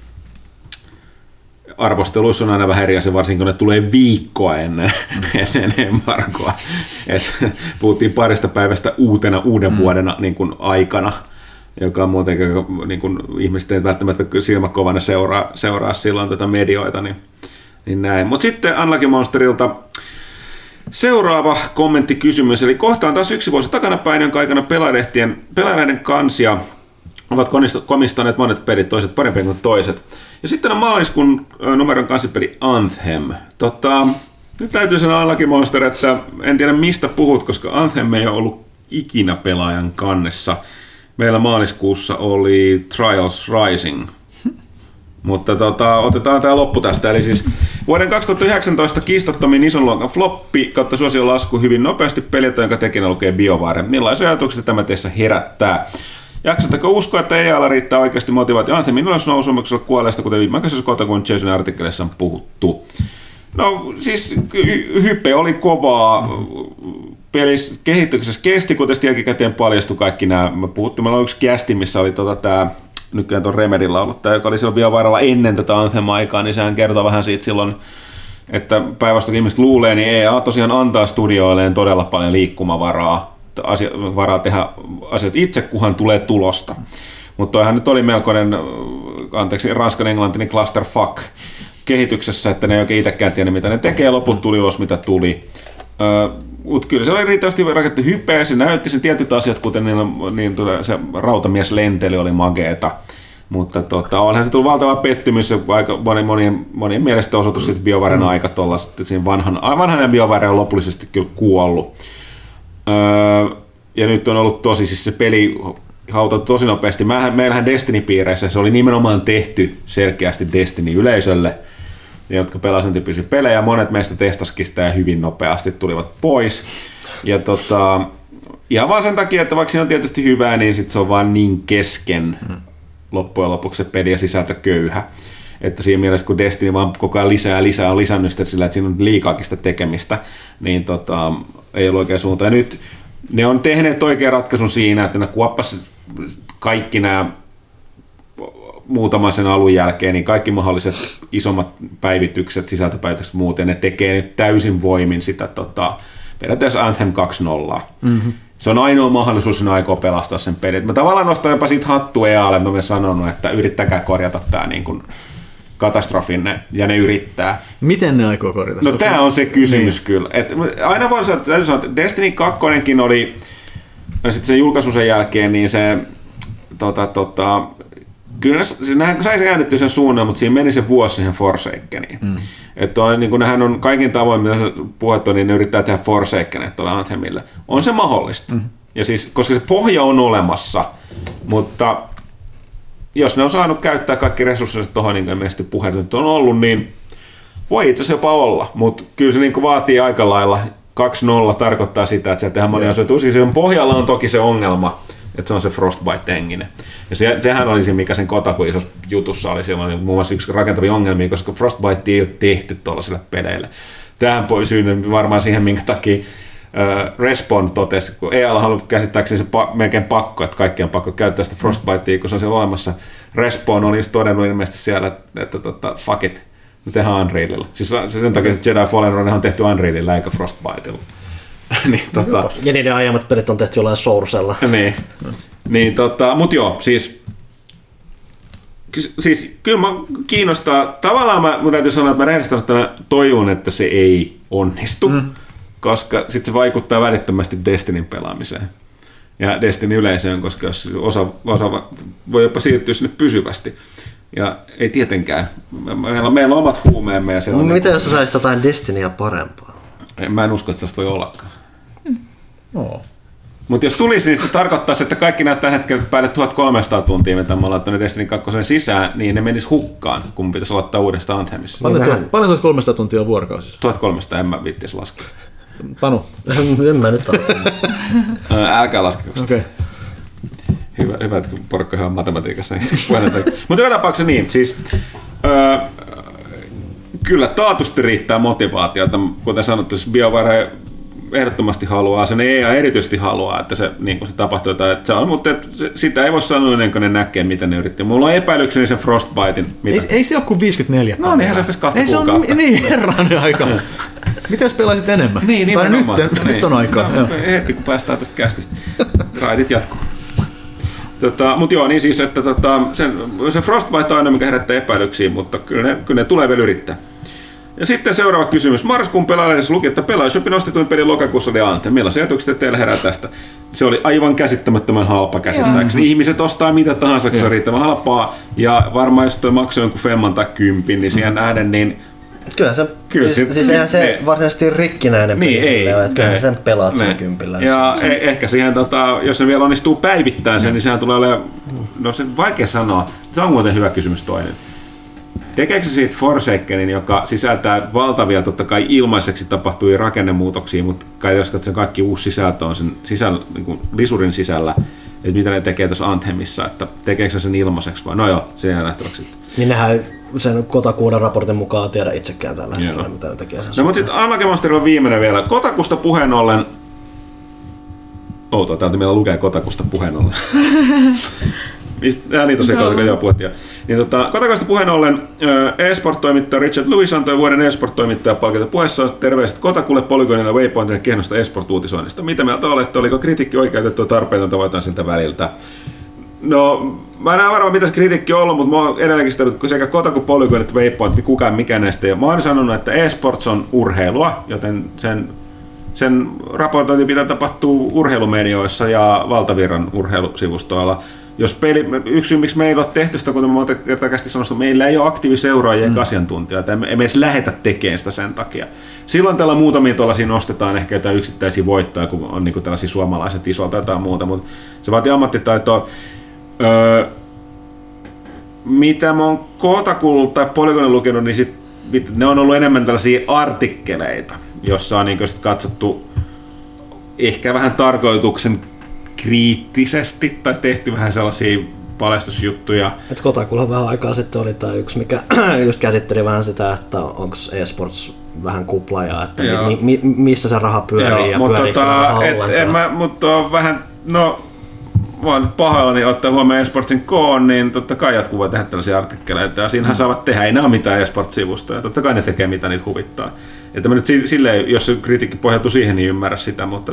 Arvosteluissa on aina vähän eri asia, varsinkin kun ne tulee viikkoa ennen embargoa. Puhuttiin parista päivästä uuden vuoden niin kuin aikana, joka on muutenkin niin kuin ihmiset ei välttämättä silmäkovana seuraa silloin tätä medioita. Niin näin. Mutta sitten Unlucky Monsterilta seuraava kommenttikysymys. Eli kohta on taas 1 vuosi takanapäin, jonka aikana pelaajaiden kansia ovat komistaneet monet pelit, toiset parempia kuin toiset. Ja sitten on maaliskuun numeron kansipeli Anthem. Nyt täytyy sanoa Unlucky Monster, että en tiedä mistä puhut, koska Anthem ei ole ollut ikinä pelaajan kannessa. Meillä maaliskuussa oli Trials Rising. Mutta otetaan tämä loppu tästä. Eli siis vuoden 2019 kiistattomin ison luokan floppi kautta suosion lasku hyvin nopeasti peliltä, jonka tekijänä lukee BioWare. Millaisia ajatuksia tämä teissä herättää? Jaksatteko uskoa, että EA:lla riittää oikeasti motivaatio Anthemin ylösnousumuksella kuolleesta, kuten viimeaikaisessa kohta, kun Jasonin artikkeleissa on puhuttu? No siis hype oli kovaa. Pelis kehityksessä kesti, kuten jälkikäteen paljastui kaikki nämä. Meillä on yksi kästi, missä oli tämä nykyään tuon Remedillä ollut tämä, joka oli silloin BioWarella ennen tätä Anthem-aikaa, niin sehän kertoo vähän siitä silloin, että päinvastoin ihmiset luulee, niin EA tosiaan antaa studioilleen todella paljon liikkumavaraa, varaa tehdä asiat itse, kunhan tulee tulosta. Mutta toihan nyt oli melkoinen, ranskan-englantinen clusterfuck kehityksessä, että ne ei oikein itsekään tiedä, mitä ne tekee, loput tuli ulos, mitä tuli. Mutta kyllä se oli riittävästi rakettu hypeä, se näytti sen tietyt asiat, kuten se rautamies lentely oli mageeta. Mutta onhan se tullut valtava pettymys, ja aika monien mielestä osoitus siitä BioWaren aika tuolla, siinä vanhan BioWare on lopullisesti kyllä kuollut. Ja nyt on ollut siis se peli hautautu tosi nopeasti. Meillähän Destiny-piireissä se oli nimenomaan tehty selkeästi Destiny-yleisölle. jotka pelasivat sen tyyppisiä pelejä. Monet meistä testasikin sitä ja hyvin nopeasti tulivat pois. Ja ihan vaan sen takia, että vaikka siinä on tietysti hyvää, niin sit se on vaan niin kesken loppujen lopuksi se peli ja sisältö köyhä. Että siinä mielessä, kun Destiny vaan koko ajan lisää on lisännyt sitä sillä, että siinä on liikaakin sitä tekemistä, niin ei ole oikea suunta. Ja nyt ne on tehneet oikean ratkaisun siinä, että ne kuoppas kaikki nämä muutaman sen alun jälkeen, niin kaikki mahdolliset isommat päivitykset, sisältöpäivitykset muuten, ne tekee nyt täysin voimin sitä periaatteessa Anthem 2.0. Mm-hmm. Se on ainoa mahdollisuus, että ne aikoo pelastaa sen pelin. Mä tavallaan nostan jopa siitä hattua EAlle, että mä olen sanonut, että yrittäkää korjata tämä niin kuin katastrofin, ja ne yrittää. Miten ne aikoo korjata? No tämä on se kysymys niin. Kyllä. Et aina voi sanoa, että Destiny 2 oli, sitten sen julkaisun jälkeen, niin se kyllä nehän sai se käännettyä sen suunnan, mutta siinä meni se vuosi siihen Forsakeniin. Että niin nehän on kaikin tavoin, mitä puhuttu, niin ne yrittää tehdä Forsakenet tuolla Anthemille. On se mahdollista. Ja siis, koska se pohja on olemassa, mutta jos ne on saanut käyttää kaikki resurssit tuohon, niin kuin meistä puheet nyt on ollut, niin voi itse asiassa jopa olla. Mutta kyllä se niin vaatii aika lailla. 2.0 tarkoittaa sitä, että sieltä tehdään monia asioita. Sen pohjalla on toki se ongelma, että se on se Frostbite-henginen. Ja sehän oli se, mikä sen Kotaku isossa jutussa oli silloin muun muassa yksi rakentavia ongelmia, koska Frostbite ei ole tehty tuollaisille peleille. Tähän syy varmaan siihen, minkä takia Respawn totesi, kun EA haluaa käsittääkseni se melkein pakko, että kaikkien pakko käyttää sitä Frostbitea, kun se on siellä olemassa. Respawn on just todennut ilmeisesti siellä, että fuck it, me tehdään Unrealilla. Siis sen takia, että Jedi Fallen Order on tehty Unrealilla eikä Frostbitella. niin, ja niiden aiemmat pelit on tehty jollain Sourcella. niin, mutta joo, siis kyllä mä kiinnostaa. Tavallaan mun täytyy sanoa, että mä rehellisesti toivon, että se ei onnistu, koska sitten se vaikuttaa välittömästi Destinyn pelaamiseen ja Destiny yleisöön, koska jos osa voi jopa siirtyä sinne pysyvästi. Ja ei tietenkään. Meillä on omat huumeemme. Ja no, mitä jos sä saisit jotain Destinyä parempaa? Mä en usko, että sellaista voi ollakaan. Mutta jos tulisi, niin se tarkoittaisi, että kaikki näyttää hetkellä päälle 1300 tuntia, mitä me ollaan tuonne Destiny 2 sisään, niin ne menis hukkaan, kun pitäisi aloittaa uudestaan Anthemissa. Paljon 1300 tuntia on vuorokausissa? 1300, en mä viittis laskea. Panu? En mä nyt taas. Älkää laskeko sitä. Okay. Hyvä, että porukka on matematiikassa. Mutta joka tapauksessa niin, siis kyllä taatusti riittää motivaatiota, kuten sanottu, BioWare ehdottomasti haluaa, sen EA erityisesti haluaa, että se, niin se tapahtuu jotain, että se on, mutta sitä ei voi sanoa ennen kuin ne näkee, miten ne yritti. Mulla on epäilykseni sen Frostbitein. Ei se ole kuin 54. No niin, se olisi 2 kuukautta. Niin, herranen aika. Mitä jos pelaisit enemmän? Niin, tai nyt on aikaa. Heti kun päästään tästä kästistä. Raidit jatkuu. Mutta joo, niin siis, että se Frostbite on aina, mikä herättää epäilyksiä, mutta kyllä ne tulee vielä yrittää. Ja sitten seuraava kysymys. Marraskuun pelaajallisessa luki, että Pelaajashopin ostetuin peli lokakuussa oli Anthem. Millaisia ajatuksia teillä herää tästä? Se oli aivan käsittämättömän halpa käsittääkseni. Ihmiset ostaa mitä tahansa, kun se on riittävän halpaa. Ja varmaan jos toi maksoi jonkun 5 tai 10, niin siihen nähden, niin siis eihän se varsinaisesti rikkinäinen peli silleen, että kyllä sen pelaat sen 10. Ja ehkä siihen, jos ne vielä onnistuu päivittämään sen, niin sehän tulee olemaan, no se vaikea sanoa. Se on muuten hyvä kysymys toinen. Tekeekö se siitä Forsakenin, joka sisältää valtavia, totta kai ilmaiseksi tapahtuvia rakennemuutoksia, mutta kai jos katsotaan kaikki uusi sisältö on sen niin kuin lisurin sisällä, että mitä ne tekee tuossa Anthemissa, että tekeekö se sen ilmaiseksi vai? No joo, se ei nähtäväksi sitten. Niin nehän sen Kotakuun raportin mukaan tiedä itsekään tällä hetkellä, mitä ne tekee sen. No mutta sitten Unlucky Monsterilla on viimeinen vielä. Kotakusta puheen ollen... Outoa, täältä meillä lukee Kotakusta puheen ollen. Niin tosiaan jo puhuttiin. Niin, Kotakusta puheen ollen eSport-toimittaja Richard Lewis antoi vuoden eSport-toimittaja palkinto puheessa terveiset Kotakulle, Polygonille ja Waypointille kiehnosta eSport-uutisoinnista. Mitä mieltä olette? Oliko kritiikki oikeutettua tarpeetonta vai siltä väliltä? No, mä en varmaan mitä se kritiikki on ollut, mutta mä oon edelleenkin sitä, että sekä Kotaku, Polygon että Waypoint, niin kukaan mikään näistä ei ole. Mä oon sanonut, että eSports on urheilua, joten sen raportointi pitää tapahtua urheilumedioissa ja valtavirran urheilusivustoilla. Jos yksi syy, miksi meillä on tehty sitä, kuten mä monta kertaa kästi sanonut, meillä ei ole aktiiviseuraajia eikä asiantuntijoita, emme edes lähetä tekemään sitä sen takia. Silloin tällä muutamia tuollaisia nostetaan ehkä jotain yksittäisiä voittoja, kun on niin tällaisia suomalaiset isolta tai jotain muuta, mutta se vaatii ammattitaitoa. Mitä mä oon Kotakulta tai Polygonin lukenut, niin sit ne on ollut enemmän tällaisia artikkeleita, jossa on niin sit katsottu ehkä vähän tarkoituksen kriittisesti tai tehty vähän sellaisia paljastusjuttuja. Et Kotakulla vähän aikaa sitten oli tämä yksi, mikä just käsitteli vähän sitä, että onko eSports vähän kuplaa, että missä se raha pyörii ja pyöriikö se raha ollenkaan. Mutta on vähän, mä oon nyt pahoillani ottaa huomioon eSportsin koon, niin totta kai jotkut voi tehdä tällaisia artikkeleita ja siinähän saavat tehdä, ei nämä ole mitään eSports-sivusta ja totta kai ne tekee mitä niitä huvittaa. Että mä nyt silleen, jos se kritiikki pohjautuu siihen, niin ymmärrä sitä, mutta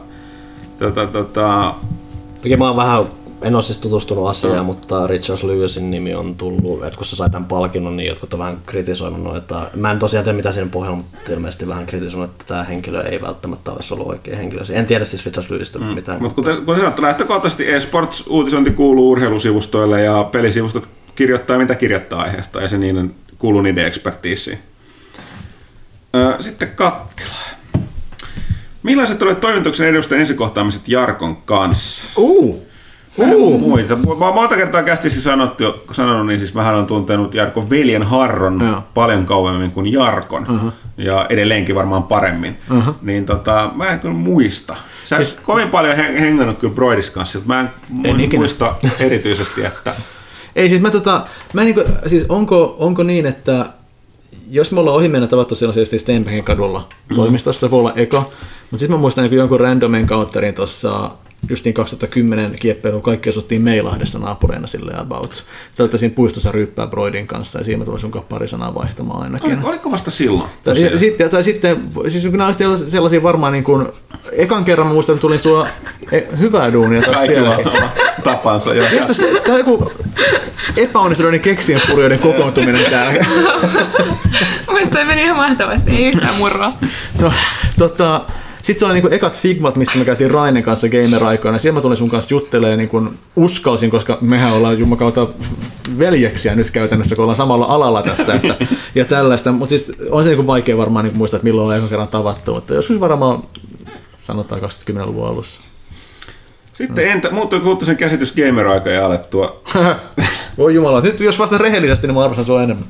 Toki mä oon vähän, en ole siis tutustunut asiaan, mutta Richard Lewisin nimi on tullut, että kun se sai tämän palkinnon, niin jotkut on vähän kritisoinut noita. Mä en tosiaan tiedä mitä siinä pohjalla, mutta ilmeisesti vähän kritisoinut, että tämä henkilö ei välttämättä olisi ollut oikea henkilö. En tiedä siis Richard Lewisista mitään. Mutta kun sanottu, lähtökohtaisesti eSports-uutisointi kuuluu urheilusivustoille ja pelisivustot kirjoittaa mitä kirjoittaa aiheesta ja se kuuluu niiden ekspertiisiin. Sitten Kattila. Millaiset olivat toimituksen edustajan ensikohtaamiset Jarkon kanssa? Muita. Mä oon monta kertaa kästissä sanonut, niin siis mähän olen tuntenut Jarkon veljen Harron paljon kauemmin kuin Jarkon. Ja edelleenkin varmaan paremmin. Niin mä en kyllä muista. Sä siis kovin paljon hengannut kyllä Broidis kanssa. Mä en muista erityisesti, että... Ei siis mä niinku, siis onko niin, että jos me ollaan ohimennen tavattu sellaisesti Stenbeckin kadulla toimistossa, voi olla eka, mutta sitten mä muistan jonkun random encounterin tuossa justiin 2010 kieppeilyyn, kaikki asuttiin Meilahdessa naapureina silleen about. Sä olet siinä puistossa ryyppää Broidin kanssa ja siinä mä tulin sun pari sanaa vaihtamaan ainakin. Oliko vasta silloin? Tai sitten, siis kun nämä olisivat sellaisia varmaan niin kuin, ekan kerran mä muistan, että tulin sua hyvää duunia. Kaikilla on tapansa. Tämä on joku epäonnistuneiden keksien purjoiden kokoontuminen täällä. Mielestäni meni ihan mahtavasti, ei yhtään murroa. Sitten se oli niinku ekat Figmat, missä me käytiin Rainen kanssa gamer-aikoina. Siellä mä tulin sun kanssa juttelemaan niin kun uskalsin, koska mehän ollaan jumakauta veljeksiä nyt käytännössä, kun ollaan samalla alalla tässä ja tällaista. Mutta siis on se niinku vaikea varmaan niinku muistaa, että milloin on ekan kerran tavattu, mutta joskus varmaan sanotaan 20-luvun alussa. Sitten muuttuiko sen käsitys gamer-aikojen alettua? Voi jumala, nyt jos vasta rehellisesti, niin mä arvostan sua enemmän.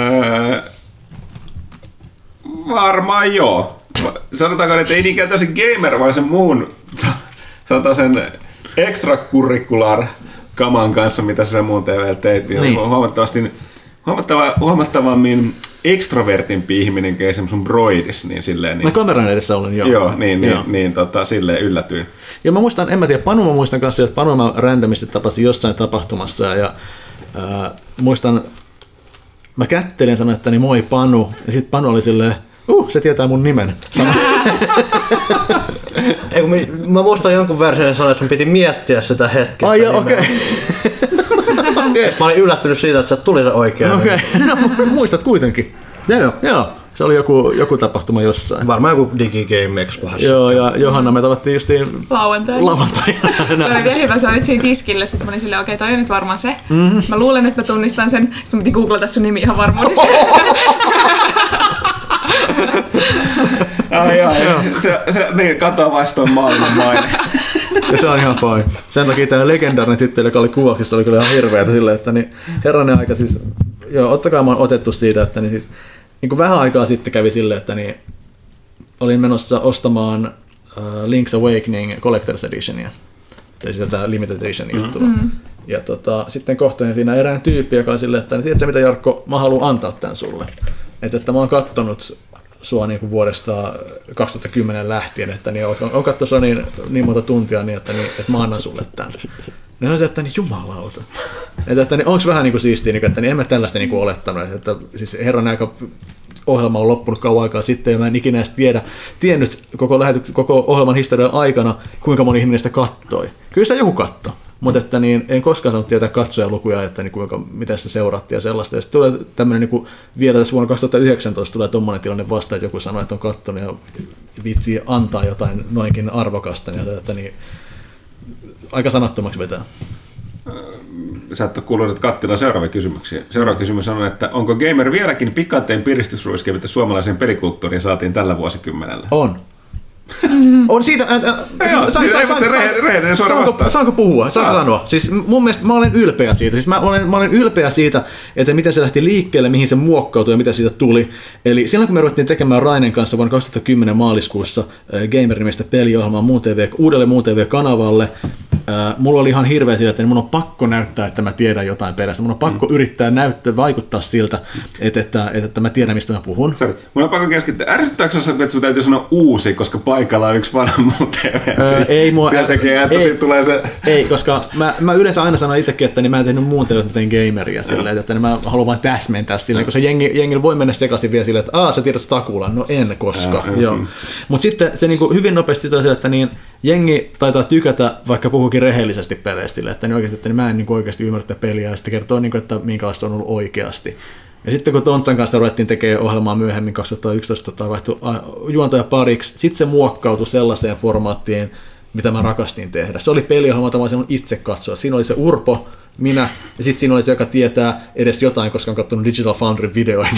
Varmaan joo. Sanotaanko, että ei niinkään täysin gamer, vaan sen muun sen extracurricular kaman kanssa, mitä sä muun TV:llä teit, niin huomattavammin extrovertimpi ihminen kuin esimerkiksi sun Broidis. Niin silleen, mä kameran edessä olen, joo. Joo, silleen yllätyin. Ja mä muistan, en mä tiedä, Panu mä muistan kanssa, että Panu mä randomisti tapasin jossain tapahtumassa ja muistan, mä kättelen sanoin, että moi Panu, ja sitten Panu oli silleen, se tietää mun nimen. Mä muistan jonkun version sanoa, että sun piti miettiä sitä hetkeä. Ai joo, okei. Mä olin yllättynyt siitä, että se tuli se oikea. Okei, no muistat kuitenkin. Joo. Se oli joku tapahtuma jossain. Varmaan joku DigiGameX vähän. Joo, ja Johanna me tavattiin justiin lauantaina. Se oli vielä hyvä, sä olit siinä tiskillä, sitten mä olin silleen, okei, toi on nyt varmaan se. Mä luulen, että mä tunnistan sen, sitten mä piti googlata sun nimi ihan varmuudessa. Se niin, katoavaista on maailman maine. Ja se on ihan fine. Sen takia tämä legendaarinen tyttö, joka oli kuvauksissa, oli kyllä ihan hirveätä silleen, että niin, herranen aika siis, joo, ottakaa mä oon otettu siitä, että niin siis, niin kuin vähän aikaa sitten kävi silleen, että niin, olin menossa ostamaan Link's Awakening Collector's Editionia, tai sitä tämä Limited Edition juttua. Ja sitten kohtaan siinä erään tyyppi, joka on silleen, että niin, tiedätkö mitä Jarkko, mä haluan antaa tämän sulle. Että mä oon kattonut sua niin kuin vuodesta 2010 lähtien, että niin, on katsonut sua niin monta tuntia, niin, että mä annan sulle tämän. Ne on se, että niin jumalauta. Että niin, onko vähän niin kuin siistiä, että niin, en mä tällaista niin kuin olettanut. Että siis herran aika ohjelma on loppunut kauan aikaa sitten, ja mä en ikinä edes tiennyt koko ohjelman historian aikana, kuinka moni ihminen sitä kattoi. Kyllä sitä joku kattoi. Mutta että niin, en koskaan saanut tietää katsojalukuja, että niin miten sitä seurattiin ja sellaista. Ja sitten tulee tämmöinen, niin vielä tässä vuonna 2019 tulee tommoinen tilanne vasta, että joku sanoo, että on katsonut ja viitsii antaa jotain noinkin arvokasta. Ja että niin, aika sanattomaksi vetää. Sä et ole kuullut, että Kattilan seuraava kysymyksiä. Seuraava kysymys on, että onko gamer vieläkin pikanttein piristysruiske, mitä suomalaiseen pelikulttuuriin saatiin tällä vuosikymmenellä? On. On siitä... Rehellinen suora vastaus. Saanko puhua? Saanko sanoa? Siis mun mielestä mä olen ylpeä siitä. Siis mä olen ylpeä siitä, että miten se lähti liikkeelle, mihin se muokkautui ja mitä siitä tuli. Eli silloin kun me ruvettiin tekemään Rainen kanssa vuonna 2010 maaliskuussa Gamer-nimistä peliohjelmaa uudelle Muun TV-kanavalle, mulla oli ihan hirveä sillä, että mun on pakko näyttää, että mä tiedän jotain perästä. Mun on pakko yrittää vaikuttaa siltä, että mä tiedän, mistä mä puhun. Sori, mun on pakko keskittyä. Ärsyttääkö se, että sun täytyy sanoa uusi, koska paikalla on yksi vanha Muun TV-työntekijä, että siitä tulee se... Ei, koska mä yleensä aina sanon itsekin, että niin mä en tehnyt Muun TV, että teen gameria silleen, että mä haluan vain täsmentää silleen, koska jengillä voi mennä sekaisin vielä silleen, että sä tiedät Stakulan. No en koska. Mutta sitten se niinku hyvin nopeasti toi sille, että niin jengi taitaa tykätä, vaikka puhuukin rehellisesti peleistä, että, että mä en niin oikeasti ymmärrä peliä, ja sitten kertoo, niin kuin, että minkälaista on ollut oikeasti. Ja sitten kun Tontsan kanssa ruvettiin tekemään ohjelmaa myöhemmin 2011 vaihtui juontaja pariksi, sitten se muokkautui sellaiseen formaattiin, mitä mä rakastin tehdä. Se oli peliohjelma, jota mä olisin itse katsoa. Siinä oli se Urpo, minä, ja sitten siinä oli se, joka tietää edes jotain, koska on katsonut Digital Foundry videoita.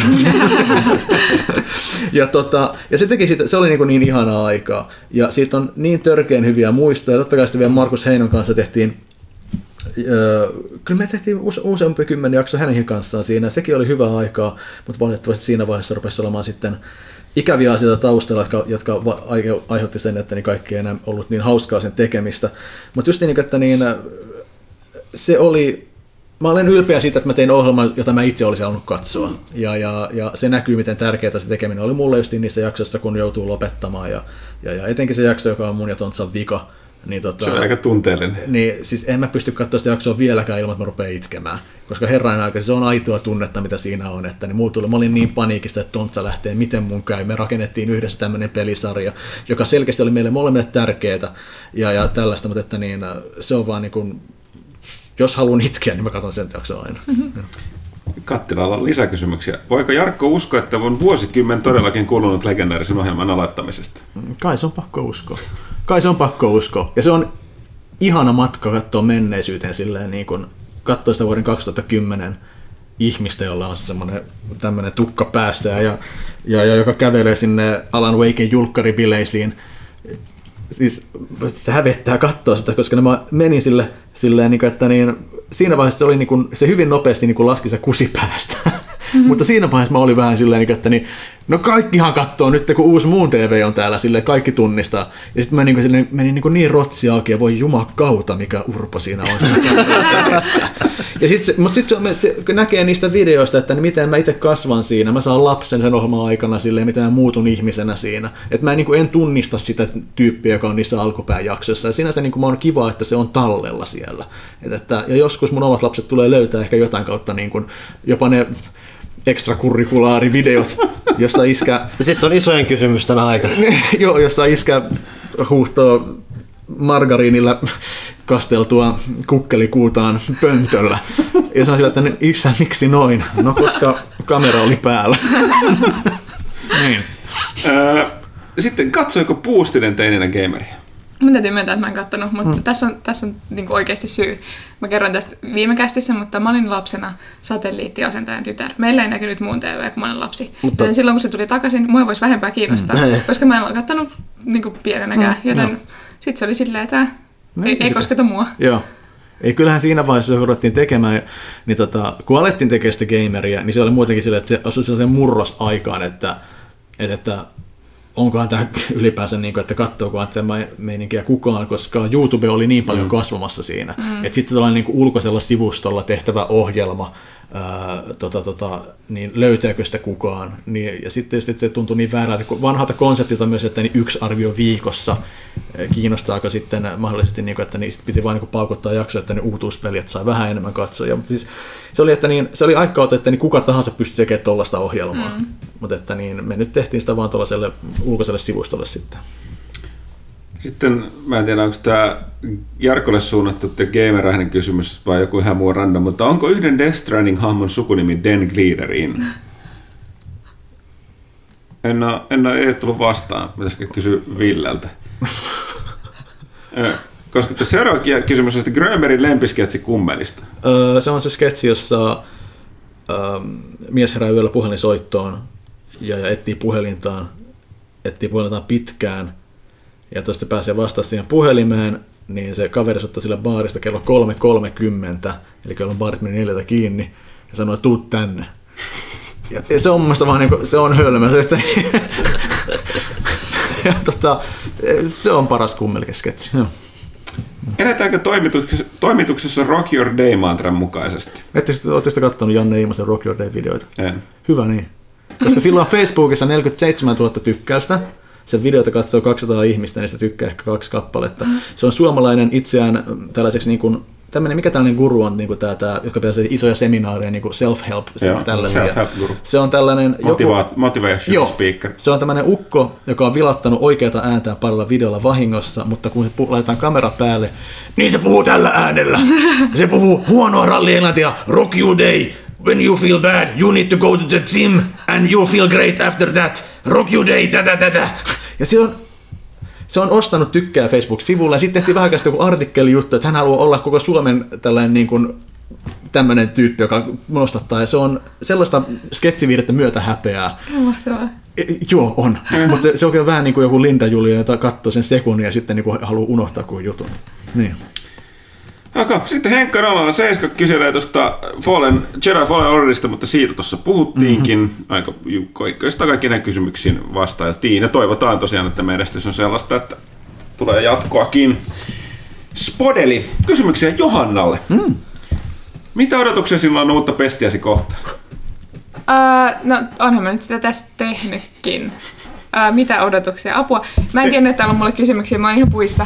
ja se teki siitä, se oli niin ihanaa aikaa. Ja siitä on niin törkeän hyviä muistoja. Totta kai sitten vielä Markus Heinon kanssa tehtiin, kyllä me tehtiin useampi 10 jaksoa hänen kanssaan siinä. Sekin oli hyvää aikaa, mutta valitettavasti siinä vaiheessa rupesi olemaan sitten ikäviä asioita taustalla, jotka aiheutti sen, että niin kaikki ei enää ollut niin hauskaa sen tekemistä. Mutta just niin, että niin, se oli, mä olen ylpeä siitä, että mä tein ohjelman, jota mä itse olisin halunnut katsoa. Ja se näkyy, miten tärkeää se tekeminen oli mulle just niissä jaksoissa, kun joutuu lopettamaan. Ja etenkin se jakso, joka on mun ja Tontsan vika. Niin, se on aika tunteellinen. Niin, siis en mä pysty katsoa sitä jaksoa vieläkään ilman, että mä rupean itkemään. Koska herrain aika, se on aitoa tunnetta, mitä siinä on. Että niin mä olin niin paniikissa, että Tontsa lähtee, miten mun käy. Me rakennettiin yhdessä tämmöinen pelisarja, joka selkeästi oli meille molemmille tärkeää ja tällaista, mutta että niin, se on vaan niin kuin, jos haluan itkeä, niin mä katson sen jakson aina. Kattilalla on lisäkysymyksiä. Voiko Jarkko uskoa, että on vuosikymmen todellakin kulunut legendaarisen ohjelman aloittamisesta? Kai se on pakko uskoa. Ja se on ihana matka katsoa menneisyyteen silleen, niin kun katsoo sitä vuoden 2010 ihmistä, jolla on semmoinen tämmöinen tukka päässä ja joka kävelee sinne Alan Waken julkkaribileisiin. Siis se hävettää katsoa sitä, koska mä menin silleen, että niin, siinä vaiheessa se, oli, niin se hyvin nopeasti niin laski se kusi päästä. Mutta siinä vaiheessa mä olin vähän silleen, että niin, no kaikkihan katsoo nyt, kun uusi Muun TV on täällä, silleen kaikki tunnistaa. Ja sitten mä menin niin rotsi auki ja voi jumakauta, mikä Urpo siinä on. Mutta sitten se näkee niistä videoista, että niin miten mä itse kasvan siinä. Mä saan lapsen sen ohjelman aikana silleen, miten mä muutun ihmisenä siinä. Että mä en tunnista sitä tyyppiä, joka on niissä alkupääjaksoissa. Ja sinänsä mä on kiva, että se on tallella siellä. Ja joskus mun omat lapset tulee löytää ehkä jotain kautta jopa ne ekstrakurrikulaarivideot, jossa iskä... Sitten on isojen kysymysten aika. Joo, jossa iskä huuhtoo margariinilla kasteltua kukkelikuutaan pöntöllä. Ja se on sillä, että isä, miksi noin? No, koska kamera oli päällä. Niin. Sitten katsoiko Puustinen teininä gameria? Mä täytyy myöntää, että mä en kattonut, mutta tässä on niin kuin oikeasti syy. Mä kerron tästä viime kästissä, mutta mä olin lapsena satelliittiasentajan tytär. Meillä ei näkynyt Muun TV, kun mä olin lapsi. Joten silloin, kun se tuli takaisin, mua voisi vähempää kiinnostaa, koska mä en ole kattonut niin kuin pienenäkään. Joten sitten se oli silleen, että ei kosketa mua. Joo. Ei, kyllähän siinä vaiheessa, kun ruvettiin tekemään, niin kun alettiin tekemään sitä gameria, niin se oli muutenkin silleen, että se osui sellaisen murrosaikaan, että onkohan tämä ylipäänsä, että katsookohan tämä meininkiä kukaan, koska YouTube oli niin paljon kasvamassa siinä. Että sitten tällainen ulkoisella sivustolla tehtävä ohjelma, niin löytääkö sitä kukaan. Niin, ja sitten se tuntui niin väärältä vanhalta konseptilta myös, että niin 1 arvio viikossa kiinnostaako sitten mahdollisesti, että niin piti vain paukuttaa jaksoja, että ne uutuuspelijät sai vähän enemmän katsoja. Mutta siis se oli, että niin, se oli aikaa, että niin kuka tahansa pystyi tekemään tuollaista ohjelmaa. Mutta että niin, me nyt tehtiin sitä vaan tuollaiselle ulkoiselle sivustolle sitten. Sitten, mä en tiedä, onko tämä Jarkolle suunnattu gamer-hänen kysymys vai joku ihan muu random, mutta onko yhden Death Stranding-hahmon sukunimi Den Gliederin? Ei tullut vastaan, pitäisikö kysyä Villeltä. Koska seuraava kysymys on Grönbergin lempisketsi kummelista. Se on se sketsi, jossa mies herää yöllä puhelinsoittoon ja etsii puhelintaan pitkään. ja tuosta pääsee vastaan siihen puhelimeen, niin se kaveri soittaa sille baarista kello 3.30, eli kello baarit meni 4 kiinni, ja sanoo, tuu tänne. Ja se on mun mielestä vaan niin kuin, se on hölmö. Ja se on paras kummelkesketsi. Edetäänkö toimituksessa Rock Your Day-mantran mukaisesti? Oletteko katsonut Janne Iimasen Rock Your Day-videoita? En. Hyvä niin. Koska silloin Facebookissa 47 000 tykkäystä. Sen videota katsoo 200 ihmistä, niistä tykkää ehkä 2 kappaletta. Se on suomalainen itseään tällaiseksi niin kuin tämmöinen, mikä tällainen guru on, niin tämä, joka pitää isoja seminaareja, niin kuin self-help, tällaisia. Self-help-guru. Se on tällainen Motivation speaker. Se on tämmöinen ukko, joka on vilattanut oikeata ääntä parilla videolla vahingossa, mutta kun se laitetaan kamera päälle, niin se puhuu tällä äänellä. Se puhuu huonoa ralli-englantia, rock you day, when you feel bad, you need to go to the gym, and you feel great after that, rock you day, da. Ja se on ostanut tykkää Facebook-sivulla, ja sitten tehtiin vähän aikaa joku artikkelijuttu, että hän haluaa olla koko Suomen tällainen niin kuin tämmöinen tyyppi, joka nostattaa, ja se on sellaista sketsiviihdettä myötä häpeää. Mahtavaa. Joo, on. Mutta se on vähän niin kuin joku Linda Julia, jota katsoo sen sekunnin ja sitten niin kuin haluaa unohtaa kuin jutun. Niin. Okay. Sitten Henkka 007 kyselee tuosta Jedi Fallen Orderista, mutta siitä tuossa puhuttiinkin. Aika joista kaikki nämä kysymyksiin vastailtiin. Ja toivotaan tosiaan, että menestys on sellaista, että tulee jatkoakin. Spodeli, kysymyksiä Johannalle. Mitä odotuksia sinulla on uutta pestiäsi kohtaan? No onhan mä nyt sitä tästä tehnytkin. Mitä odotuksia? Apua. Mä en tiennyt, että täällä on mulle kysymyksiä. Mä oon ihan puissa.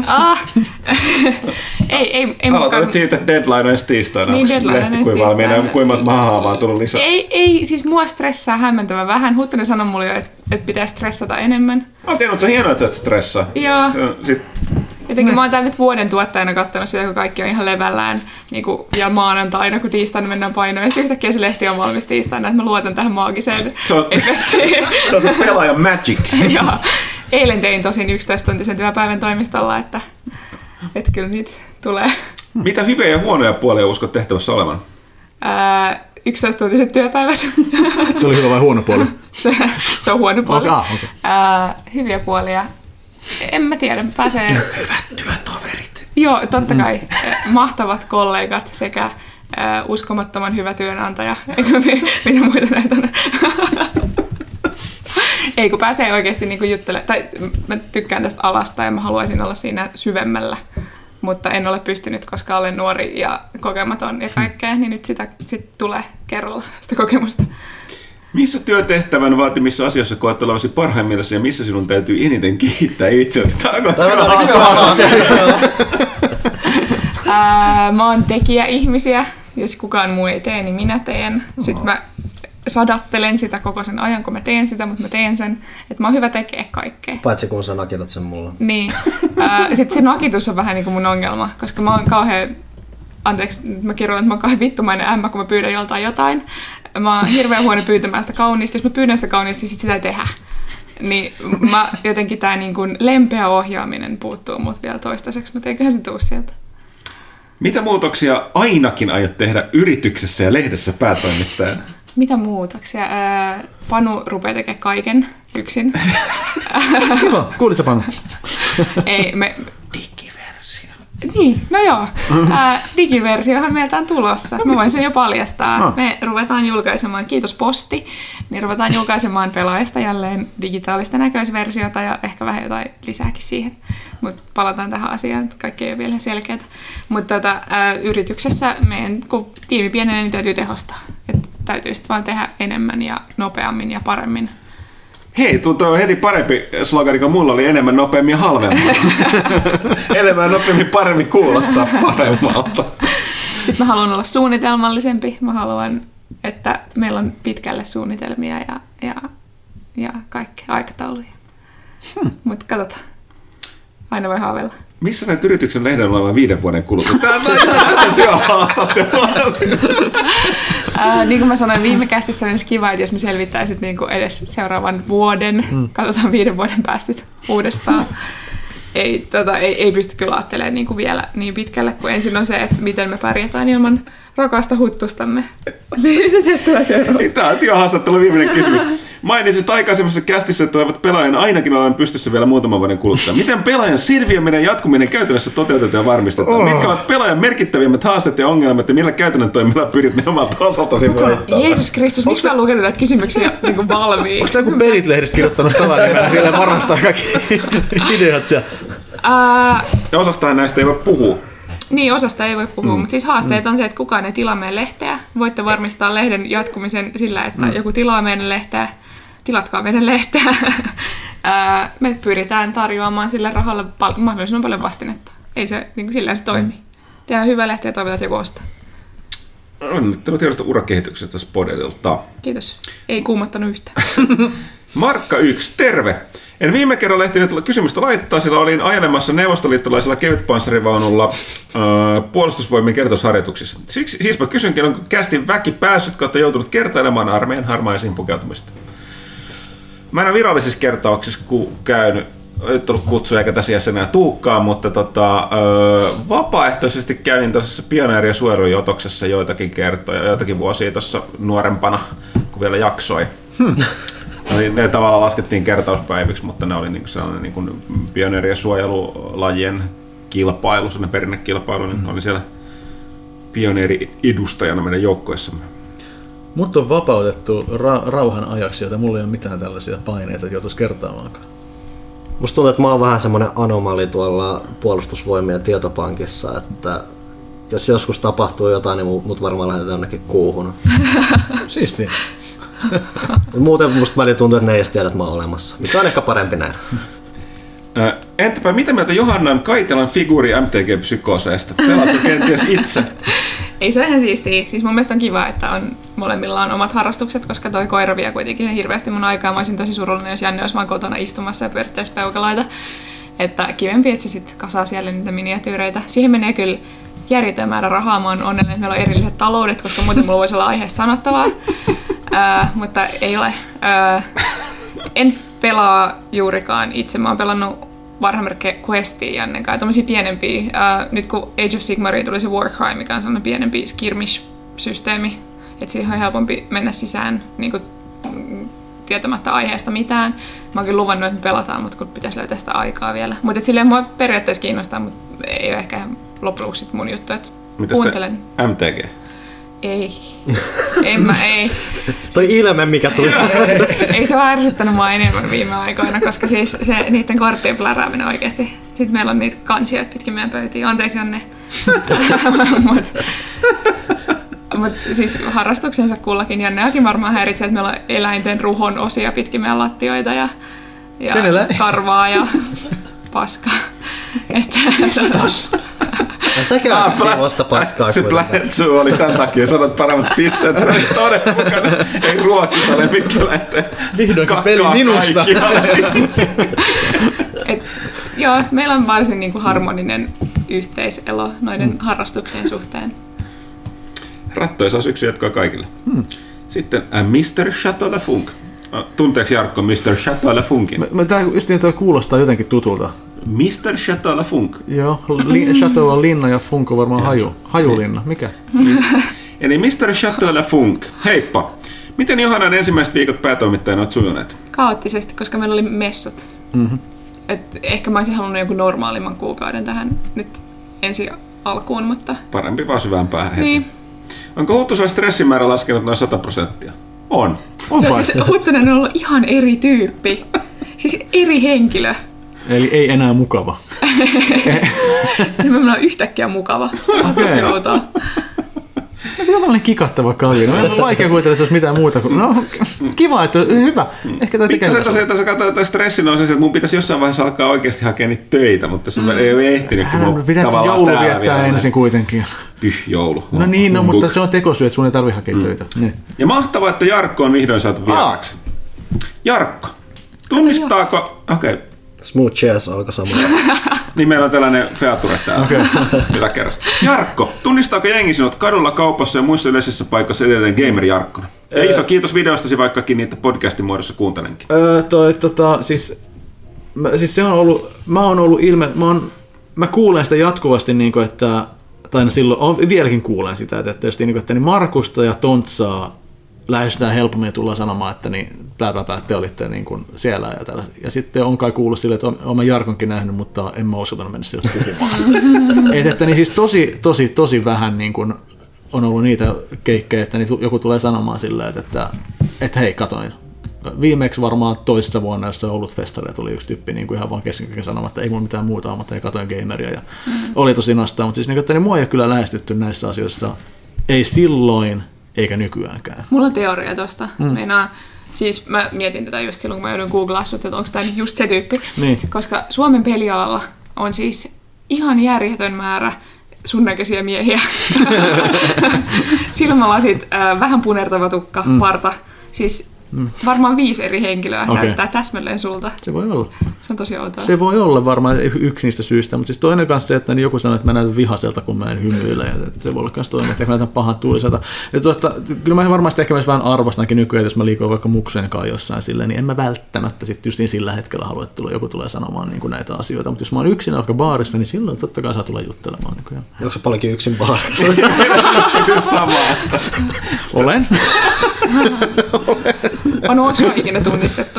Ei aloita nyt siitä, että deadline on ensi tiistaina. Niin, deadline on ensi tiistaina. Kuinka mahaa vaan tullut lisää. Ei, siis mua stressaa hämmentävän vähän. Huttunen sanoi mulle jo, että pitää stressata enemmän. Okei, mutta se on hienoa, että et stressaa. Joo. Jotenkin mä oon täällä nyt vuoden tuottajana katsonut sitä, kun kaikki on ihan levällään niin kuin vielä maanantaina, kun tiistaina mennään painoon. Ja sitten yhtäkkiä se lehti on valmis tiistaina, että mä luotan tähän maagiseen efektiin. Se on se pelaajan magic. Joo. Eilen tein tosin 11-tuntisen työpäivän toimistolla, että kyllä niitä tulee. Mitä hyviä ja huonoja puolia uskot tehtävässä olevan? 11-tuntiset työpäivät. Se oli hyvä vai huono puoli? Se on huono puoli. Okay. Hyviä puolia. En mä tiedä, pääsee... Hyvät työtoverit. Joo, totta kai. Mahtavat kollegat sekä uskomattoman hyvä työnantaja. Mitä muita näitä on? Ei, kun pääsee oikeasti niinku juttelemaan. Tai mä tykkään tästä alasta ja mä haluaisin olla siinä syvemmällä. Mutta en ole pystynyt, koska olen nuori ja kokematon ja kaikkea. Niin nyt sitä tulee kerralla sitä kokemusta. Missä työtehtävän vaatimissa asioissa koet olevasi parhaimmillasi ja missä sinun täytyy eniten kehittää itseäsi? Mä oon tekijäihmisiä. Jos kukaan muu ei tee, niin minä teen. Sitten mä sadattelen sitä koko sen ajan, kun mä teen sitä, mutta mä teen sen. Että mä oon hyvä tekee kaikkea. Paitsi kun sä nakitat sen mulle. Niin. Sitten se nakitus on vähän niin kuin mun ongelma, koska mä oon kauhean... Anteeksi, mä kirjoitan, että mä oon kauhean vittumainen ämmä, kun mä pyydän joltain jotain. Mä oon hirveän huono pyytämään sitä kauniista. Jos mä pyydän sitä kauniista, niin sitä ei tehdä. Niin jotenkin tää niin kuin lempeä ohjaaminen puuttuu mut vielä toistaiseksi, mutta eiköhän se tuu sieltä. Mitä muutoksia ainakin aiot tehdä yrityksessä ja lehdessä päätoimittajana? Mitä muutoksia? Panu rupeaa tekemään kaiken yksin. Kiva, kuulitko Panu? Ei, Niin, no joo. Digiversiohan meiltä on tulossa. Mä voin sen jo paljastaa. Me ruvetaan julkaisemaan, kiitos posti, niin ruvetaan julkaisemaan Pelaajasta jälleen digitaalista näköisversiota ja ehkä vähän jotain lisääkin siihen. Mutta palataan tähän asiaan, kaikki ei ole vielä selkeää. Mutta yrityksessä meidän, kun tiimi pienenee, niin täytyy tehostaa. Et täytyy sitten vaan tehdä enemmän ja nopeammin ja paremmin. Hei, tuo heti parempi slogani, kun mulla oli enemmän, nopeammin ja halvemmin. Enemmän, nopeammin, paremmin kuulostaa paremmalta. Sitten mä haluan olla suunnitelmallisempi. Mä haluan, että meillä on pitkälle suunnitelmia ja kaikki aikatauluja. Mutta katsotaan. Aina voi haaveilla. Missä näet yrityksen lehden olevan 5 vuoden kuluttua? Tämä on työhaastattelua. Niin kuin mä sanoin viime kästissä, olisi kiva, että jos me selvittäisit niin kuin edes seuraavan vuoden, katsotaan 5 vuoden päästä uudestaan. Ei pysty kyllä ajattelemaan niin kuin vielä niin pitkälle, kuin ensin on se, että miten me pärjätään ilman rakasta huttustamme. Mitä sieltä tulee seuraavaksi? Tämä on työhaastattelu viimeinen kysymys. Mainitsit aikaisemmassa kästissä, että toivot pelaajan ainakin olevan pystyssä vielä muutaman vuoden kuluttua. Miten pelaajan selviäminen ja jatkuminen käytännössä toteutetaan ja varmistetaan? Mitkä ovat pelaajan merkittävimmät haasteet ja ongelmat ja millä käytännön toimilla pyrit ne omalta osaltasi voittaa? Jeesus Kristus, miksi mä lukenut näitä kysymyksiä niin valmiiksi? Onko joku Pelit-lehdistä kirjoittanut salanimellä siellä varastaa kaikki ideat siellä? Ja osastahan näistä ei voi puhua. Niin, osasta ei voi puhua, mutta siis haasteet on se, että kukaan ei tilaa meidän lehteä. Voitte varmistaa lehden jatkumisen sillä, että joku tilaa meidän lehteä. Tilatkaa meidän lehteä. Me pyritään tarjoamaan sillä rahalla mahdollisimman paljon vastinetta. Ei se, niin kuin sillä se toimii. Tehdään hyvä lehti ja toivotaan, että joku ostaa. Onnittelut tiedosta urakehityksestä Spodelilta. Kiitos. Ei kuumottanut yhtään. Markka 1, terve! En viime kerralla ehtinyt kysymystä laittaa, sillä olin ajelemassa neuvostoliittolaisella kevytpanssarivaunulla puolustusvoimien kertausharjoituksissa. Siis mä kysynkin, onko kästin väki päässyt kautta joutunut kertailemaan armeijan harmaisiin pukeutumista. Mä en ole virallisissa kertauksissa käynyt, ei tullut kutsuja eikä tässä iässä enää tuukkaan, mutta vapaaehtoisesti kävin tuossa pioneeri- ja suojelujotoksessa joitakin kertoja, joitakin vuosia tuossa nuorempana, kun vielä jaksoi. Ne tavallaan laskettiin kertauspäiviksi, mutta ne oli niinku sellainen niinku pioneeri- ja suojelulajien kilpailu, sellainen perinnekilpailu, niin oli siellä pioneeri-edustajana meidän joukkoissamme. Mut on vapautettu rauhan ajaksi, joten mulla ei ole mitään tällaisia paineita, että joutuisi kertaamaankaan. Musta tuntuu, että mä oon vähän semmonen anomali tuolla puolustusvoimien tietopankissa, että jos joskus tapahtuu jotain, niin mut varmaan lähetetään jonnekin kuuhun. Siistiä. Muuten musta välillä tuntuu, että ne ei edes tiedä, että mä oon olemassa. Mikä on ehkä parempi näin. Entäpä mitä mieltä Johannan Kaitelan figuuri MTG-psykooseista? Pelaatko kenties itse? Ei se ihan siistiä. Siis mun mielestä on kiva, että molemmilla on omat harrastukset, koska toi koira vie kuitenkin hirveästi mun aikaa. Mä olisin tosi surullinen, jos Janne olisi vaan kotona istumassa ja pyörittäisi peukaloita. Että kivempi, että se sit kasaa siellä niitä miniatyyreitä. Siihen menee kyllä järjetön määrä rahaa. Mä oon onnellinen, että meillä on erilliset taloudet, koska muuten mulla voisi olla aiheessa sanottavaa. Mutta ei ole. En pelaa juurikaan itse. Mä oon pelannut Warhammer Questia Jannen kanssa, tommosia pienempiä. Nyt kun Age of Sigmaria tuli se Warcry, mikä on sellainen pienempi skirmish-systeemi, että siihen on helpompi mennä sisään niin kuin, tietämättä aiheesta mitään. Mä oon kyllä luvannut, että me pelataan, mutta kun pitäisi löytää sitä aikaa vielä. Mutta silleen mua periaatteessa kiinnostaa, mutta ei ole ehkä loppujen lopuksi mun juttu, että kuuntelen. MTG? Ei. Ei. Toi ilme, mikä tuli. Ei se vaan ärsyttänyt mua enemmän viime aikoina, koska siis se niiden korttien plärääminen oikeesti. Sitten meillä on niitä kansioita pitkin meidän pöytiin. Anteeksi Janne. Mut siis harrastuksensa kullakin. Janneakin varmaan häiritsee, että meillä on eläinten ruhon osia pitkin meidän lattioita ja karvaa ja paskaa. Sä käytit siivosta paskaa. Se Planet Zoo oli tämän takia, sanot paremmat pisteet, se oli todella mukana. Ei ruokita lemmikkeläinten. Vihdoinkin peli minusta. Joo, meillä on varsin niinku harmoninen yhteiselo noiden harrastuksien suhteen. Rattoisa syksy jatkoa kaikille. Sitten Mr. Chateau Lafunk. Tunteeko Jarkko Mr. Chateau Lafunkin? Tää just niin toi kuulostaa jotenkin tutulta. Mr. Chateau Lafunk. Joo, Chateau on linna ja Funk on varmaan hajulinna. Mikä? Eli Mr. Chateau Lafunk. Heippa! Miten Johannan ensimmäiset viikot päätoimittajana olet sujuneet? Kaoottisesti, koska meillä oli messut. Et ehkä mä olisin halunnut jonkun normaalimman kuukauden tähän nyt ensi alkuun, mutta... Parempi vaan syvään päähän heti. Niin. Onko Huttusella stressimäärä laskenut noin 100%? On. Joo, siis Huttunen on ollut ihan eri tyyppi. Siis eri henkilö. Eli ei enää mukava. Mä on yhtäkkiä mukava. Tosi outoa. Mikä on tällainen kikattava kalja? On vaikea kuvitella, että se olisi mitään muuta kuin... No, kiva, että hyvä. Ehkä tämä tekee sitä. Pikkasen tosiaan katsotaan stressin on se, että mun pitäisi jossain vaiheessa alkaa oikeasti hakea niitä töitä, mutta se ei ole ehtinyt, kun mun pitää joulu viettää ensin kuitenkin. Joulu. No niin, mutta se on tekosyy, että sun ei tarvitse hakea töitä. Niin. Ja mahtavaa, että Jarkko on vihdoin saatu vieraaksi. Jarkko, tunnistaako... Okei. Smooth Jazz alkoi samalla. Niin meillä on tällainen feature täällä. Yläkerrassa. Jarkko, tunnistaako jengi sinut kadulla, kaupassa ja muissa yleisissä paikoissa edelleen Gamer Jarkkona? Ja iso kiitos videostasi, vaikkakin niitä podcastin muodossa kuuntelenkin. Siis se on ollut, mä kuulen sitä jatkuvasti, niin kuin, että, tai silloin, vieläkin kuulen sitä, että Markusta ja Tontsaa lähestytään helpommin ja tullaan sanomaan, että niin, te olitte niin kuin siellä ja tällä. Ja sitten on kai kuullut sille, että olen Jarkonkin nähnyt, mutta en mä uskaltanut mennä sieltä puhumaan. että niin siis tosi vähän niin kuin on ollut niitä keikkejä, että joku tulee sanomaan silleen, että hei, katoin. Viimeksi varmaan toisessa vuonna, jossa on ollut festareja, tuli yksi tyyppi niin kuin ihan vaan kesken sanomaan, että ei mulla mitään muuta ammattia, niin katoin gameria ja oli tosi nastaa. Mutta siis niin, että mua ei ole kyllä lähestytty näissä asioissa, ei silloin eikä nykyäänkään. Mulla on teoria tosta. Siis mä mietin tätä just silloin, kun mä joudun googlaa sut, että onko tämä just se tyyppi. Niin. Koska Suomen pelialalla on siis ihan järjetön määrä sun näköisiä miehiä. Silmälasit, vähän punertava tukka, parta. Siis varmaan 5 eri henkilöä näyttää täsmälleen sulta. Se voi olla. Se on tosi outoa. Se voi olla varmaan yksi niistä syistä, mutta siis toinen kanssa se, että joku sanoo, että mä näytän vihaselta, kun mä en hymyile. Ja se voi olla myös toinen, että mä näytän pahan tuuliselta. Kyllä mä varmasti ehkä myös vähän arvostankin nykyään, jos mä liikun vaikka muksujen kanssa jossain silleen, niin en mä välttämättä sit just niin sillä hetkellä halua, että joku tulee sanomaan niin kuin näitä asioita. Mutta jos mä oon yksin vaikka baarissa, niin silloin totta kai saa tulla juttelemaan. Niin onko se paljonkin yksin baarissa? Olen. Onko sinua ikinä tunnistettu?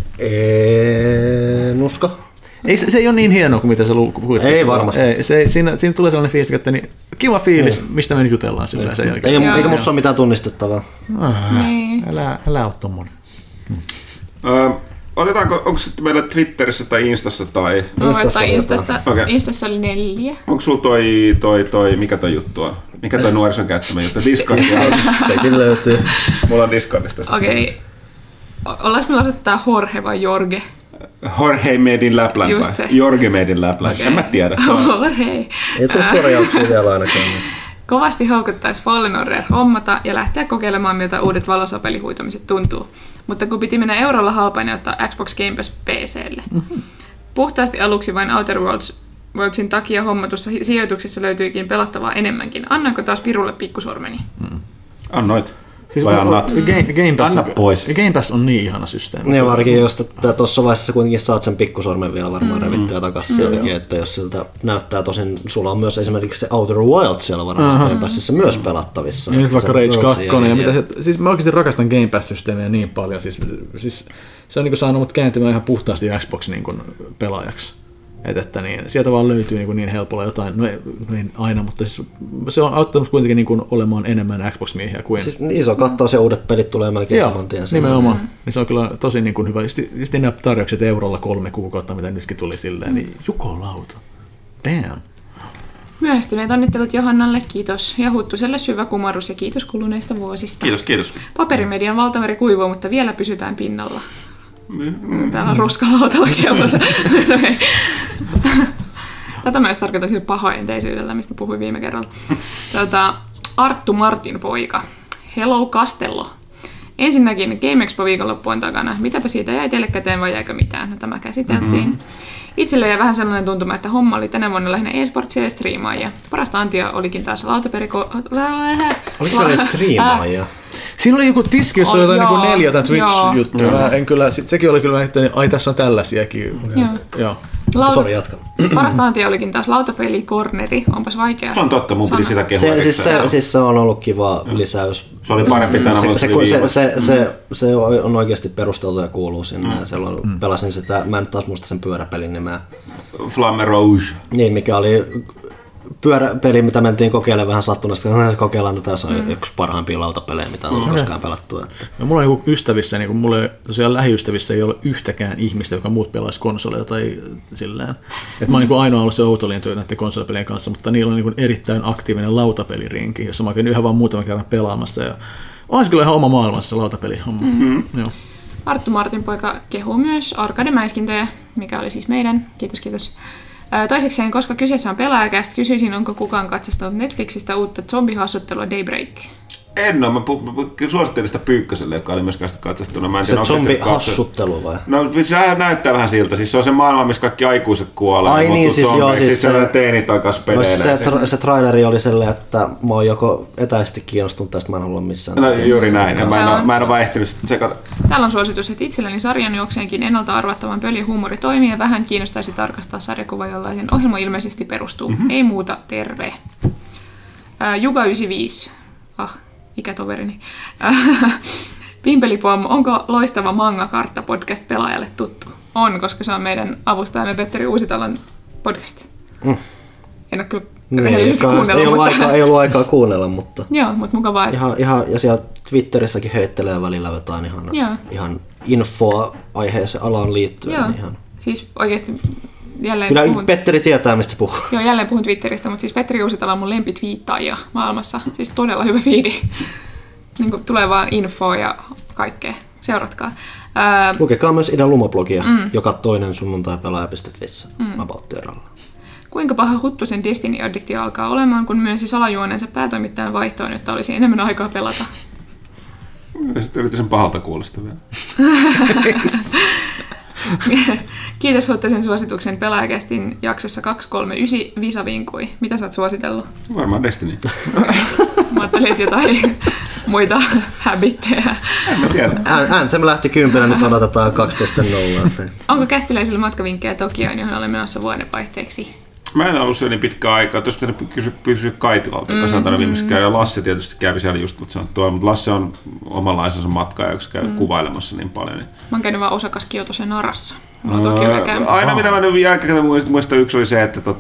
En usko. Se ei ole niin hienoa kuin mitä sä puhuit. Ei varmasti. Siinä tulee sellainen fiilis, että niin, kiva fiilis, mistä me nyt jutellaan silleen sen jälkeen. Eikä musta ole mitään tunnistettavaa. Älä ole tommonen. Onko sitten meillä Twitterissä tai Instassa tai... Instassa oli 4. Onko sulla toi, mikä toi juttu on? Mikä toi nuorison käyttämä juttu? Discord. Sekin löytyy. Mulla on Discordista. Okei. Ollaanko me lasettaa Jorge vai Jorge? Jorge made in Lapland Just vai? se. Jorge made in Lapland. En mä tiedä. Jorge. Ei tule korjauksia vielä ainakaan. Kovasti houkuttaisi Fallen Order hommata ja lähteä kokeilemaan, miltä uudet valosapelihuitomiset tuntuu. Mutta kun piti mennä eurolla halpaan ja ottaa Xbox Game Pass PC:lle. Puhtaasti aluksi vain Outer Worldsin takia hommatussa sijoituksessa löytyikin pelattavaa enemmänkin. Annanko taas pirulle pikkusormeni? Annoit. Siis vai annat? Anna pois. Game Pass on niin ihana systeemi. Niin varsinkin, jos tuossa vaiheessa kuitenkin saat sen pikkusormen vielä varmaan revittyä takaisin sieltäkin, että jos siltä näyttää tosin, sulla on myös esimerkiksi se Outer Wilds siellä varmaan Game Passissa myös pelattavissa. Ja nyt vaikka Rage 2. Siis mä oikeasti rakastan Game Pass-systeemiä niin paljon. Siis se on niin saanut mut kääntymään ihan puhtaasti Xbox niin pelaajaksi. Että niin, sieltä vaan löytyy niin helpolla jotain, no ei aina, mutta siis se on auttanut kuitenkin niin olemaan enemmän Xbox-miehiä kuin... Siis iso kattaus ja uudet pelit tulee melkein saman tien. Nimenomaan. Niin se on kyllä tosi niin kuin hyvä. Just nämä tarjoukset eurolla 3 kuukautta, mitä nytkin tuli silleen, niin jukolauta. Damn. Myöhästyneet onnittelut Johannalle, kiitos. Ja Huttuselle syvä kumarrus ja kiitos kuluneista vuosista. Kiitos. Paperimedian valtameri kuivuu, mutta vielä pysytään pinnalla. Täällä on roskalautalla kellota. Tätä mä edes tarkoitan sille pahointeisyydellä, mistä puhuin viime kerralla. Arttu Martin poika. Hello Castello. Ensinnäkin Game Expo viikonloppu on takana. Mitäpä siitä jäi teille käteen vai jäikö mitään? No, tämä käsiteltiin. Itselle jäi vähän sellainen tuntuma, että homma oli tänä vuonna lähinnä e-sportsia ja striimaajia. Parasta antia olikin taas Oliko se edes striimaajia? Siinä oli joku tiski, jossa oli jotain niin 4 Twitch-juttuja. En kyllä, sekin oli kyllä, että ai tässä on tällaisiakin. Joo. Sori, jatka. Parasta antia olikin taas lautapeli-korneri. Onpas vaikea. Se on totta, mun piti sitä kehua. Siis se on ollut kiva lisäys. Se oli parempi tänä vuonna. Se on oikeasti perusteltu ja kuuluu sinne. Pelasin sitä, mä en taas muista sen pyöräpelin nimeä. Flamme Rouge. Niin, mikä oli pyöräpeli, mitä mentiin kokeilemaan vähän sattuneesti. Kokeillaan tätä, se on yksi parhaimpia lautapelejä, mitä on koskaan pelattu. No, mulla on ystävissä, niin mulla tosiaan lähiystävissä ei ole yhtäkään ihmistä, joka muut pelaisi konsoleja tai sillään. Et mä oon niin ainoa ollut se outolien työ näiden konsolipelien kanssa, mutta niillä on niin erittäin aktiivinen lautapelirinki, jossa mä käyn yhä vaan muutaman kerran pelaamassa. Ja on se kyllä ihan oma maailmassa se lautapelihomma. Arttu Martin poika kehuu myös arcade-mäiskintöjä, mikä oli siis meidän. Kiitos. Toisekseen, koska kyseessä on pelaajakästä, kysyisin, onko kukaan katsastanut Netflixistä uutta zombihassuttelua Daybreak? En ole. Mä suosittelin sitä Pyykköselle, joka oli myös katsastuna. Se zombihassuttelu vai? No sehän näyttää vähän siltä. Siis se on se maailma, missä kaikki aikuiset kuolee. Ai niin, siis joo. Siis se teinit alkaa spedeillä. Se traileri oli sellainen, että mä oon joko etäisesti kiinnostunut tästä, mä en halua missään. No juuri näin. Mä en ole vaan ehtinyt sitä tsekata. Täällä on suositus, että itselläni sarjan jokseenkin ennalta arvattavan pöljä huumori toimii ja vähän kiinnostaisi tarkastaa sarjakuva, jollaisen ohjelma ilmeisesti perustuu. Ei muuta, terve. Juga 95. ikätoverini. Pimpelipom, onko loistava manga-kartta podcast pelaajalle tuttu? On, koska se on meidän avustajamme Petteri Uusitalon podcast. En ole kyllä rehellisesti kuunnellut. Ei ollut aikaa kuunnella, mutta... Joo, mutta mukavaa. Ihan, ja siellä Twitterissäkin heittelee välillä jotain ihan infoa aiheeseen alaan liittyen. Joo, ihan. Siis oikeasti jälleen kyllä puhun... Petteri tietää, mistä se puhuu. Joo, jälleen puhun Twitteristä, mutta siis Petteri Uusitalo on mun lempitviittaajia maailmassa. Siis todella hyvä fiidi. Niin kuin tulee vaan infoa ja kaikkea. Seuratkaa. Lukekaa myös Idän Luma-blogia, joka toinen sunnuntaipelaaja.fissä about Tieralla. Kuinka paha Huttusen Destiny-addiktio alkaa olemaan, kun myönsi salajuoneensa päätoimittajan vaihtoon, jotta olisi enemmän aikaa pelata? Sitten yritin sen pahalta kuulosta vielä. Kiitos Huttusen suosituksen Pelaajakästin jaksossa 239 Visa vinkui. Mitä sä oot suositellut? Varmaan Destiny. Mä ajattelin, että jotain muita habitteja. En mä tiedä. Anthem lähti 10, nyt odotetaan 2.0. Onko kästiläisillä matkavinkkejä Tokioon, johon olen menossa vuodenvaihteeksi? Mä en ollut siellä niin pitkään aikaa. Tuossa pitäisi kysyä Kaitilalta, joka saatana viimeksi käy. Ja Lasse tietysti kävi siellä just, mutta se on tuolla. Mutta Lasse on omanlaisensa matkaaja, joka käy kuvailemassa niin paljon. Niin. Mä oon käynyt vaan Osakassa, Kiotossa ja Narassa. Aina mitä mä nyt jälkeen muistan, yksi oli se, että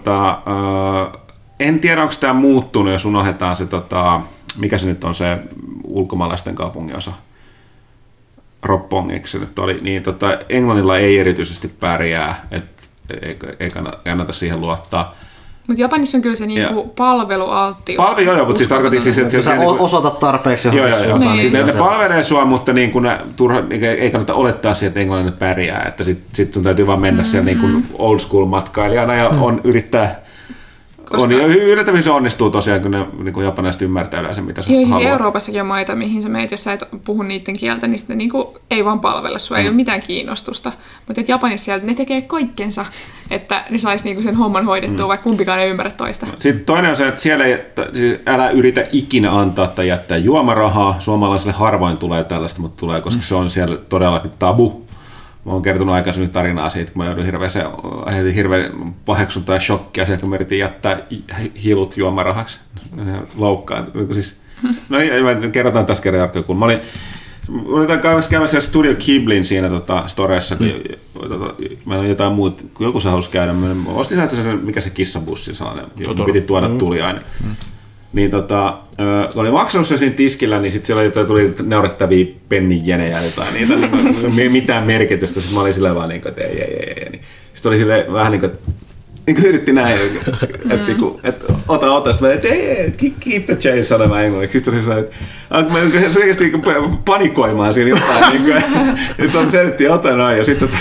en tiedä, onko tämä muuttunut, jos unohdetaan se, mikä se nyt on se ulkomaalaisten kaupunginosa. Roppongiksi se nyt oli. Niin, Englannilla ei erityisesti pärjää, että ei kannata siihen luottaa. Mutta Japanissa on kyllä se niinku palvelualtti. Joo, mutta siis tarkoitin siis, että... Sä osoitat tarpeeksi johonkin suuntaan. Niin. Ne palvelee sua, mutta niin kun, ei kannata olettaa siihen, että englannin pärjää. Että sit sun täytyy vaan mennä siellä niin kuin old school matkailijana ja yrittää... Yllättävän se onnistuu tosiaan, kun ne niin japanilaiset ymmärtää yleensä, mitä sä haluat. Siis Euroopassakin on maita, mihin sä meet, jos sä et puhu niiden kieltä, niin sitten niin ei vaan palvella sua, ei ole mitään kiinnostusta. Mutta Japanissa sieltä ne tekee kaikkensa, että ne sais niin sen homman hoidettua, vaikka kumpikaan ei ymmärrä toista. Sitten toinen on se, että siellä älä yritä ikinä antaa tai jättää juomarahaa. Suomalaisille harvoin tulee tällaista, mutta tulee, koska se on siellä todellakin tabu. Mä oon kertonut aikaisemmin tarinaa siitä, kun mä joudun hirveän paheksuntaa ja shokkia sieltä, kun mä yritin jättää hilut juomarahaksi. Loukkaan. Siis, kerrotaan tässä kerran Jarkko, kun mä olin käymässä siellä Studio Ghiblin siinä storessa, kun mä olin jotain muuta, kun joku se halusi käydä. Mä ostin sieltä mikä se kissabussi sellainen, joka piti tuoda tuliaine. Niin oli maksanut se siinä tiskillä, niin sitten siellä tuli naurettavia pennijenejä jotain, niitä mitään merkitystä. Sitten mä olin silleen vaan niin kuin, että ei. Sitten oli silleen vähän niin kuin yritti näin, että ota. Sitten mä että ei, keep the change, sanoin mä englanniksi. Sitten oli silleen, että mä selkeästi panikoimaan siinä jotain, että se selitti ota noin. Ja sitten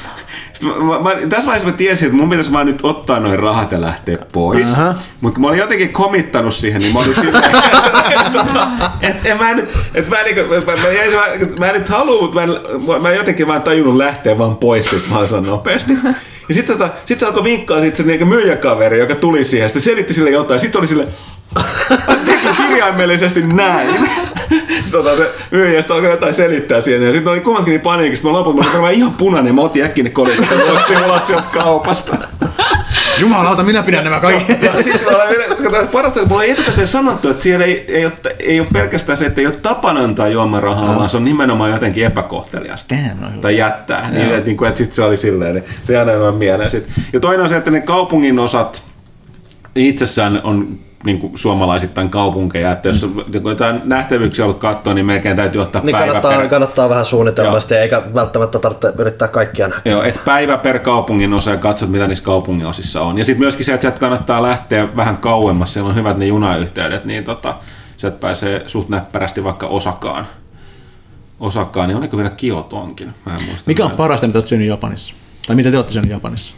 tässä vaiheessa mä tiesin, että mun pitäisi vaan nyt ottaa noin rahat ja lähteä pois. Mutta kun mä olin jotenkin komittanut siihen, niin mä olin silleen, että mä en nyt halua, mutta mä jotenkin vaan tajunnut lähteä vaan pois siitä mahdollisimman nopeasti. Ja sitten se alkoi vinkkaa se myyjäkaveri, joka tuli siihen, sitten selitti sille jotain, ja sitten oli silleen, kirjaimellisesti näin. Sitten se myyjä alkoi jotain selittää siihen, ja sitten oli kummatkin niin paniikista, mä lopulta mä olin ihan punainen, mä otin äkkiä ne kodit, että voiko ulos sieltä kaupasta. Jumalauta, minä pidän nämä kaikki. Parasta, että mulla ei etukäteen sanottu, että siellä ei ole pelkästään se, että ei ole tapana antaa juomarahaa, vaan se on nimenomaan jotenkin epäkohteliasta. Tai jättää. Että sitten se oli silleen, niin se jää näin mieleen. Ja toinen on se, että ne kaupungin osat itsessään on niin kuin suomalaisittain kaupunkeja, että jos jotain nähtävyyksiä haluat katsoa, niin melkein täytyy ottaa niin kannattaa vähän suunnitelmasti, eikä välttämättä tarvitse yrittää kaikkia nähdä. Joo, että päivä per kaupungin osa ja katsot, mitä niissä kaupungin osissa on. Ja sitten myöskin se, että sieltä kannattaa lähteä vähän kauemmas, siellä on hyvät ne junayhteydet, niin sieltä pääsee suht näppärästi vaikka Osakaan, niin onko vielä Kiotoonkin? Mä en muista. Mikä on parasta, mitä olet syönyt Japanissa? Tai mitä te olette syönyt Japanissa?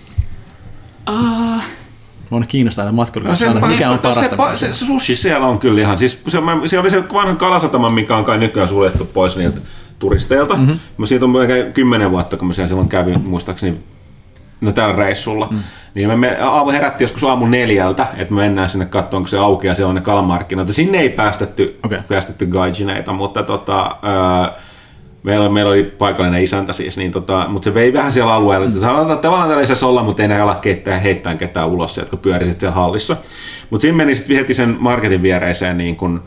Mua kiinnostaa matkailussa, mikä on parasta. Se sushi siellä on kyllä ihan, siis se oli se vanhan Kalasataman, mikä on kai nykyään suljettu pois niiltä turisteilta. Siitä on 10 vuotta, kun mä siellä silloin kävin, muistaakseni, tällä reissulla. Niin me herättiin joskus aamu 4, että me mennään sinne katsomaan, kun se auki ja siellä on ne kalamarkkinoita. Sinne ei päästetty gaijineita, mutta meillä oli paikallinen isäntä siis, niin mutta se vei vähän siellä alueella. Sanotaan, että tavallaan tällaisessa olla, mutta ei näin ala heittää ketään ulos sieltä, kun pyörisit siellä hallissa. Mutta siinä meni sitten heti sen marketin viereiseen niin kun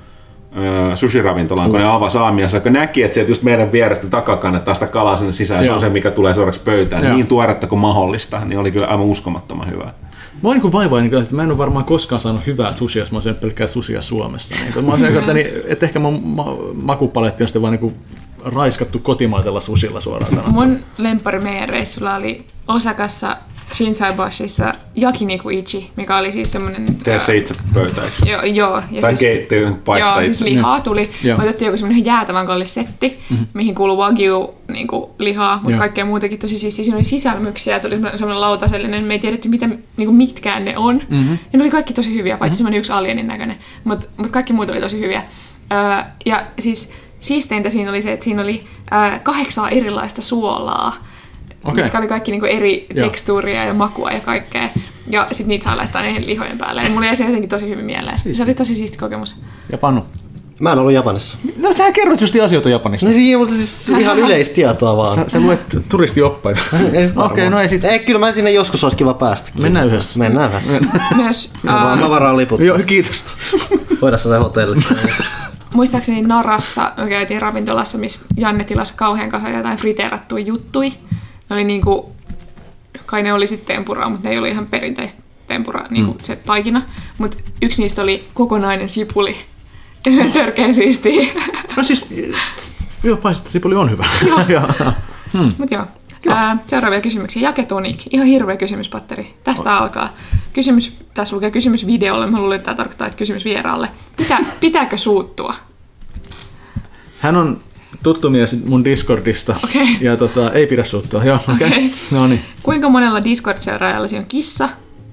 sushi-ravintolaan, kun ne avasi aamiaisen, kun näki, että sieltä just meidän vierestä takakannettaa sitä kalaa sinne sisään, se on se, mikä tulee suoraksi pöytään, niin tuoretta kuin mahdollista, niin oli kyllä aivan uskomattoman hyvää. Mä oon niin vaivainen, että mä en ole varmaan koskaan saanut hyvää sushia, jos mä oon syönyt pelkkää sushia Suomessa. Mä oon että ehkä mun makupaletti on sitten vaan niin raiskattu kotimaisella sushilla suoraan sanottuna. Mun lemppari meidän reissulla oli Osakassa Shinsaiboshissa Yakiniku Ichi, mikä oli siis semmoinen... Tee se itse pöytäiksi. Joo. Tai siis, keittiö paistaa itse. Siis lihaa tuli. Otettiin joku semmoinen jäätävän kallis setti, mihin kuului wagyu niinku, lihaa, mutta kaikkea muutakin tosi siistiä. Siinä oli sisälmyksiä, tuli semmoinen lautasellinen, me ei tiedetty mitkään ne on. Ja ne oli kaikki tosi hyviä, paitsi semmoinen yksi alienin näköinen, mutta kaikki muut oli tosi hyviä. Ja siis siisteintä siinä oli se, että siinä oli 8 erilaista suolaa. Mitkä oli kaikki niinku eri tekstuuria ja makua ja kaikkea. Ja sit niitä saa laittaa niihin lihojen päälle. Ja mulla jäi se jotenkin tosi hyvin mieleen. Se oli tosi siisti kokemus. Ja Panu? Mä en ollut Japanissa. No sähän kerrot just asioita Japanista. No siinä, mutta siis ihan yleistietoa vaan. Sä luet turistioppaita. Okei, no ei sit. Ei, kyllä mä sinne joskus olisi kiva päästä. Mennään yhdessä. Myös, mä varaan liput. Joo, kiitos. Voidaan se hotelli. Muistaakseni Narassa me käytiin ravintolassa, missä Janne tilasi kauhean kanssa jotain friteerattuja juttui. Ne oli niinku, kai ne oli sitten tempuraa, mutta ne ei ollut ihan perinteistä tempuraa, niinku se taikina. Mutta yksi niistä oli kokonainen sipuli. Ja se törkeä siistiä. No siis, joo, paistettu sipuli on hyvä. Mut joo. Seuraavia kysymyksiä. Jaketonik. Ihan hirveä kysymys, Patteri. Tästä alkaa. Tässä lukee kysymys videolle. Mä luulen, että tämä tarkoittaa, että kysymys vieraalle. Pitääkö suuttua? Hän on tuttu mies mun Discordista. Okay. Ja ei pidä suuttua. Joo, okay. No niin. Kuinka monella Discord-seuraajallasi on kissa?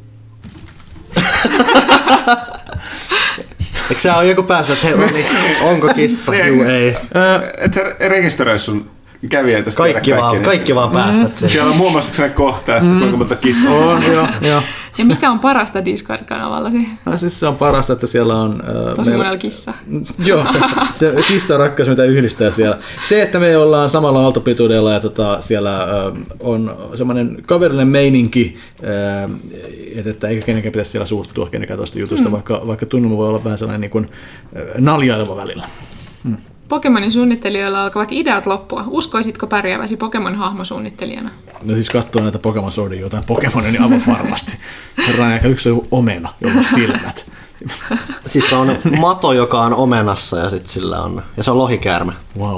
Eikö sä ole joku päässyt, että hei, onko kissa? Juu, ei. Et sä rekisteröi sun kävijäitä. Kaikki vaan päästät sen. Siellä on muun muassa sellainen kohta, että kuinka monta kissaa on. Joo. Ja mikä on parasta Discord-kanavallasi? No, siis se on parasta, että siellä on... Tosi monella kissa. Joo, se kissa on rakkaus, mitä yhdistää siellä. Se, että me ollaan samalla aaltopituudella ja siellä on semmoinen kaverillinen meininki, että eikä kenenkään pitäisi siellä suuttua kenenkään toista jutusta, vaikka tunnelma voi olla vähän sellainen niin kuin naljaileva välillä. Pokemonin suunnittelijoilla alkavat ideat loppua. Uskoisitko pärjääväsi Pokemon-hahmosuunnittelijana? No siis katsoo näitä Pokemon Swordin jotain Pokemonia, niin aivan varmasti. Herran aika yksi on omena, jolla on silmät. Siis se on mato, joka on omenassa ja sit sillä on... Ja se on lohikäärme. Wow.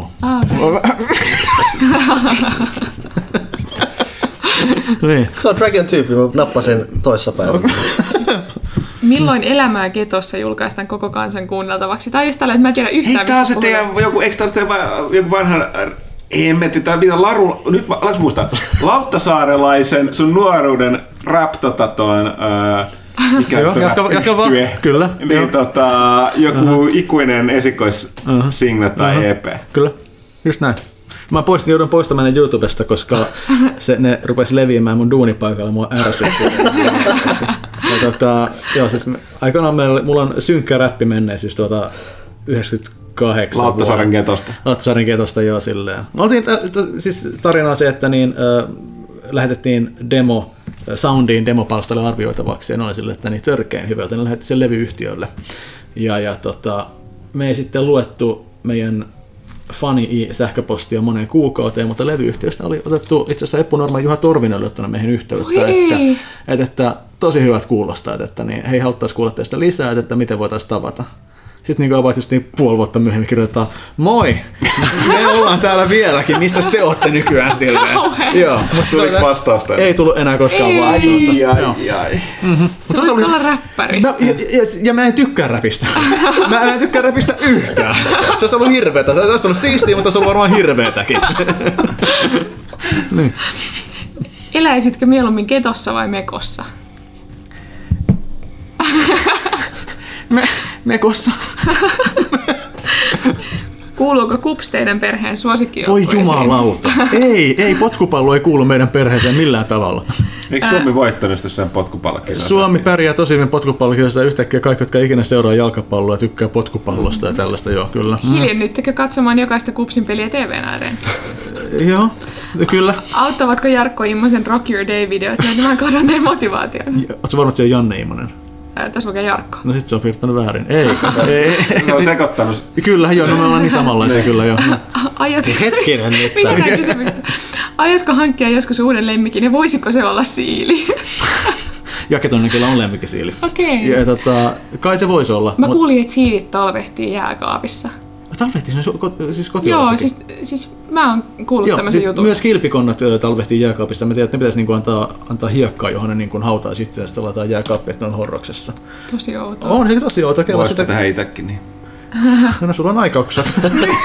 Niin. Se on Dragon-tyyppi, mä nappasin toissapäivänä. Milloin Elämää getossa julkaistaan koko kansan kuunneltavaksi? Tai just tällä, että mä en tiedä yhtään, mistä se teidän eikö joku vanhan emmetti, tai mitä nyt mä muistan, Lauttasaarelaisen sun nuoruuden rap-toon, mikä kyllä. Niin joku ikuinen esikoissingle tai EP. Kyllä, just näin. Mä joudun poistamaan ne YouTubesta, koska ne rupesi leviämään mun duunipaikalla, mua ärsytti. Joo, siis aikanaan mulla on synkkä räppi menneisyys 98 Lauttasaaren getosta. Lauttasaaren getosta, joo, silleen. Siis tarina on se, että lähetettiin Soundiin demopalstalle arvioitavaksi, ja ne oli silleen, että niin törkein hyvä, joten ne lähetti sen levyyhtiölle. Me ei sitten luettu meidän fani-sähköpostia moneen kuukauteen, mutta levyyhtiöstä oli otettu itse asiassa Eppu Norman Juha Torvinen oli ottanut meihin yhteyttä, että tosi hyvät kuulostaa, että niin, hei, haluttaisi kuulla teistä lisää, että miten voitaisiin tavata. Sitten niin avaat just niin puoli vuotta myöhemmin kirjoitetaan, moi, me ollaan täällä vieläkin, mistä te ootte nykyään silleen. Joo, mutta tuliko vastausta? Ei tullut enää koskaan vastausta. Se voisi olla räppäri. Ja mä en tykkää räpistä. Mä en tykkää räpistä yhtään. Se olisi ollut hirveetä. Se olisi ollut siistiä, mutta se on varmaan hirveetäkin. Niin. Eläisitkö mieluummin getossa vai mekossa? Mekossa. Kuuluuko kups teidän perheen suosikkijoukkueisiin? Voi jumalauta. Ei, potkupallo ei kuulu meidän perheeseen millään tavalla. Eikö Suomi voittanut jossain potkupallokisoissa? Suomi pärjää tosi hyvin potkupallokisoissa. Yhtäkkiä kaikki, jotka ikinä seuraa jalkapalloa ja tykkää potkupallosta ja tällaista, joo, kyllä. Hiljennyttekö katsomaan jokaista kupsin peliä TV:n ääreen? Joo, kyllä. Auttavatko Jarkko Immosen Rock Your Day-videot näin kadonneen motivaation? Oletko varma, että se on Janne Immonen? Tässä lukee Jarkko. No sit se on piirtänyt väärin. Ei. Se on sekoittanut. Kyllä, joo, no me ollaan niin samanlaisia kyllä joo. Hetkinen nyt. Mitään kysymystä. Aiotko hankkia joskus uuden lemmikin ja voisiko se olla siili? Jaketonen kyllä on lemmikkisiili. Okei. Ja kai se voisi olla. Mä kuulin, että siilit talvehtii jääkaapissa. Talvehtii siis kotiolossakin? Joo, siis mä oon kuullut tämmöisen jutun. Myös kilpikonnat talvehtii jääkaapissa. Mä tiedän, että ne pitäisi niinku antaa hiekkaa, johon ne niinku hautaisi itse ja sitten laitetaan jääkaappi, että ne on horroksessa. Tosi outoa. On se tosi outoa. Voisiko tehdä itsekin niin? No sulla on aikaukset.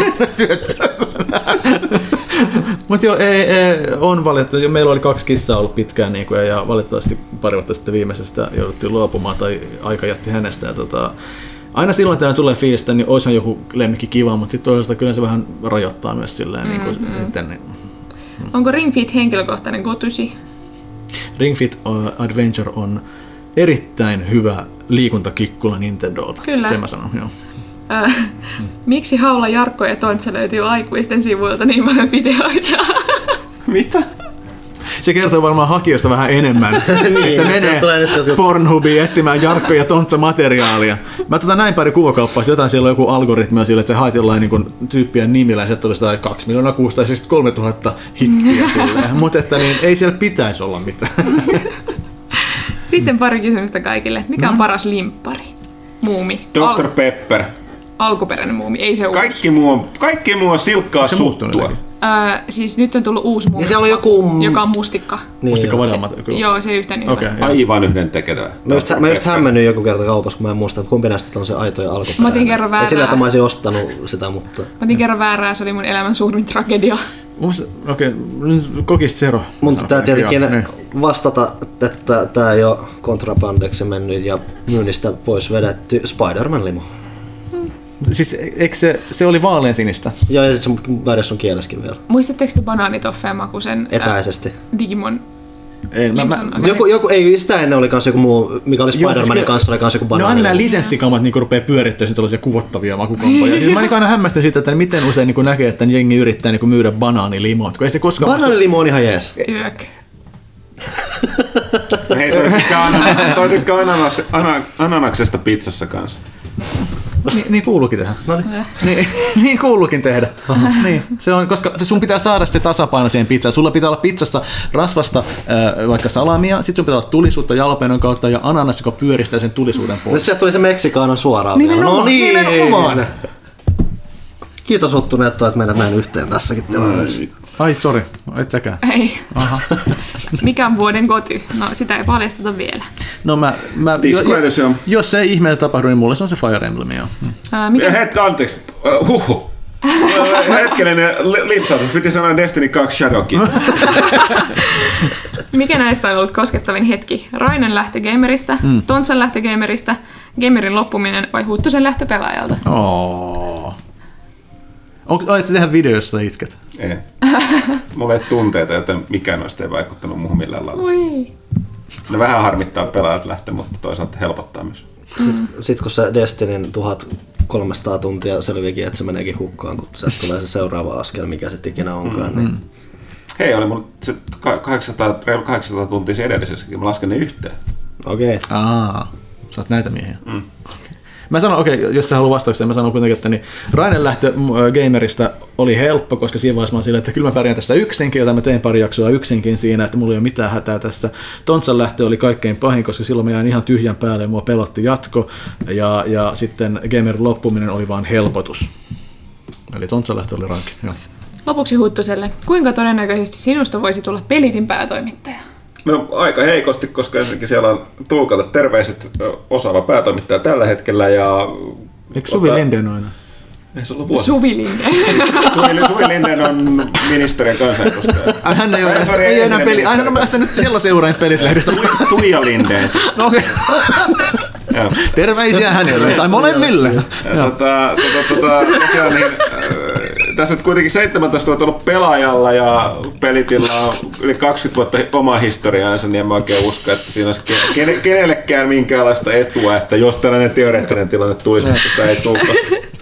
Mutta joo, on valitettavasti. Meillä oli 2 kissaa ollut pitkään niin kuin, ja valitettavasti pari vuotta sitten viimeisestä jouduttiin luopumaan tai aika jätti hänestä. Ja aina silloin täällä tulee fiilistä, niin olisihan joku lemmikki kiva, mutta sitten toisaalta kyllä se vähän rajoittaa myös silleen. Niin kuin, Onko Ring Fit henkilökohtainen gotysi? Ring Fit Adventure on erittäin hyvä liikuntakikkula Nintendolta. Kyllä. Sen mä sanon, joo. Miksi Haula, Jarkko ja Tontsa löytyy aikuisten sivuilta niin paljon videoita? Mitä? Se kertoo varmaan hakijoista vähän enemmän. Niin, että menee Pornhubiin etsimään Jarkko ja Tontsa materiaalia. Mä näin pari kuvakauppaa, jotain siellä on joku algoritmi sille, että sä haet jollain niin tyyppien nimillä ja sieltä tuli sitä 2 600 tai siis 3 000 hittiä silleen. Mutta että niin, ei siellä pitäisi olla mitään. Sitten pari kysymystä kaikille. Mikä on paras limppari? Muumi. Dr. Pepper. Alkuperäinen muumi, ei se uusi. Kaikki muu on silkkaa suttua. Siis nyt on tullut uusi muumi, siellä on joku... joka on mustikka. Niin, mustikka vadalmat. Joo, se yhtä niin okay, hyvä. Aivan yhdentekevä. Mä just hämmennyin joku kerta kaupassa, kun mä en muista, että kumpi näistä on se aito ja alkuperäinen. Mä otin kerran väärää. Ei sillä, että mä olisin ostanut sitä, mutta... Mä otin kerran väärää, se oli mun elämän suurin tragedia. Okei, kokista Zero. Mun pitää tietenkin vastata, että tää ei ole kontrabandeksi mennyt ja myynnistä pois vedetty Spider-Man limo. Siis eikö se oli vaaleansinistä? Joo, ja sitten se värissä on kieleskin vielä. Muistatteko te banaanitoffeen makuisen etäisesti? Digimon? Ei, joku, ei, sitä ennen oli kans joku muu, mikä oli Spider-Manin kanssa, oli kans joku banaani. No aina nämä lisenssikamat niin rupeaa pyörittämään tällaisia kuvottavia makukampoja. Siis mä aina hämmästyn siitä, että miten usein niin näkee, että jengi yrittää niin myydä banaanilimoa. Ei se koskaan... Banaanilimo on ihan jees. Yök. Hei, toi tykkää ananaksesta pizzassa kanssa. Niin kuuluukin tehdä. Niin kuuluukin tehdä. Niin, se on, koska sun pitää saada se tasapaino siihen pizzaan. Sulla pitää olla pizzassa rasvasta vaikka salamia, sit sun pitää olla tulisuutta jalapeenon kautta ja ananas, joka pyöristää sen tulisuuden pois. Sieltä tuli se Meksikaanon suoraan. Nimenomaan. Kiitos Huttuneetto, että meidät näin yhteen tässäkin tilanteessa. Ai sori, et säkään. Ei. Aha. Mikä on vuoden goty? No sitä ei paljasteta vielä. No jos se ei ihmeellä tapahdu, niin mulle se on se Fire Emblem. Anteeksi. Hetkinen lipsautus. Piti sanoa Destiny 2 Shadowkin. Mikä näistä on ollut koskettavin hetki? Rainen lähtö gamerista, Tontsan lähtö gamerista, gamerin loppuminen vai Huttusen lähtö pelaajalta? Oletko tehdä video, jossa sä itket? Ei. Mulla ei tunteita, joten mikään noista ei vaikuttanut muuhun millään lailla. Oi. Ne vähän harmittaa pelaajat lähteä, mutta toisaalta helpottaa myös. Sitten kun se Destinyn 1300 tuntia selviäkin, että se meneekin hukkaan, kun se tulee se seuraava askel, mikä se ikinä onkaan. Niin... Hei, oli mulla 800 tuntia se edellisessäkin. Mä lasken ne yhteen. Okei. Sä oot näitä miehiä. Mä sanon, jos sä haluat vastauksia, mä sanon kuitenkin, että niin Rainen lähtö gamerista oli helppo, koska siinä vaiheessa mä oon silleen, että kyllä mä pärjään tässä yksinkin, jota mä tein pari jaksoa yksinkin siinä, että mulla ei ole mitään hätää tässä. Tontsan lähtö oli kaikkein pahin, koska silloin mä jäin ihan tyhjän päälle ja mua pelotti jatko, ja sitten gamerin loppuminen oli vaan helpotus. Eli Tontsan lähtö oli rankki, joo. Lopuksi Huttuselle, kuinka todennäköisesti sinusta voisi tulla Pelitin päätoimittaja? No aika heikosti, koska ensinnäkin siellä on Tuukalle terveiset, osaava päätoimittaja tällä hetkellä ja... Eikö Suvi Linden aina? Ei se ollut vuosi. Suvi Linden. Suvi Linden on ministeriön kansanedustaja. Hän ei enää peli. Hän on lähtenyt silloin seuraajan pelit-lehdistä. Tuija Linden. No okei. Terveisiä hänelle, tai molemmille. Tosiaan niin... Tässä nyt kuitenkin 17 vuotta ollut pelaajalla ja Pelitillä on yli 20 vuotta omaa historiaansa, niin en mä oikein usko, että siinä olisi kenellekään minkäänlaista etua, että jos tällainen teoreettinen tilanne tulisi, mutta sitä ei tule.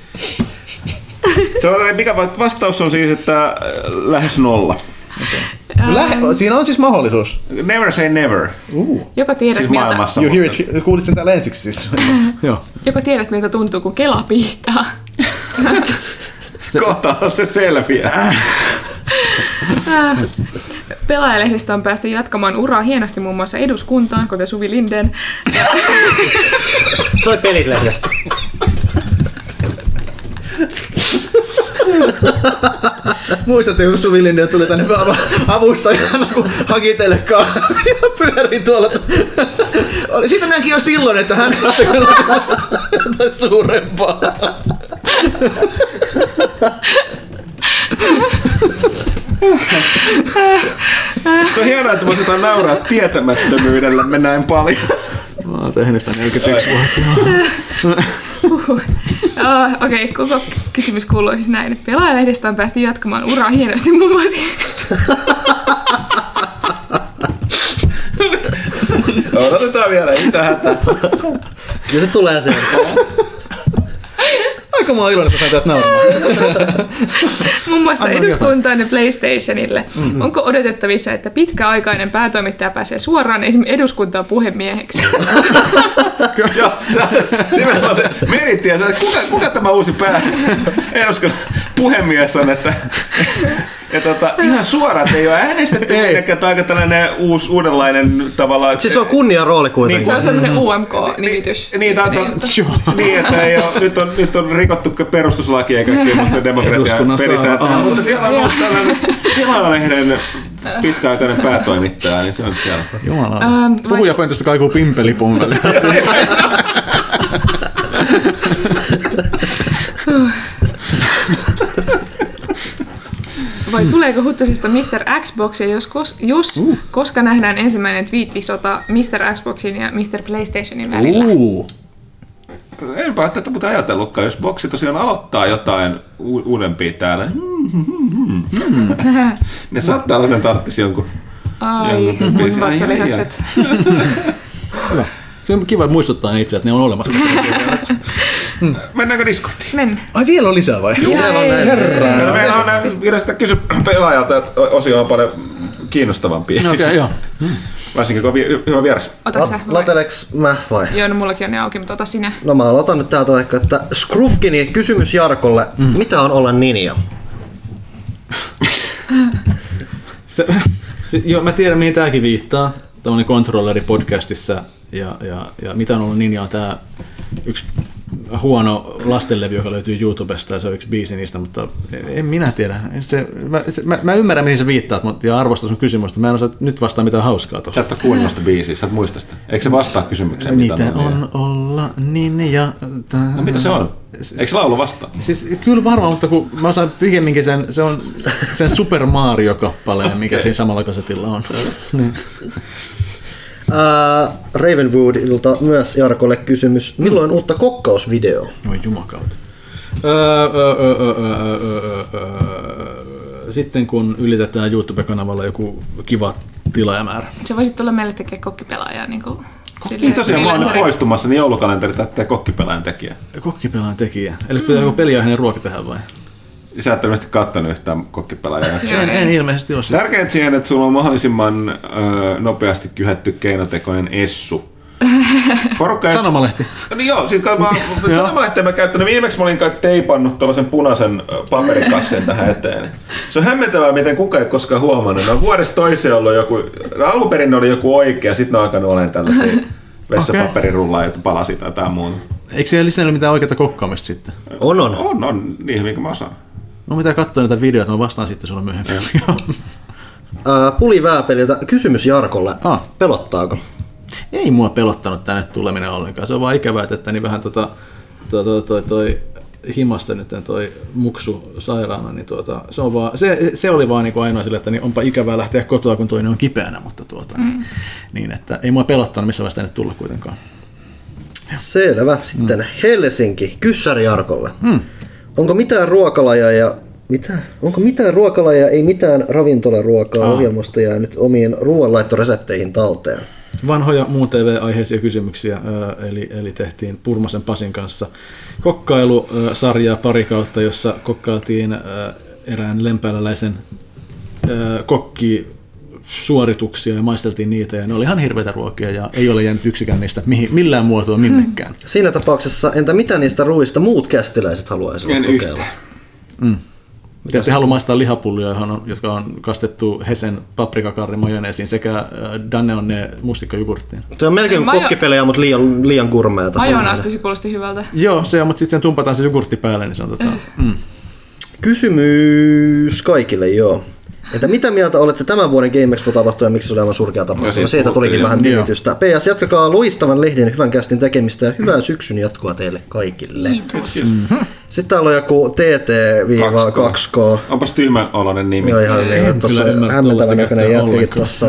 Mikä vastaus on siis, että lähes 0. Siinä on siis mahdollisuus. Never say never. Joko tiedät, Siis miltä, maailmassa. You hear it, kuulit sen täällä ensiksi siis. Joo. joko tiedät, miltä tuntuu, kun Kela piihtaa. Kohta on se selviä. Pelaajalehdestä on päästy jatkamaan uraa hienosti muun muassa eduskuntaan, kuten Suvi Lindén. Se oli Pelilehdestä. Muistatte, kun Suvi Lindén tuli tänne avustajana, kun haki teille kahvia ja pyöri tuolla. Siitä näki jo silloin, että hän on kyllä jotain suurempaa. Se on hienoa, että voisitaan nauraa tietämättömyydellä me näin paljon. Mä oon tehnyt sitä 41 vuotta. Okei, koko kysymys kuuluu siis näin. Pelaajalehdestä on päästy jatkamaan uraa hienosti muun muassa. Odotetaan vielä, ei mitään hätää. Kyllä se tulee sieltä. Aika mä oon iloinen, että saan täältä nauramaan. Muun muassa eduskuntaan ja PlayStationille. Onko odotettavissa, että pitkäaikainen päätoimittaja pääsee suoraan esimerkiksi eduskuntaan puhemieheksi? Joo, nimenomaan se meritti, että kuka tämä uusi eduskunnan puhemies on, että ihan suoraan, että ei ole äänestetty minnekään, tai aika tällainen uudenlainen tavallaan. Siis se on kunnia rooli kuitenkin. Se on sellainen UMK-nimitys. Niin, että ei ole, nyt on rikottu perustuslaki eikä kaikkea demokratian perisääntöjä. Mutta siellä on ollut tällainen Kela-lehden pitkäaikainen päätoimittaja, niin se on siellä. Jumala. Puhujapöntöstä kaikuu pimpelipumpeli. Vai tuleeko Huttosesta Mr. Xbox, ja koska nähdään ensimmäinen twiittisota Mr. Xboxin ja Mr. PlayStationin välillä? Enpä tätä muuten ajatellutkaan, jos boksi tosiaan aloittaa jotain uudempia täällä. Ne saattaa olla, että tarvitsisi jonkun. Ai, mun vatsalihakset. Hyvä. Se on kiva muistuttaa itse, että ne on olemassa. Mennäänkö Discordiin? Mennään. Ai vielä on lisää vai? Vielä on näin. Herra. Meillä on näin, sitä kysy pelaajalta, että osio on paljon kiinnostavampi. Okei, joo. Varsinkin kun on hyvä vieras. Otatko sä? Lateleks mä vai? Joo, no mullakin on ne auki, mutta ota sinä. No mä aloitan nyt täältä vaikka, että Scrufkini kysymys Jarkolle. Mitä on olla ninja? Joo, mä tiedän mihin tääkin viittaa. Tällainen kontrolleri podcastissa. Ja mitä on ollut ninja on tää yksi huono lastenlevy, joka löytyy YouTubesta, ja se on yksi biisi niistä, mutta en minä tiedä. Mä ymmärrän, mihin sä viittaat, ja arvostan sun kysymystä. Mä en osaa nyt vastaa mitään hauskaa tuossa. Sä et ole kuunnellut sitä biisiä, sä et muista sitä. Eikö se vastaa kysymykseen? Mitä on olla ninja? No mitä se on? Eikö se laulu vastaa? Siis kyllä varmaan, mutta kun mä osaan pikemminkin se on sen Super Mario-kappaleen, mikä siinä samalla kasetilla on. Niin. Ravenwoodilta myös Jarkolle kysymys. Milloin uutta kokkausvideo? Oi jumakautta. Sitten kun ylitetään YouTube-kanavalla joku kiva tilaajamäärä. Se voisit tulla meille tekemään kokkipelaajaa. Niin tosiaan mä oon nyt poistumassa, niin joulukalenteri täyttää kokkipelaajan tekijä. Kokkipelaajan tekijä. Eli pitää joku peliaiheinen ruoka tehdä vai? Sä et ilmeisesti kattonut yhtään kokkipelaajaa. En ilmeisesti ole. Tärkeintä siihen, että sulla on mahdollisimman nopeasti kyhätty keinotekoinen essu. Sanomalehti. Niin joo, siis sanomalehtiä mä käyttänyt. Viimeksi mä olin kai teipannut tällaisen punaisen paperikassen tähän eteen. Se on hämmentävää, miten kukaan ei koskaan huomannut. No vuodesta toiseen ollut joku, alun perin oli joku oikea, sitten on alkanut olemaan tällaisia vessapaperirullaa, joita palasi tai jotain muuta. Eikö siellä lisännyt mitään oikeaa kokkaamista sitten? On, niin minkä mä osaan. No mitä katsoa näitä videoita, mä vastaan sitten sulle myöhemmin. Puli Vääpeliltä kysymys Jarkolle. Pelottaako? Ei mua pelottanut tänne tuleminen ollenkaan. Se on vaan ikävää, että niin vähän toi himasta nyt toi muksu sairaana, niin se, on vaan, se oli vaan niin ainoa sille, että niin onpa ikävää lähteä kotoa, kun toinen on kipeänä, mutta niin, että ei mua pelottanut missä vaiheessa tänne tulla kuitenkaan. Selvä. Sitten Helsinki, kyssäri Jarkolle. Onko mitään ruokalajia, ei mitään ravintolaruokaa ohjelmasta jäänyt omien ruoanlaittoresepteihin talteen? Vanhoja muun TV-aiheisia kysymyksiä, eli tehtiin Purmasen Pasin kanssa kokkailusarjaa pari kautta, jossa kokkailtiin erään lempääläläisen suorituksia ja maisteltiin niitä ja ne oli ihan hirveitä ruokia ja ei ole jäänyt yksikään niistä millään muotoa minnekään. Siinä tapauksessa, entä mitä niistä ruuista muut kästiläiset haluaisivat kokeilla? Tietysti haluaa maistaa lihapullia, jotka on kastettu Hesen paprikakarri majoneesiin sekä Danone mustikkajogurttiin. Tuo on melkein kokkipelejä, mutta liian gurmeata. Majonaasti se kuulosti hyvältä. Joo, se on, mutta sitten tumpataan se jogurtti päälle, niin se on Kysymys kaikille, joo. Että mitä mieltä olette tämän vuoden Game Expo-tapahtuma ja miksi se oli aivan surkea tapahtuma? Siitä tulikin vähän tilitystä. PS, jatkakaa loistavan lehden hyvän kästin tekemistä ja hyvää syksyn jatkoa teille kaikille. Kiitos. Sitten täällä on joku TT-2K. Onpas tyhmän oloinen nimi. Joo, ihan niin. Tuossa hämmentävän näköinen jätkäkin tuossa.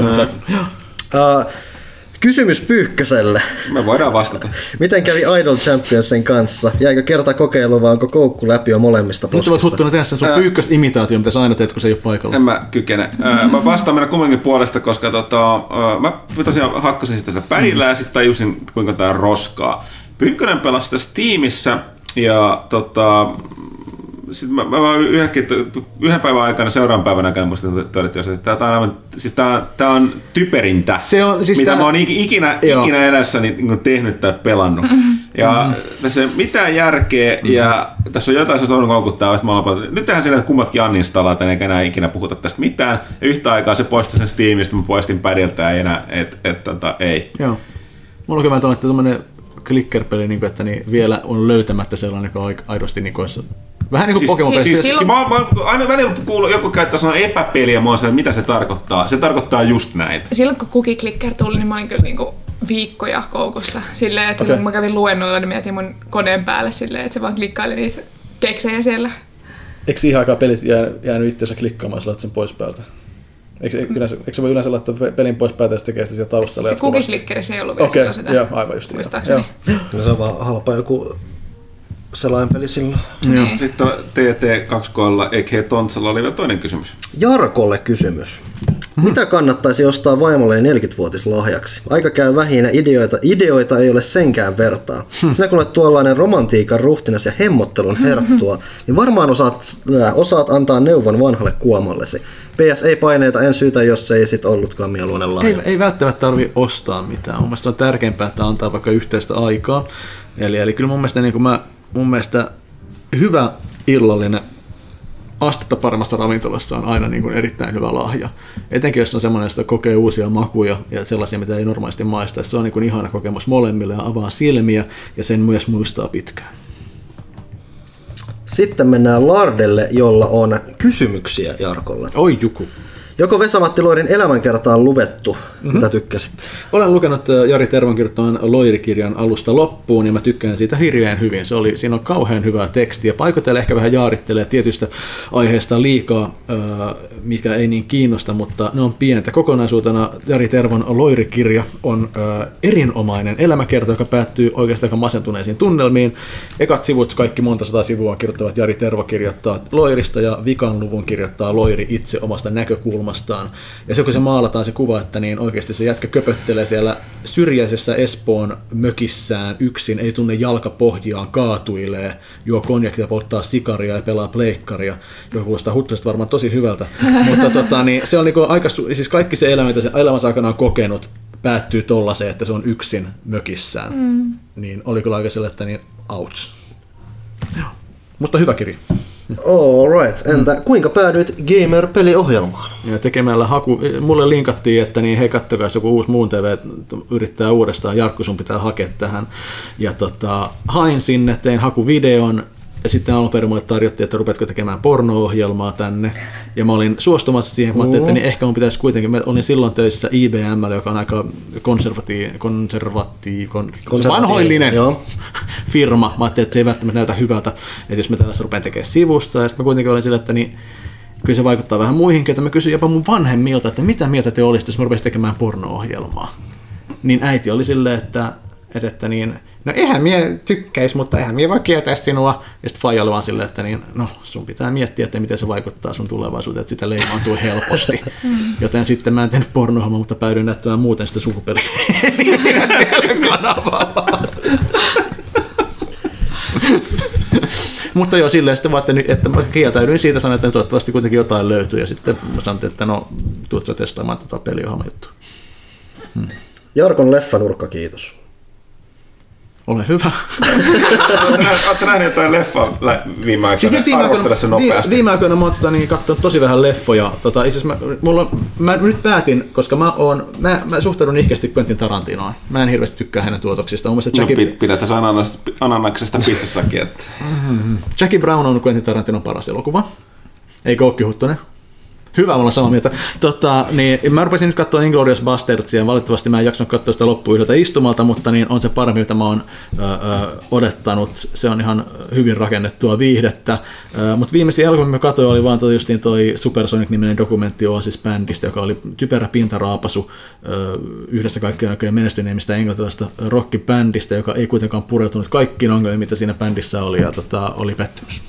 Kysymys Pyykköselle. Me voidaan vastata. Miten kävi Idol Championsin kanssa? Jäikö kerta kokeilu vai onko koukku läpi jo molemmista poskista? Nyt sä voit huttuna tehdä sen sun pyykkösimitaatio, mitä sä aina teet, kun se ei ole paikalla. En mä kykene. Mä vastaan mennä kummankin puolesta, koska mä tosiaan hakkasin sitä sillä pädillä ja sitten tajusin, kuinka tää on roskaa. Pyykkönen pelasi tässä tiimissä ja sitten mä yhden päivän aikana, seuraavan päivän aikana musta todettiin, että tää on typerintä, mitä mä oon ikinä elässäni niin tehnyt tai pelannut. Ja tässä ei ole mitään järkeä ja tässä on jotain, se on koukuttaa. Nyt tehdään siinä, että kummatkin uninstallataan eikä enää ikinä puhuta tästä mitään. Ja yhtä aikaa se poistaa sen Steamista, mä poistin pädiltä ja ei enää, ei. Joo. Mulla on kyllä vähän tuommoinen clicker-peli, että vielä on löytämättä sellainen, joka on aidosti vähän niin kuin Pokemon-peli. Mä aina välillä kuullut, joku käyttää sanaa epäpeliä ja mä oon sanonut, mitä se tarkoittaa. Se tarkoittaa just näitä. Silloin kun Cookie Clicker tuli, niin mä olin kyllä niinku viikkoja koukussa. Silleen, että silloin kun mä kävin luennoilla, niin mä jätin mun koneen päälle silleen, että se vaan klikkaili niitä keksejä siellä. Eikö siihen aikaan pelit jäänyt itseänsä klikkaamaan, sä laitat sen pois päältä? Eikö se voi yleensä laittaa pelin pois päältä ja sitten tekee sitä siellä taustalla? Se Cookie Clicker, se ei ollut vielä silloin sitä. Joo, aivan just. Muistaakseni. No se on vaan halpa joku selainpeli silloin. Niin. Sitten TT2K:lla eikä Tontsalla oli vielä toinen kysymys. Jarkolle kysymys. Mitä kannattaisi ostaa vaimolle 40-vuotislahjaksi? Aika käy vähin ja ideoita ei ole senkään vertaa. Sinä kun olet tuollainen romantiikan ruhtinas ja hemmottelun herttua, niin varmaan osaat antaa neuvon vanhalle kuomallesi. PS ei paineita, en syytä, jos se ei sit ollutkaan mieluinen lahja. Ei välttämättä tarvitse ostaa mitään. Mun mielestä on tärkeämpää, että antaa vaikka yhteistä aikaa. Eli kyllä mun mielestä hyvä illallinen astetta paremmasta ravintolassa on aina erittäin hyvä lahja. Etenkin jos on semmoinen, että kokee uusia makuja ja sellaisia, mitä ei normaalisti maista. Se on ihana kokemus molemmille ja avaa silmiä ja sen myös muistaa pitkään. Sitten mennään Lardelle, jolla on kysymyksiä Jarkolle. Oi juku. Joko Vesa-Matti Loirin elämänkerta on luvettu? Mitä tykkäsit? Olen lukenut Jari Tervon kirjoittaman Loiri-kirjan alusta loppuun ja mä tykkään siitä hirveän hyvin. Siinä on kauhean hyvää tekstiä. Paikoitellen ehkä vähän jaarittelee tietystä aiheesta liikaa, mikä ei niin kiinnosta, mutta ne on pientä. Kokonaisuutena Jari Tervon Loiri-kirja on erinomainen elämäkerta, joka päättyy oikeastaan aika masentuneisiin tunnelmiin. Ekat sivut, kaikki monta sataa sivua kirjoittavat Jari Tervo kirjoittaa Loirista ja vikan luvun kirjoittaa Loiri itse omasta näkökulmastaan. Ja se kun se maalataan se kuva, että niin oikeasti se jätkä köpöttelee siellä syrjäisessä Espoon mökissään yksin, ei tunne jalkapohjiaan, kaatuilee, juo konjakkia, polttaa sikaria ja pelaa pleikkaria, joka kuulostaa huttuisesti varmaan tosi hyvältä. Mutta niin, se on aika, siis kaikki se elämä, mitä se elämänsä aikana on kokenut, päättyy tollaiseen, että se on yksin mökissään. Niin oli kyllä aika sellainen, että niin ouch. Joo. Mutta hyvä kirja. Alright, entä kuinka päädyit Gamer-peliohjelmaan? Ja tekemällä mulle linkattiin, että niin hei kattokaa, jos joku uusi Muun TV yrittää uudestaan, Jarkko sun pitää hakea tähän. Ja hain sinne, tein hakuvideon ja sitten alun perin mulle tarjottiin, että rupeatko tekemään porno-ohjelmaa tänne. Ja mä olin suostumassa siihen, kun mä ajattelin, että niin ehkä mun pitäisi kuitenkin, mä olin silloin töissä IBM:llä, joka on aika vanhoillinen firma. Mä ajattelin, että se ei välttämättä näytä hyvältä, että jos mä tällaista rupean tekemään sivusta. Ja sitten mä kuitenkin olin sillä, että niin, kyllä se vaikuttaa vähän muihinkin, että mä kysyin jopa mun vanhemmilta, että mitä mieltä te olisitte, jos mä rupesin tekemään porno-ohjelmaa. Niin äiti oli silleen, että niin, no eihän mie tykkäisi, mutta eihän mie voi kieltää sinua. Ja sitten faija oli vaan silleen, että niin, no sun pitää miettiä, että miten se vaikuttaa sun tulevaisuuteen, että sitä leimaantuu helposti. Joten sitten mä en tehnyt porno-ohjelmaa, mutta päädyin näyttämään muuten sitä suhupeliä siellä kanavalla. Mutta joo, silleen sitten vaan, että mä kieltäydyin siitä, sanoin, että toivottavasti kuitenkin jotain löytyy, ja sitten mä sanoin, että no, tuut sä testaamaan tätä peliohjelmajuttua. Jarkon leffanurkka, kiitos. Ole hyvä. Oletko nähnyt jotain leffaa viime aikoina? Arvostele se nopeasti. Viime aikoina mä oon katsonut tosi vähän leffoja. Mä nyt päätin, koska mä suhtaudun ihkeästi Quentin Tarantinoon. Mä en hirveästi tykkää hänen tuotoksistaan. Pidetään ananaksesta pizzassakin. Että... Jackie Brown on Quentin Tarantinon paras elokuva. Eikö Oukki Huttunen? Hyvä, me ollaan samaa mieltä. Niin mä rupesin nyt katsoa Inglourious Bastardsia, valitettavasti mä en jaksanut katsoa sitä loppuun yhdeltä istumalta, mutta niin on se parempi, mitä mä oon odottanut. Se on ihan hyvin rakennettua viihdettä. Mutta viimeisin elokuva, mitä mä katsoin, oli vaan justiin toi Supersonic-niminen dokumentti Oasis-bändistä, joka oli typerä pintaraapasu yhdestä kaikkein oikein menestyneimmistä englantilaisesta rockibändistä, joka ei kuitenkaan pureutunut kaikkiin ongelmiin, mitä siinä bändissä oli, ja oli pettymys.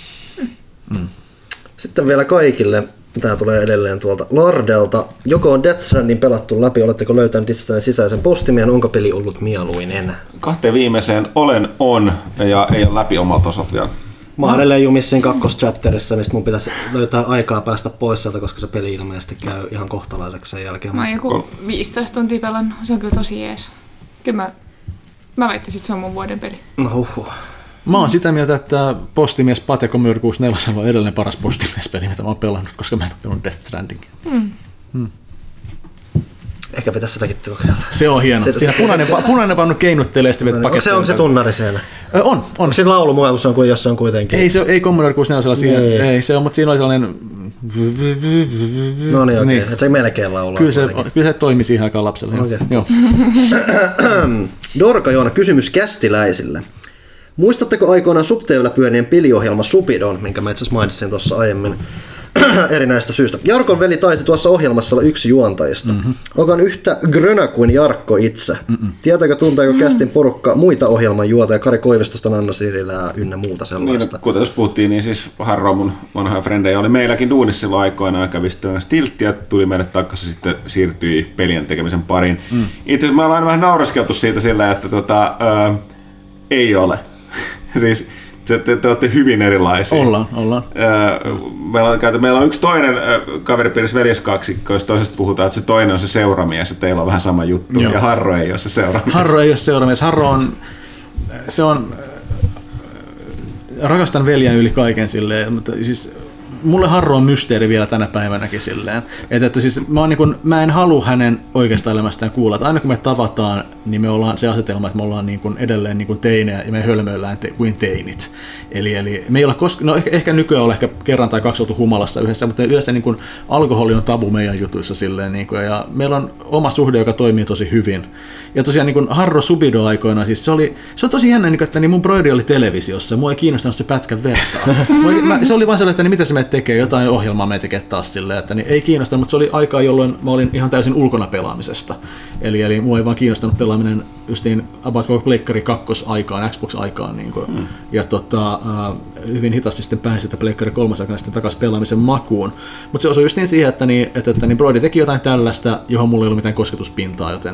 Sitten vielä kaikille. Tämä tulee edelleen tuolta Lardelta. Joko on Death Stranding pelattu läpi, oletteko löytäneet itsestään sisäisen postimien, onko peli ollut mieluinen? 2 viimeiseen on ja ei ole läpi omalta osalta vielä. Mä oon edelleen jumissin 2. chapterissa, mistä mun pitäisi löytää aikaa päästä pois sieltä, koska se peli ilmeisesti käy ihan kohtalaiseksi sen jälkeen. Mä oon joku 15 tuntia pelannut, se on kyllä tosi jees. Kyllä mä väittäisin, että se on mun vuoden peli. No Mä oon sitä mieltä, että postimies Pate Commodore 64 on edelleen paras postimiespeli, mitä mä oon pelannut, koska mä en ole pelannut Death Stranding. Ehkä pitäisi sitäkin kokeilla. Se on hieno. Siinä punainen vannu keinuttelee sitten paketteja. Onko se tunnari siellä? On. Onko siinä laulumuoto, jos se on kuitenkin? Ei Commodore 64 ei se on, mutta siinä oli sellainen... No niin, okei. Että se melkein laulaa. Kyllä se toimi siihen aikaan lapselle. Okay. Joo. Dorka Joona, kysymys kästiläisille. Muistatteko aikoinaan Subteillä pyörien peliohjelma Supidon, minkä mä itse asiassa mainitsin tuossa aiemmin erinäistä syystä? Jarkon veli taisi tuossa ohjelmassa olla yksi juontajista. Onko yhtä grönä kuin Jarkko itse? Tietääkö, tunteeko kästin porukka muita ohjelman juontajia, Kari Koivistosta, Nanna Sirilää ynnä muuta sellaista? Niin, kuten jos puhuttiin, niin siis Harro, mun vanhoja frendejä, oli meilläkin duunissa silloin aikoina ja kävi sitten stilttiä, tuli meille takaisin ja sitten siirtyi pelien tekemisen pariin. Itse asiassa me ollaan vähän nauraskeltu siitä sillä, että ei ole. Siis te olette hyvin erilaisia. Ollaan. Meillä on yksi toinen kaveripiirissä veljeskaksikko, jos toisesta puhutaan, että se toinen on se seuramies, ja teillä on vähän sama juttu. Joo. Ja Harro ei ole se seuramies. Harro ei ole seuramies. Harro on... Rakastan veljen yli kaiken silleen, mutta siis... Mulle Harro on mysteeri vielä tänä päivänäkin silleen. Että siis mä en halua hänen oikeasta elämästään kuulla. Että aina kun me tavataan, niin me ollaan se asetelma, että me ollaan edelleen teinejä ja me hölmöillään kuin teinit. Eli me ei olla ehkä nykyään ole ehkä kerran tai 2 oltu humalassa yhdessä, mutta yleensä alkoholi on tabu meidän jutuissa silleen. Ja meillä on oma suhde, joka toimii tosi hyvin. Ja tosiaan Harro Subido aikoina, siis se on tosi jännä, että mun broidi oli televisiossa, mua ei kiinnostanut se pätkän vertaa. Se oli vaan sellainen, että mitä se me tekee, jotain ohjelmaa me tekee taas silleen, että ei kiinnostanut, mutta se oli aikaa, jolloin mä olin ihan täysin ulkona pelaamisesta. Eli mua ei vaan kiinnostanut pelaaminen justiin about koko Pleikkari 2-aikaan, Xbox-aikaan. Ja hyvin hitaasti sitten pääsin sitä Pleikkari 3-aikana sitten takaisin pelaamisen makuun. Mutta se osui just niin siihen, että Brody teki jotain tällaista, johon mulla ei ollut mitään kosketuspintaa, joten...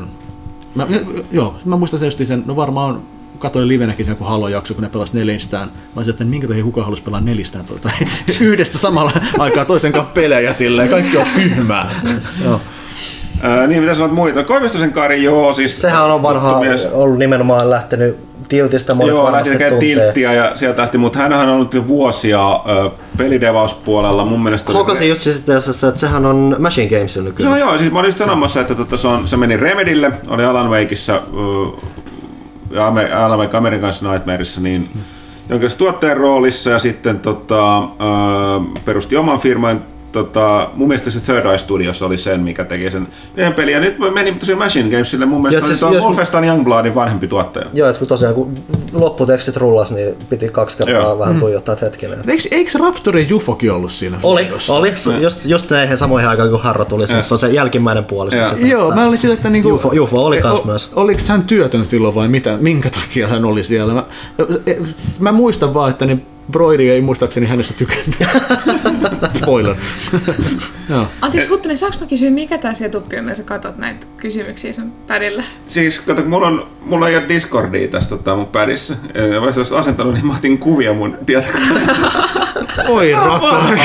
Mä muistan sen, varmaan katsoin livenäkin sen, kun Halo-jakso, kun ne pelasivat 4. Mä olisin, että minkä takia kukaan halusi pelaa 4 yhdessä samalla aikaa toisen kanssa pelejä silleen, kaikki on tyhmää. Niin, mitä sanot muita? Koivistosen Kari, siis... Sehän on vanha, ollut nimenomaan lähtenyt Tiltistä, monet varmasti tuntee. Tilttiä ja sieltä lähti, mutta hänhän on ollut jo vuosia pelidevauspuolella mun mielestä... Hokasin just sitten, että sehän on Machine Gamesin nykyään. Joo, siis mä olin sanomassa, että se meni Remedylle, oli Alan Wakeissa ja Alan Wake American Nightmareissa, niin jonkinlaisessa tuottajan roolissa ja sitten perusti oman firman. Mun mielestä se Third Eye Studios oli sen, mikä teki sen yhden pelin. Ja nyt meni tosiaan Machine Gamesille, mun mielestä oli Wolfenstein Youngbloodin vanhempi tuottaja. Joo, että kun tosiaan kun lopputekstit rullas, niin piti 2 kertaa vähän tuijottaa hetkinen. Eikö Raptorin Jufokin ollut siinä? Oli. Just näihin samoihin aikaan, kun Harro tuli, se on se jälkimmäinen puolisko. Joo, mä olin sillä, että Jufo oli kans myös. Oliko hän työtön silloin vai mitä? Minkä takia hän oli siellä? Mä muistan vaan, että Broidi ei muistaakseni hänestä tykännyt. Spoiler. Joo. Anteeksi Huttunen, saanko mä kysyä, mikä tää setuppi on, sä katot näitä kysymyksiä sun pädillä? Siis kato, mulla ei ole Discordia tässä mun pädissä. Ja mä olisin asentanut, niin mä otin kuvia mun tietokoneella. Oi rakkaus.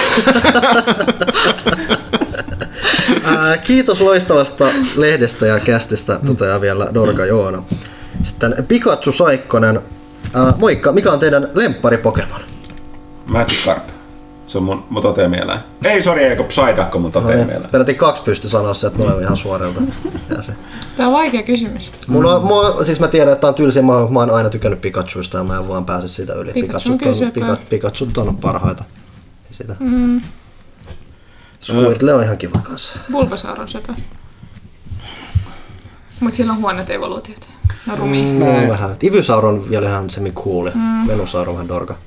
Kiitos loistavasta lehdestä ja kästistä, toteaa vielä Dorga Joona. Sitten Pikachu Saikkonen. Moikka, mikä on teidän lemppari Pokemon? Magikarp. Se on mun toteamieläin. Ei, eikö Psyduck on mun toteamieläin. Peräti 2 pysty sanoa se, että noin ihan suorilta. Tää on vaikea kysymys. Siis mä tiedän, että tää on tylsiä. Mä oon aina tykännyt Pikachuista ja mä en vaan pääse siitä yli. Pikachut on parhaita. Sitä. Squirtle on ihan kiva kanssa. Bulbasaur on söpö. Mut sillä on huonot evoluutiot. No rumia. No vähän. Ivysaur on vielä ihan semi-cool. Venusaur on vähän dorka.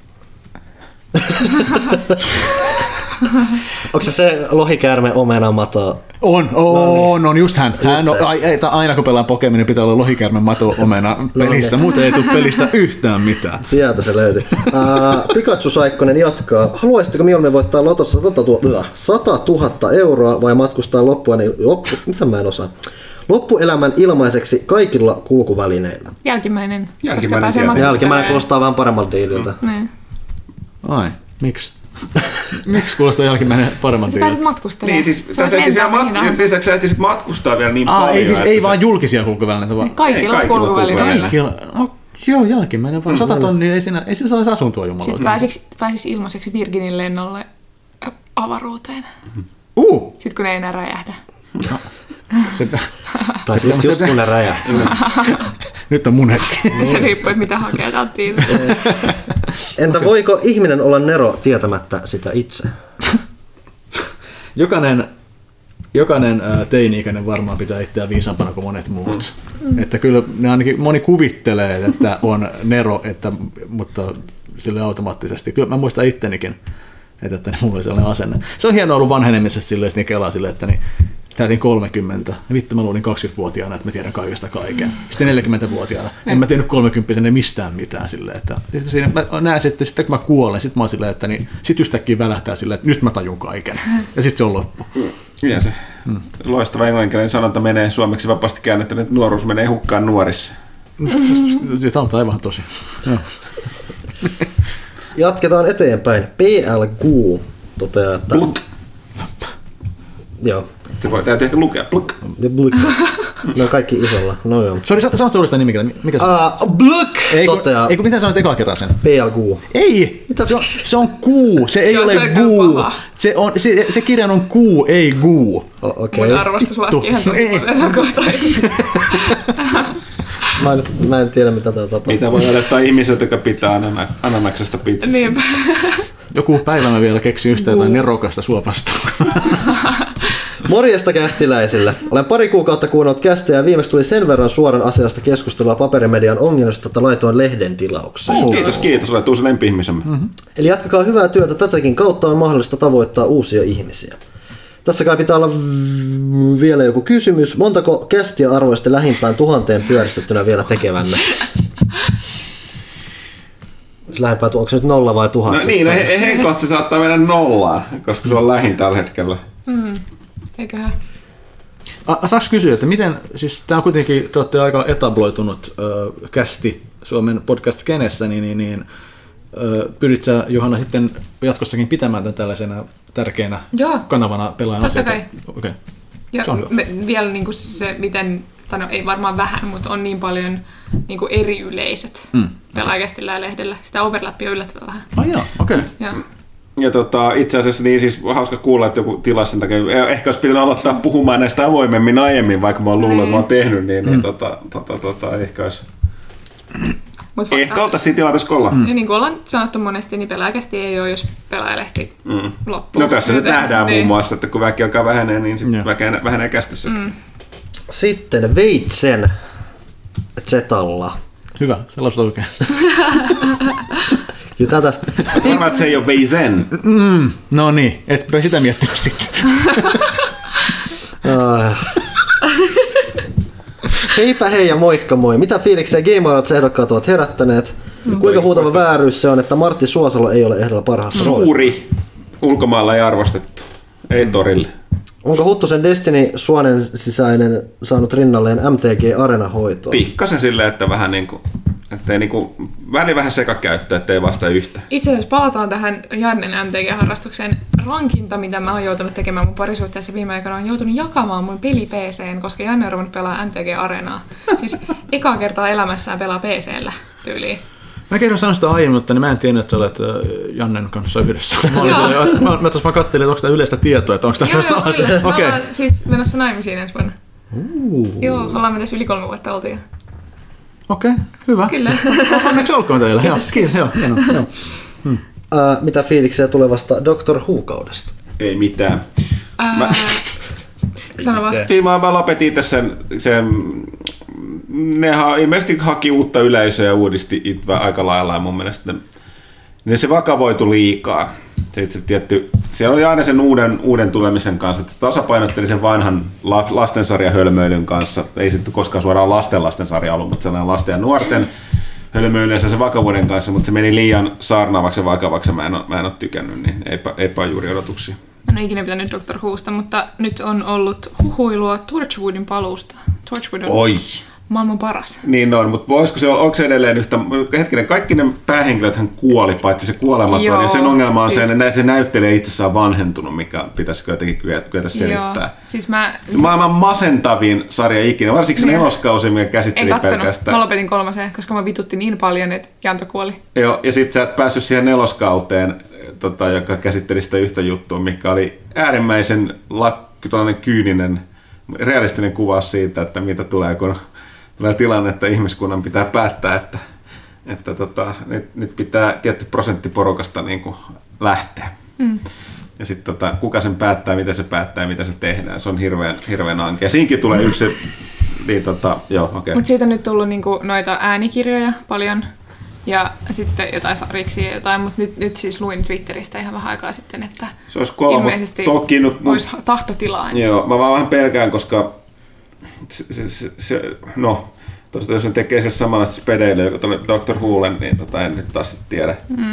Onko se lohikäärme omenamato? On just hän. Aina kun pelaa Pokemonia, niin pitää olla lohikäärme mato omena pelistä. Muuten ei tule pelistä yhtään mitään. Sieltä se löytyy. Pikachu Saikkonen jatkaa. Haluaisitteko mieluummin voittaa lotossa 100 000 euroa vai matkustaa loppuelämän ilmaiseksi kaikilla kulkuvälineillä? Jälkimmäinen. Jälkimmäinen kuulostaa vähän paremmalta diililtä. Niin. Ai, miksi? Miksi kuulostaa jälkimmäinen paremman diililtä? Sä pääset matkustelemaan. Niin, siis lisäksi sä ehtisit matkustaa vielä niin paljon. Ei vaan julkisia kulkuvälineitä, vaan kaikilla kulkuvälineillä. Joo, jälkimmäinen vaan 100 tonnia, ei siinä saisi asuntoa jumalauta. Sitten pääsis ilmaiseksi Virginin lennolle avaruuteen. Sitten kun ei enää räjähdä. Tai sitten just kun ne räjähtää. Nyt on mun hetki. Se riippuu, että mitä hakee alttiin. Entä voiko ihminen olla nero tietämättä sitä itse? Jokainen teini-ikäinen varmaan pitää itseään viisaampana kuin monet muut. Että kyllä ne ainakin moni kuvittelee, että on nero, mutta sille automaattisesti. Kyllä mä muistan ittenikin, että mulla oli sellainen asenne. Se on hienoa ollut vanhenemisessa silleen, että kelaa silleen, että täytin 30. Vittu, mä luulin 20-vuotiaana, että mä tiedän kaikesta kaiken. Sitten 40-vuotiaana. En mä tiennyt 30-vuotiaana mistään mitään silleen. Että siinä mä näen sitten kun mä kuolen, sit mä oon silleen, että sit yhtäkkiä välähtää silleen, että nyt mä tajun kaiken. Ja sit se on loppu. Kyllä se. Loistava englanninkielinen sanonta menee suomeksi vapaasti käännettynä, että nuoruus menee hukkaan nuorissa. Tämä on aivan tosi. Jatketaan eteenpäin. PLQ toteaa, että... Joo. Se voi täytyy ehkä lukea. Bluk. Ne on kaikki isolla. No joo. Sori, sanotko uudestaan nimikin? Mikä se on? Bluk toteaa. Eikö mitä sanoit ekalla kerran sen? PLQ. Ei! Se on kuu. Se ei ole guu. Se kirjan on kuu, ei guu. Mun arvostus laski ihan tosi paljon. Se on kohta. Mä en tiedä, mitä tää tapahtuu. Mitä voi odottaa ihmiseltä, joka pitää ananaksesta pizzasta. Niinpä. Joku päivä mä vielä keksin yhtä jotain nerokasta suopasta. Morjesta kästiläisille. Olen pari kuukautta kuunnellut kästejä ja viimeksi tuli sen verran suoran asiasta keskustelua paperimedian ongelmista, että laitoin lehden tilaukseen. Kiitos. Olet uusi lempi-ihmisemme. Eli jatkakaa hyvää työtä. Tätäkin kautta on mahdollista tavoittaa uusia ihmisiä. Tässä kai pitää olla vielä joku kysymys. Montako kästiä arvoiste lähimpään 1000 pyöristettynä vielä tekevänne? Lähimpään, onko se nyt 0 vai 1000? No niin, heikosti se saattaa mennä 0, koska se on lähin tällä hetkellä. Eiköhän. Saanko kysyä, että miten, siis tämä on kuitenkin, te olette aika etabloitunut kästi Suomen podcast-kenessä, niin pyrit sä, Johanna, sitten jatkossakin pitämään tämän tällaisena tärkeänä kanavana pelaajan asioita? Okay. Ja vielä niin kuin se, miten, tai no ei varmaan vähän, mutta on niin paljon niin kuin eri yleisöt pelaajakästillä ja lehdellä. Sitä overlappia on yllättävän vähän. Joo, okei. Ja itse asiassa niin siis hauska kuulla, että joku tilasi sen takia. Ehkä olisi pitänyt aloittaa puhumaan näistä avoimemmin aiemmin, vaikka mä oon luullut, että mä oon tehnyt, niin ehkä olisi... Ehkä oltaisiin siinä tilanteessa ollaan. Ja niin kuin ollaan sanottu monesti, niin pelaajakästi ei ole, jos pelaajalehti loppuu. No tässä nyt nähdään muun muassa, että kun väki alkaa vähenee, niin sitten vähenee kästissäkin. Sitten Veitsen Zetalla. Hyvä, se lausut oikein. Kyllä tästä. Varmaan, että se ei ole Veisen. No niin, etpä sitä miettinyt sitten. Heipä hei ja moikka moi. Mitä fiiliksiä Game Awards-ehdokkaat ovat herättäneet? Kuinka huutava vääryys se on, että Martti Suosalo ei ole ehdolla parhaassa Suuri. Ulkomailla ei arvostettu. Ei torille. Onko Huttusen Destiny suonen sisäinen saanut rinnalleen MTG Arena-hoitoa? Pikkasen silleen, että vähän niinku, ettei niinku, väli vähän sekakäyttö, ettei vasta yhtä. Itse asiassa palataan tähän Jannen MTG-harrastukseen. Rankinta, mitä mä oon joutunut tekemään mun parisuhteessa viime aikoina, on joutunut jakamaan mun peli-PC:n, koska Janne on ruvennut pelaa MTG-areenaa. Siis ekaa kertaa elämässään pelaa PC:llä tyyliin. Mä kerron sanoa sitä aiemmin, mutta mä en tiennyt, että sä olet Jannen kanssa yhdessä. Mä tuossa vaan katselin, että onko tämä yleistä tietoa, että onko tämä sama asia. Okei. Mä oon siis menossa naimisiin ensi vuonna. Joo, ollaan me tässä yli 3 vuotta oltu jo. Okei, hyvä. Kyllä. Onneksi olkoon teille. Kiitos. Mitä fiiliksiä tulevasta Doctor Who-kaudesta? Ei mitään. Sano vaan. Mä lopetin itse sen nehän ilmeisesti haki uutta yleisöä ja uudisti itse aika lailla ja mun mielestä se vakavoitu liikaa. Se tietty, siellä oli aina sen uuden tulemisen kanssa, että tasapainotteli sen vanhan lastensarjahölmöilyn kanssa. Ei sitten koskaan suoraan lastensarja ollut, mutta sellainen lasten ja nuorten hölmöilynsä sen vakavuuden kanssa, mutta se meni liian saarnaavaksi ja vakavaksi. Mä en ole tykännyt, niin eipä juuri odotuksia. En ole ikinä pitänyt Doctor Whosta, mutta nyt on ollut huhuilua Torchwoodin paluusta. Torchwood on maailman paras. Niin on, mutta onko se edelleen yhtä, hetkinen, kaikki ne päähenkilöt hän kuoli, paitsi se kuolematon, ja sen ongelma on se, että se näyttelijä itsessään on vanhentunut, mikä pitäisikö jotenkin kyetä selittää. Joo, siis maailman masentavin sarja ikinä, varsinkin se neloskausi, mikä käsitteli pelkästään. Mä lopetin 3, koska mä vitutti niin paljon, että Janto kuoli. Joo, ja sit sä et päässyt siihen neloskauteen, joka käsitteli sitä yhtä juttua, mikä oli äärimmäisen kyyninen, realistinen kuvaus siitä, että mitä tulee, kun tulee tilanne, että ihmiskunnan pitää päättää, että nyt pitää tietty prosentti porukasta niin kuin lähteä. Ja sitten kuka sen päättää, miten se päättää ja mitä se tehdään. Se on hirveän ankea. Siinkin tulee yksi. Niin, Mutta siitä on nyt tullut niinku noita äänikirjoja paljon ja sitten jotain sarjiksia ja jotain, mutta nyt siis luin Twitteristä ihan vähän aikaa sitten, että se olisi ilmeisesti olisi tahtotilaa. Joo, mä vaan vähän pelkään, koska tosiaan jos ne tekee se samanlaista spedeille, joka tuli Dr. Wholen, niin en nyt taas tiedä.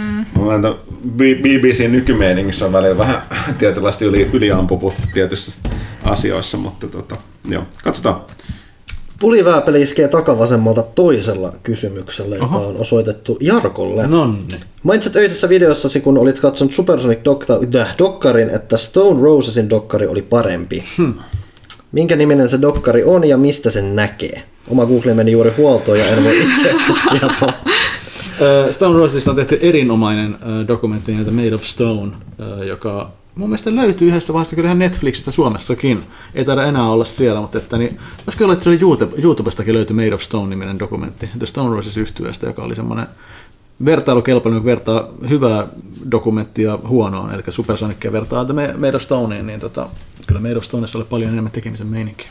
BBC nykymeiningissä on välillä vähän tietynlaisesti yliampuputtu tietyissä asioissa, mutta joo, katsotaan. Pulivääpeli iskee takavasemmalta toisella kysymyksellä, joka on osoitettu Jarkolle. Nonni. Mainitsit öisessä videossasi, kun olit katsonut Supersonic Dokkarin, että Stone Rosesin dokkari oli parempi. Minkä niminen se dokkari on ja mistä sen näkee? Oma Google meni juuri huoltoon ja en voi itse tietoa. Stone Rosesista on tehty erinomainen dokumentti nimeltä Made of Stone, joka mun mielestä löytyy yhdessä vaiheessa kyllähän Netflixistä Suomessakin. Ei taida enää olla siellä, mutta olisiko olla, että YouTubestakin löytyy Made of Stone-niminen dokumentti The Stone Roses -yhtyeestä, joka oli semmoinen vertailukelpoinen, vertaa hyvää dokumenttia huonoa, eli Supersonicia vertaa Made of Stoneen, niin kyllä Made of Stoneissa oli paljon enemmän tekemisen meininkiä.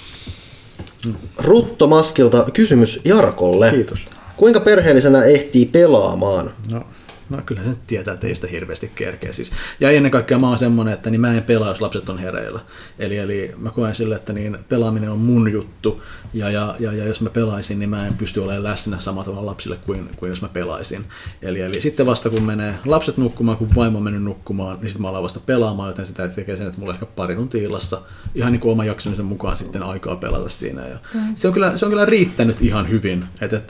Rutto Maskilta kysymys Jarkolle. Kiitos. Kuinka perheellisenä ehtii pelaamaan? No kyllä se tietää, että ei sitä hirveästi kerkeä. Siis. Ja ennen kaikkea mä oon semmonen, että mä en pelaa, jos lapset on hereillä. Eli mä koen sille, että pelaaminen on mun juttu. Ja jos mä pelaisin, niin mä en pysty olemaan läsnä samalla tavalla lapsille kuin jos mä pelaisin. Eli sitten vasta kun menee lapset nukkumaan, kun vaimo on mennyt nukkumaan, niin sitten mä alan vasta pelaamaan, joten sitä tekee sen, että mulla on ehkä pari tuntia illassa ihan niin kuin oma jaksomisen mukaan sitten aikaa pelata siinä. Ja se on kyllä riittänyt ihan hyvin.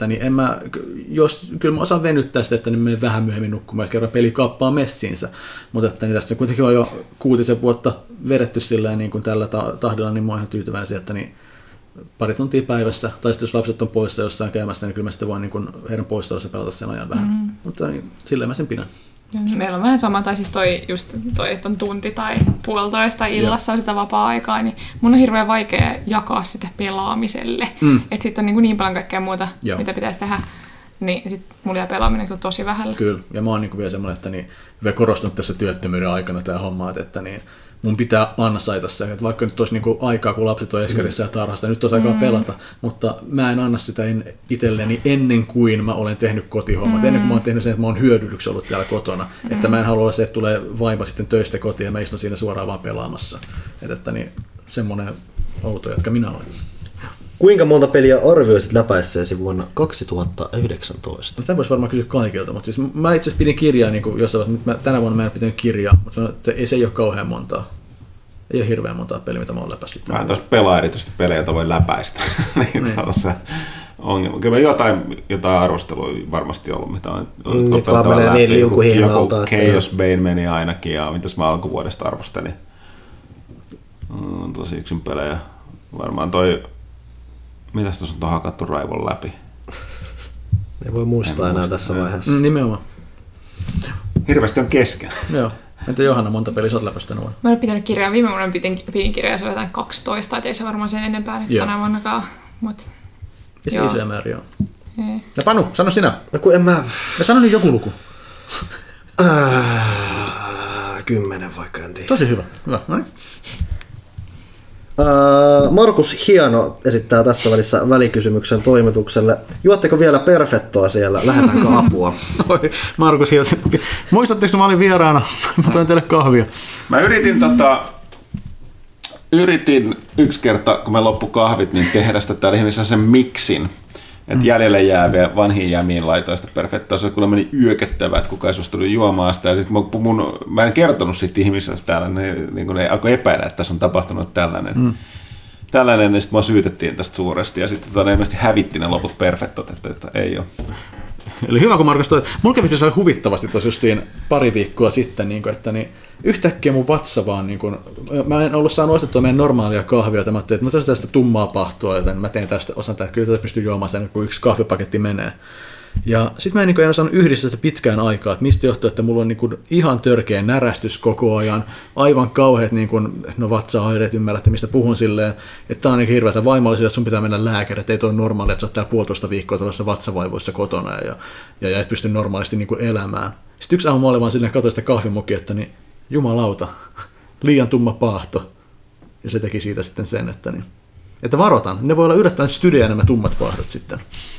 Kyllä mä osaan venyttää sitä, että niin menen vähän myöhemmin nukkumaan, että kerran peli kaappaa messiinsä. Mutta että tässä kuitenkin on jo 6 vuotta vedetty silleen, niin kuin tällä tahdilla, niin mä oon ihan tyytyväinen siihen, että pari tuntia päivässä, tai sitten jos lapset on poissa jossain käymässä, niin kyllä mä sitten voin niin heidän poissaolossa pelata sen ajan vähän. Mutta silleen mä sen pidän. Meillä on vähän sama, tai siis toi, että on tunti tai puolitoista illassa on sitä vapaa-aikaa, niin mun on hirveän vaikea jakaa sitä pelaamiselle. Että sitten on niin paljon kaikkea muuta, mitä pitäisi tehdä. Niin sit mulla jää pelaaminen kyllä tosi vähällä. Kyllä, ja mä oon vielä semmoinen, että hyvä korostunut tässä työttömyyden aikana tää homma, että mun pitää ansaita se, että vaikka nyt olisi aikaa, kun lapset on eskarissa ja tarhasta, nyt olisi aikaa pelata, mutta mä en anna sitä itselleni ennen kuin mä olen tehnyt kotihommat, ennen kuin mä oon tehnyt sen, että mä oon hyödyllyksi ollut täällä kotona. Että mä en halua se, että tulee vaimo sitten töistä kotiin ja mä istun siinä suoraan vaan pelaamassa. Että semmoinen outo, jotka minä olen. Kuinka monta peliä arvioisit läpäisseesi vuonna 2019? Tämä voisi varmaan kysyä kaikilta, mutta siis mä itse asiassa pidin kirjaa niin jossain vaiheessa, tänä vuonna mä en pitänyt kirjaa, mutta sanoin, että se ei ole kauhean montaa. Ei ole hirveän montaa peliä, mitä mä oon läpäissyt. Mä en taas pelaa erityisesti pelejä, joita voi läpäistä. niin se ongelma. Kyllä jotain arvostelua varmasti ollut, mitä on nyt vaan menee niin liukuhihnalta. Joku Chaos Bane meni ainakin, ja mitäs mä alkuvuodesta arvostelin. Tosi yksin pelejä. Varmaan mitäs tuossa on hakattu raivon läpi? Ei voi muistaa enää tässä vaiheessa. Nimenomaan. Hirveästi on kesken. Joo. Entä Johanna, monta peliä sä oot läpäistänyt vuonna? Mä en ole pitänyt kirjaa. Viime vuonna pidin kirjaa, se oli jotain 12, et ei se varmaan sen enempää nyt tänä vuonnakaan. Ja se isoja määriä on. Ja Panu, sano sinä. No kun en mä... Ja sano nyt joku luku. 10 vaikka, en tiedä. Tosi hyvä. Hyvä. Noin. Markus Hieno esittää tässä välissä välikysymyksen toimitukselle. Juotteko vielä Perfettoa siellä? Lähetäänkö apua? Oi, Markus Hieno. Muistatteko, mä olin vieraana? Mä toin teille kahvia. Mä yritin yksi kerta, kun me loppu kahvit, niin tehdä sitä täällä ihmisessä sen miksin. Että jäljelle jääviä vanhiin jäämiin laitoin sitä Perfettoa. Se kyllä meni yökettävä, että kukaan ei suostunut juomaan sitä. Ja sit mä en kertonut siitä ihmiselle täällä, ne alkoi epäillä, että tässä on tapahtunut tällainen. Tällainen, niin sitten mua syytettiin tästä suuresti. Ja sitten ilmeisesti hävitti ne loput Perfettot, että ei ole. Eli hyvä, kun Markus toi. Mulla kävi se huvittavasti tuossa justiin pari viikkoa sitten, että yhtäkkiä mun vatsa vaan, mä en ollut saanut ostettua meidän normaalia kahvia, että mä ajattelin, että mä tästä tummaa pahtoa, joten mä teen tästä osan tätä, kyllä tätä pystyy juomaan sen, kun yksi kahvipaketti menee. Ja sitten mä en osannut yhdistää sitä pitkään aikaa, että mistä johtuu, että mulla on ihan törkeä närästys koko ajan, aivan kauheat vatsaoireet, ymmärrätte mistä puhun silleen, että tää on hirveätä vaimolle, että sun pitää mennä lääkäriin, että ei toi normaalia, että sä oot täällä 1,5 viikkoa tuollaisessa vatsavaivoissa kotona ja et pysty normaalisti elämään. Sitten yksi aamu mä olin vaan silleen, katsoin sitä kahvimukia, että jumalauta, liian tumma paahto. Ja se teki siitä sitten sen, että varoitan, ne voi olla yllättäen stydiä nämä tummat paahdot sitten.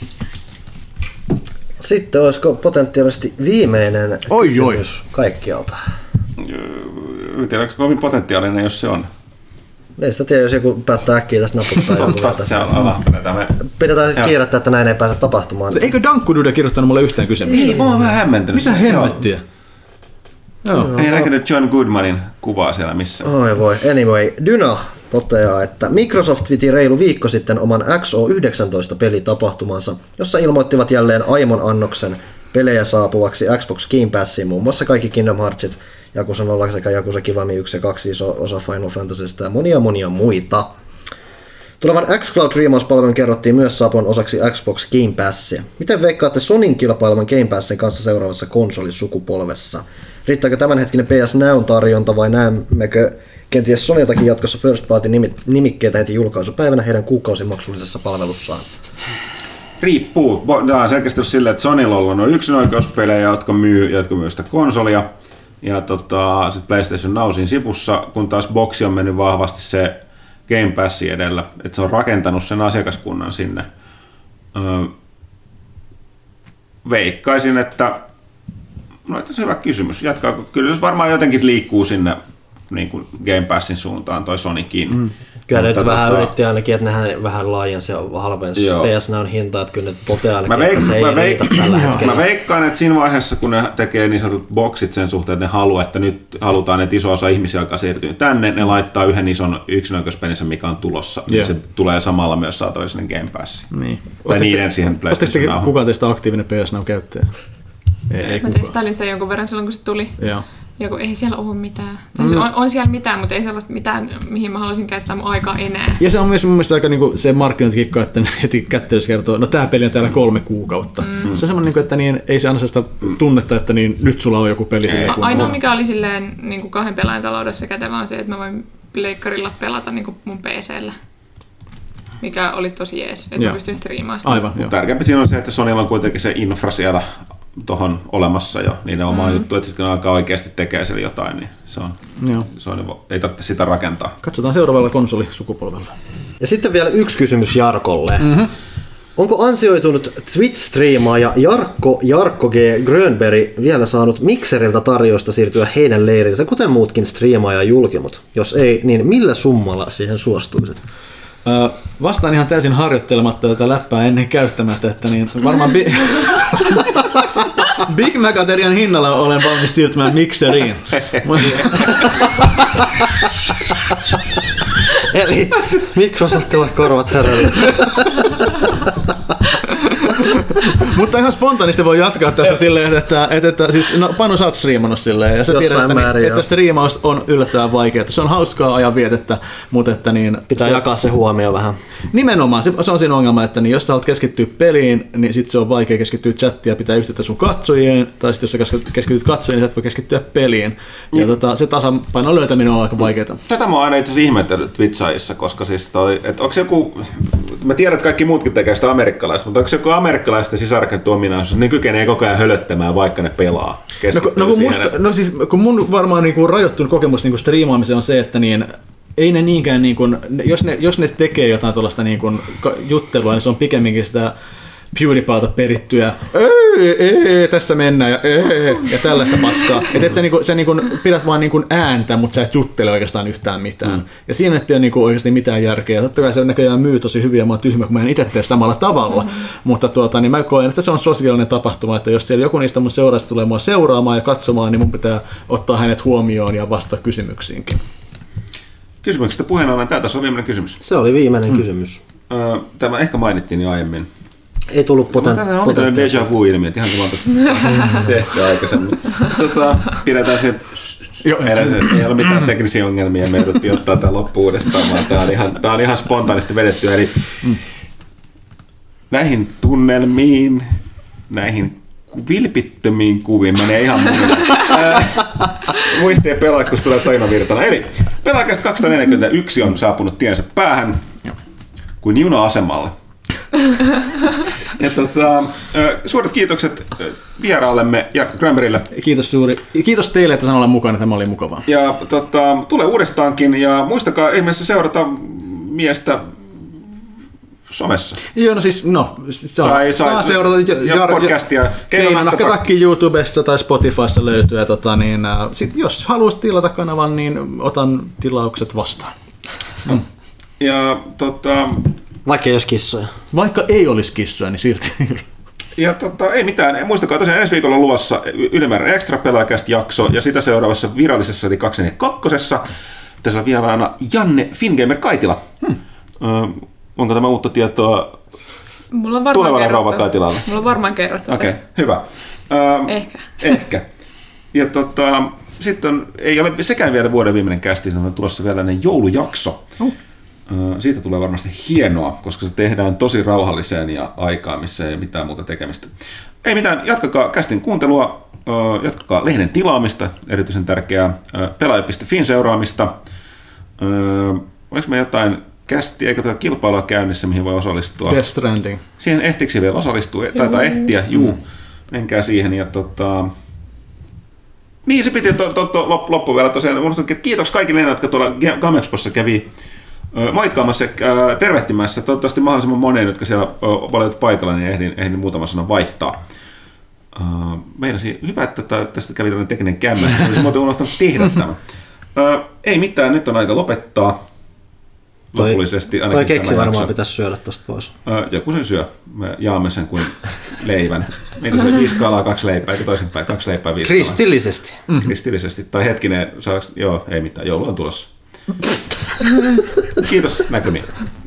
Sitten olisiko potentiaalisesti viimeinen kysymys kaikkialta? En tiedä, onko kovin potentiaalinen, jos se on. Ei sitä tiedä, jos joku päättää äkkiä tässä naputtaa. Se on Pidetään sitten kiirettä, että näin ei pääse tapahtumaan. Eikö Dankkudude kirjoittanut mulle yhtään kysymystä? Niin, mä oon vähän hämmentynyt. Mitä hemmettiä? Joo. Ei näkynyt John Goodmanin kuvaa siellä missään. Oi voi. Anyway, Dyna toteaa, että Microsoft piti reilu viikko sitten oman XO19-pelitapahtumansa, jossa ilmoittivat jälleen aimon annoksen pelejä saapuvaksi Xbox Game Passiin, muun muassa kaikki Kingdom Heartsit, Yakuza 0 sekä Yakuza Kiwami 1 ja 2 iso osa Final Fantasysta ja monia muita. Tulevan xCloud Remake-palvelun kerrottiin myös saapuvan osaksi Xbox Game Passia. Miten veikkaatte Sonyn kilpailevan Game Passin kanssa seuraavassa konsolisukupolvessa? Riittääkö tämänhetkinen PS Now-tarjonta vai näemmekö kenties Sonyltakin jatkossa First Party nimikkeitä heti julkaisupäivänä heidän kuukausimaksullisessa palvelussaan? Riippuu. Tämä on selkeästi silleen, että Sonylla on yksinoikeuspelejä, jotka myy sitä konsolia. Ja sitten PlayStation Nowsin sivussa, kun taas Boxi on mennyt vahvasti se Game Passi edellä, että se on rakentanut sen asiakaskunnan sinne. Veikkaisin, että no, se on hyvä kysymys. Jatkaa, kyllä se varmaan jotenkin liikkuu sinne niin kuin Game Passin suuntaan, toi Sonicin. Kyllä nyt vähän yritti ainakin, että nehän vähän laajensi ja halvensi PS Nown hintaa, että kyllä nyt toteaa ainakin, että se ei riitä tällä hetkellä. Mä veikkaan, että siinä vaiheessa, kun ne tekee niin sanotut boxit sen suhteen, että ne haluaa, että nyt halutaan, että iso osa ihmisiä, joka siirtyy tänne, ne laittaa yhden ison yksinäköispelinsä, mikä on tulossa. Yeah. Niin se tulee samalla myös saataville sinne Game Passiin. Niin. Tai niiden siihen PlayStation Nowhun. Kukaan teistä aktiivinen PS Now-käyttäjä? Ei mä testailin sitä jonkun verran silloin, kun se tuli. Joo. Joku, ei siellä ole mitään. On siellä mitään, mutta ei sellaista mitään, mihin mä haluaisin käyttää mun aikaa enää. Ja se on myös mun mielestä aika niinku se markkinointikikka, että heti kättelyssä kertoo, no tää peli on täällä 3 kuukautta. Se on semmoinen, että ei se anna sellaista tunnetta, että nyt sulla on joku peli. Ainoa mikä oli silleen niin kuin 2 pelaajan taloudessa kätevä on se, että mä voin pleikkarilla pelata niin kuin mun PC:llä. Mikä oli tosi jees, että mä pystyn striimaamaan sitä. Aivan, joo. Tärkeämpi siinä on se, että Sonylla on kuitenkin se infra siellä tuohon olemassa jo, niiden oma juttu, että sitten kun alkaa oikeasti tekee siellä jotain, niin se on ei tarvitse sitä rakentaa. Katsotaan seuraavalla konsolisukupolvella. Ja sitten vielä yksi kysymys Jarkolle. Onko ansioitunut Twitch-striimaaja Jarkko G. Grönberg vielä saanut Mixeriltä tarjousta siirtyä heidän leirinsä, kuten muutkin striimaaja julkimut? Jos ei, niin millä summalla siihen suostuisit? Vastaan ihan täysin harjoittelematta tätä läppää ennen käyttämättä, että niin varmaan Big Mac-aterian hinnalla olen valmis siirtymään mikseriin. Eli Microsoftilla korvat herralle. Mutta ihan spontaanisti voi jatkaa tässä silleen, että siis, no, Panu, sä oot striimannut silleen, ja sä tiedät, että striimaus on yllättävän vaikeaa. Se on hauskaa ajanvietettä, mutta että niin... Pitää jakaa se huomio vähän. Nimenomaan, se on siinä ongelma, että niin jos sä haluat keskittyä peliin, niin sit se on vaikea keskittyä chattiin ja pitää yhteyttä sun katsojien, tai sit jos sä keskityt katsojiin, niin sä et voi keskittyä peliin. Ja se tasapainon löytäminen on aika vaikeaa. Tätä mä oon aina itse asiassa ihmettänyt Twitchaissa, koska siis että onko joku, mä tiedän, että kaikki muutkin tekee sitä amerikkalaista, mutta onko joku amerikkalaisten sisärakennettu ominaisuus, ne kykenee koko ajan hölöttämään, vaikka ne pelaa. Kun mun varmaan niin kuin rajoittunut kokemus niin kuin striimaamiseen on se, että niin, ei ne niinkään, niin kuin, jos ne tekee jotain tuollaista niin kuin juttelua, niin se on pikemminkin sitä PewDiePielta perittyä, tässä mennään ja tällaista paskaa. Että sä pidät vaan niin kuin ääntä, mutta sä et juttele oikeastaan yhtään mitään. Ja siinä ei ole niin kuin oikeasti mitään järkeä. Totta kai se näköjään myy tosi hyviä, mä oon tyhmä, kun mä en itse tee samalla tavalla. Mutta niin mä koen, että se on sosiaalinen tapahtuma, että jos siellä joku niistä mun seuraajista tulee mua seuraamaan ja katsomaan, niin mun pitää ottaa hänet huomioon ja vastata kysymyksiinkin. Kysymyksestä puheena ollen, tämä tässä on viimeinen kysymys. Se oli viimeinen kysymys. Tämä ehkä mainittiin jo aiemmin. Ei tullut potentiaalia. Tämä on déjà vu-ilmiö, että ihan kuin mä tehty aikaisemmin. Pidetään se, että ei ole mitään teknisiä ongelmia, me jouduttiin ottaa tämä loppu uudestaan, vaan tämä on ihan spontaanisti vedetty. Eli näihin tunnelmiin, näihin vilpittömiin kuviin menee ihan muille. Muistien pelaajat, kun tulee Taina Virtana. Eli Pelaajakästä 241 on saapunut tiensä päähän kuin juna-asemalle. Ja suuret kiitokset vieraallemme Jarkko Grönbergille. Kiitos suuri. Kiitos teille, että sain olla mukana. Tämä oli mukavaa. Ja tule uudestaankin ja muistakaa ihmeessä seurata miestä somessa. Joo, no siis, saa seurata podcastia. Keinonahkatakki YouTubesta tai Spotifysta löytyy. Ja sit jos haluaisit tilata kanavan, niin otan tilaukset vastaan. Ja vaikka ei olisi kissoja. Vaikka ei olisi kissoja, niin silti. Ja ei mitään. Muistakaa tosiaan ensi viikolla on luvassa ylimääräinen extra Pelaajakästä jakso ja sitä seuraavassa virallisessa eli 242. Pitäisi olla vieraana Janne Fingamer Kaitila. Onko tämä uutta tietoa tulevalle Rouva Kaitilalle? Mulla on varmaan kerrottu Okei, hyvä. Ehkä. Ja sitten ei ole sekään vielä vuoden viimeinen kästi, on tulossa vielä joulujakso. Siitä tulee varmasti hienoa, koska se tehdään tosi rauhalliseen ja aikaan, missä ei mitään muuta tekemistä. Ei mitään, jatkakaa kästin kuuntelua, jatkakaa lehden tilaamista, erityisen tärkeää, pelaaja.fin seuraamista. Oliko me jotain kästiä, eikö tätä kilpailua käynnissä, mihin voi osallistua? Death Stranding. Siihen ehtiksi vielä osallistua, taitaa ehtiä, menkää siihen. Ja niin, se piti loppu vielä tosiaan. Kiitos kaikille, jotka tuolla Gamexpossa kävi moikkaamassa ja tervehtimässä. Toivottavasti mahdollisimman moneen, jotka siellä olivat paikalla, niin ehdin muutaman sanan vaihtaa. Meinasi, hyvä, että tästä kävi tällainen tekninen kämmä. Olisi muuten unohtanut tehdä tämän. Ei mitään, nyt on aika lopettaa. Lopullisesti. Toi keksi varmaan pitäisi syödä tuosta pois. Joku sen syö. Me jaamme sen kuin leivän. Meitä se oli 5 kalaa, 2 leipää, eikä toisinpäin 2 leipää, 5 kalaa. Kristillisesti. Kristillisesti. Tai hetkinen, ei mitään, joulu on tulossa. Kiitos näkymiin.